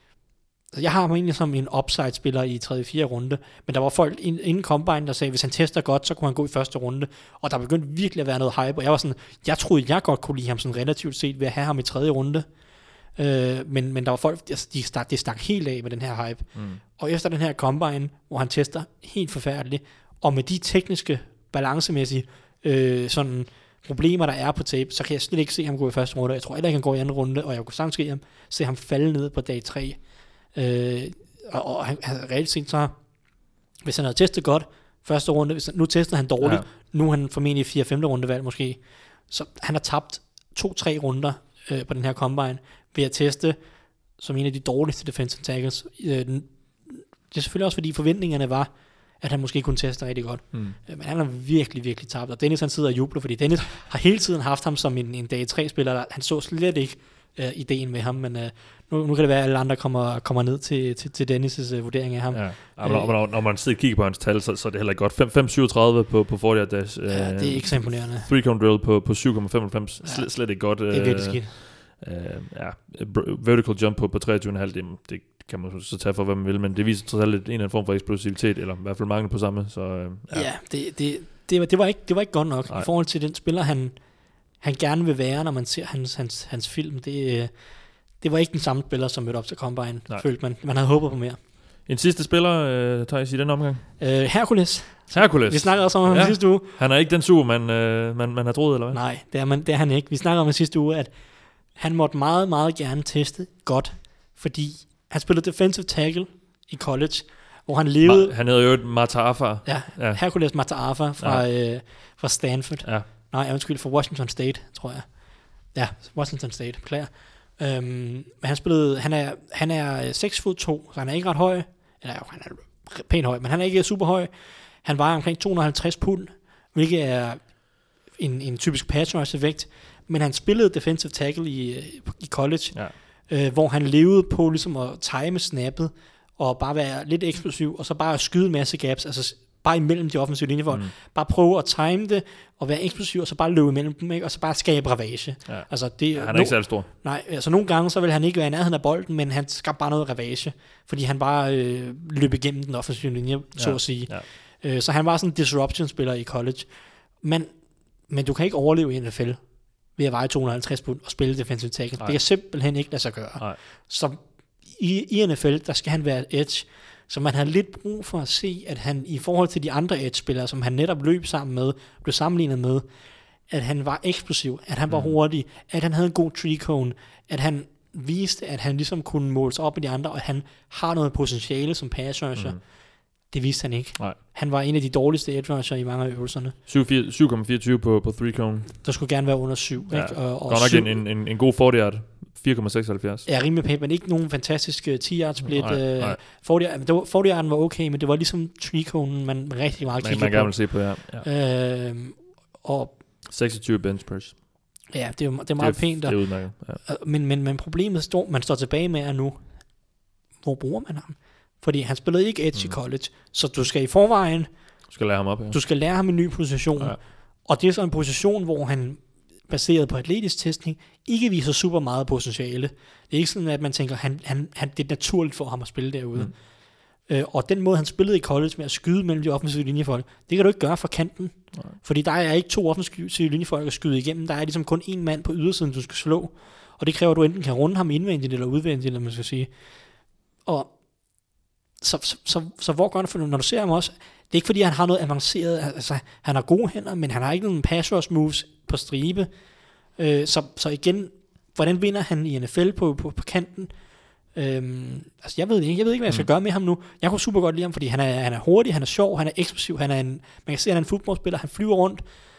Jeg har ham egentlig som en upside-spiller i tredje fjerde runde, men der var folk inden Combine, der sagde, at hvis han tester godt, så kunne han gå i første runde, og der begyndte virkelig at være noget hype, og jeg var sådan, jeg troede, jeg godt kunne lide ham sådan relativt set ved at have ham i tredje runde, øh, men, men der var folk, altså, de stak, de stak helt af med den her hype, mm. og efter den her Combine, hvor han tester helt forfærdeligt, og med de tekniske, balancemæssige øh, sådan problemer, der er på tape, så kan jeg slet ikke se ham gå i første runde, jeg tror heller ikke, han går i anden runde, og jeg kunne sagtens se ham, se ham falde ned på dag tre. Øh, og, og han, han reelt set så, hvis han havde testet godt første runde, hvis han, nu testede han dårligt, ja. Nu er han formentlig fjerde femte rundevalg måske, så han har tabt to-tre runder øh, på den her combine ved at teste som en af de dårligste defensive tackles. Øh, det er selvfølgelig også fordi forventningerne var, at han måske kunne teste rigtig godt. Mm. Øh, men han har virkelig, virkelig tabt, og Dennis han sidder og jubler, fordi Dennis har hele tiden haft ham som en, en dag tre spiller, der, han så slet ikke Uh, ideen med ham, men uh, nu, nu kan det være, at alle andre kommer, kommer ned til, til, til Dennis' uh, vurdering af ham. Ja. Ja, når, når, når man sidder og kigger på hans tal, så, så er det heller ikke godt. fem syvogtredive på, på fyrre dash. Uh, ja, det er ikke så imponerende. Three cone drill på, på syv komma femoghalvfems. Ja. Slet, slet ikke godt. Det er virkelig skidt. Uh, ja, vertical jump på, på treogtyve komma fem, det, det kan man så tage for, hvad man vil, men det viser trods alt en eller anden form for eksplosivitet, eller i hvert fald mangel på samme. Så, uh, ja, ja det, det, det, var, det, var ikke, det var ikke godt nok. Nej. I forhold til den spiller, han, han gerne vil være, når man ser hans, hans, hans film. Det, det var ikke den samme spiller, som mødte op til Combine, følte man. Man havde håbet på mere. En sidste spiller, uh, Thijs, i den omgang? Uh, Hercules. Hercules. Vi snakkede også om ham ja. sidste uge. Han er ikke den Superman, uh, man, man har troet, eller hvad? Nej, det er, man, det er han ikke. Vi snakkede om i sidste uge, at han måtte meget, meget gerne teste godt, fordi han spillede defensive tackle i college, hvor han levede... Ma- han hedder jo Mataafa. Ja, ja. Hercules Mataafa fra, ja. øh, fra Stanford. Ja. Nej, undskyld, fra Washington State, tror jeg. Ja, Washington State, beklager. Øhm, men han spillede... Han er, han er seks fod to, så han er ikke ret høj. Eller han er pænt høj, men han er ikke super høj. Han vejer omkring to hundrede og halvtreds pund, hvilket er en, en typisk pass rusher vægt. Men han spillede defensive tackle i, i college, ja. øh, hvor han levede på ligesom at time snappet, og bare være lidt eksplosiv, og så bare skyde en masse gaps, altså bare imellem de offensive linjefolk. Mm. Bare prøve at time det, og være eksplosiv, og så bare løbe imellem dem, ikke? Og så bare skabe ravage. Ja. Altså, det, ja, han er no, ikke særlig stor. Nej, altså nogle gange, så vil han ikke være i nærheden af bolden, men han skabte bare noget ravage, fordi han bare øh, løb igennem den offensive linje, så ja. at sige. Ja. Øh, så han var sådan en disruption-spiller i college. Men, men du kan ikke overleve i N F L ved at veje to hundrede og halvtreds pund og spille defensive tackle. Nej. Det kan simpelthen ikke lade sig gøre. Nej. Så i, i N F L, der skal han være edge, så man har lidt brug for at se, at han i forhold til de andre edge-spillere, som han netop løb sammen med, blev sammenlignet med, at han var eksplosiv, at han var mm. hurtig, at han havde en god tree cone, at han viste, at han ligesom kunne måle sig op med de andre, og at han har noget potentiale som pass rusher. Mm. Det viste han ikke. Nej. Han var en af de dårligste edge rusher i mange af øvelserne. syv komma fireogtyve på, på three cone. Der skulle gerne være under syv. Ja. Ikke? Og, og godt nok en, en, en god forty yard. fire komma seksoghalvfjerds. Ja, rimelig pænt, men ikke nogen fantastisk uh, ti yard split. Nej, nej. forty yard var okay, men det var ligesom tree cone, man rigtig meget kiggede på. Man gerne vil se på, ja. ja. Øh, og seksogtyve bench press. Ja, det er, det er meget det er, pænt. Der. Det er udmærket. Ja. Men, men, men problemet står, man står tilbage med er nu, hvor bruger man ham? Fordi han spillede ikke edge mm. i college, så du skal i forvejen... Du skal lære ham op, ja. Du skal lære ham en ny position. Ja. Og det er så en position, hvor han, baseret på atletisk testning, ikke viser super meget potentiale. Det er ikke sådan, at man tænker, han, han, han, det er naturligt for ham at spille derude. Mm. Øh, og den måde, han spillede i college med at skyde mellem de offensive linjefolk, det kan du ikke gøre fra kanten. Nej. Fordi der er ikke to offensive linjefolk at skyde igennem. Der er ligesom kun én mand på ydersiden, du skal slå. Og det kræver, at du enten kan runde ham indvendigt eller udvendigt, eller man skal sige. Og Så, så, så, så hvor gør det for, når du ser ham også, det er ikke fordi, han har noget avanceret, altså han har gode hænder, men han har ikke nogen pass rush moves på stribe. Øh, så, så igen, hvordan vinder han i N F L på, på, på kanten? Øhm, altså jeg ved ikke, jeg ved ikke, hvad jeg skal mm. gøre med ham nu. Jeg kunne super godt lide ham, fordi han er, han er hurtig, han er sjov, han er eksplosiv, han er en, man kan se, at han er en fodboldspiller, han flyver rundt.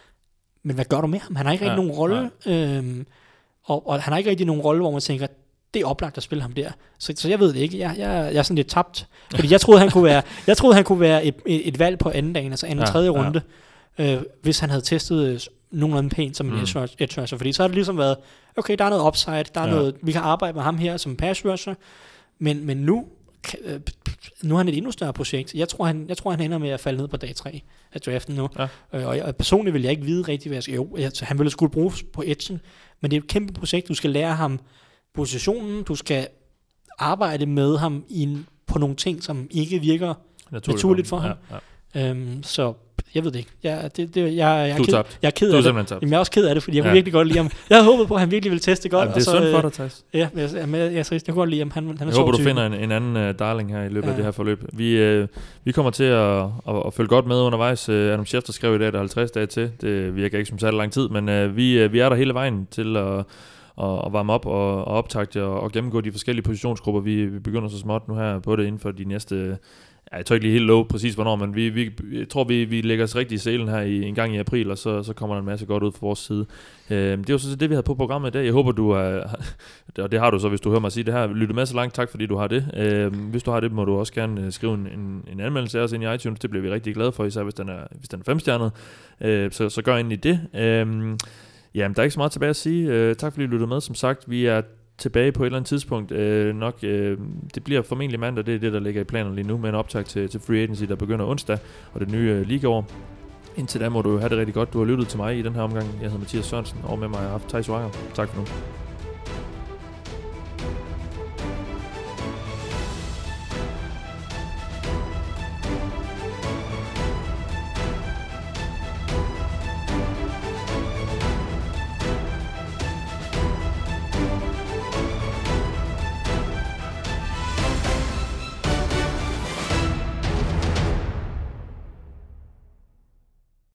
Men hvad gør du med ham? Han har ikke ja, rigtig nogen rolle, øhm, og, og han har ikke rigtig nogen rolle, hvor man tænker, det er oplagt at spille ham der. Så, så jeg ved det ikke. Jeg, jeg, jeg er sådan lidt tabt. Fordi jeg troede, han kunne være, jeg troede, han kunne være et, et, et valg på anden dagen, altså anden ja, tredje ja. runde, øh, hvis han havde testet øh, nogenlunde pænt som en mm. edge rusher. Fordi så har det ligesom været, okay, der er noget upside, der er ja. noget, vi kan arbejde med ham her som pass rusher, men, men nu, øh, nu er han et endnu større projekt. Jeg tror, han, jeg tror, han ender med at falde ned på dag tre af draften nu. Ja. Øh, og, jeg, og personligt vil jeg ikke vide rigtig, hvad jeg skal. Jo, jeg, han ville skulle bruges på edgen, men det er et kæmpe projekt. Du skal lære ham positionen, du skal arbejde med ham i, på nogle ting, som ikke virker naturligt, naturligt for ham. Ja, ja. Øhm, så jeg ved det ikke. Jeg, det, det, jeg, jeg, er, ked, jeg er ked af det. Jamen, jeg er også ked af det, fordi jeg ja. kunne virkelig godt lide ham. Jeg havde håbet på, at han virkelig ville teste godt. Jamen, det er synd for dig, Thijs. Ja, jeg, jeg, jeg, jeg, jeg kunne godt lide ham. Han, han er jeg håber, du finder en, en anden uh, darling her i løbet ja. af det her forløb. Vi, uh, vi kommer til at, at, at følge godt med undervejs. Uh, Adam Schefter skrev i dag, at der er halvtreds dage til. Det virker ikke som særlig lang tid, men uh, vi, uh, vi er der hele vejen til at og, og varme op og, og optagte og, og gennemgå de forskellige positionsgrupper. Vi, vi begynder så småt nu her på det inden for de næste... Ja, jeg tror ikke lige helt lov præcis hvornår, men vi, vi, jeg tror, vi, vi lægger os rigtig i selen her i, en gang i april, og så, så kommer der en masse godt ud fra vores side. Øh, det var så det, vi havde på programmet i dag. Jeg håber, du har... Og det har du så, hvis du hører mig sige det her. Lyttet med så langt. Tak, fordi du har det. Øh, hvis du har det, må du også gerne skrive en, en, en anmeldelse af os ind i iTunes. Det bliver vi rigtig glade for, især hvis den er, hvis den er femstjernet. Øh, så, så gør endelig det. Øh, Jamen, der er ikke så meget tilbage at sige. Uh, tak fordi I lyttede med. Som sagt, vi er tilbage på et eller andet tidspunkt. Uh, nok, uh, det bliver formentlig mandag, det er det, der ligger i planerne lige nu, med en optag til, til Free Agency, der begynder onsdag, og det nye uh, ligaår. Indtil da må du have det rigtig godt. Du har lyttet til mig i den her omgang. Jeg hedder Mathias Sørensen, og med mig har jeg haft Thijs Wanger. Tak for nu.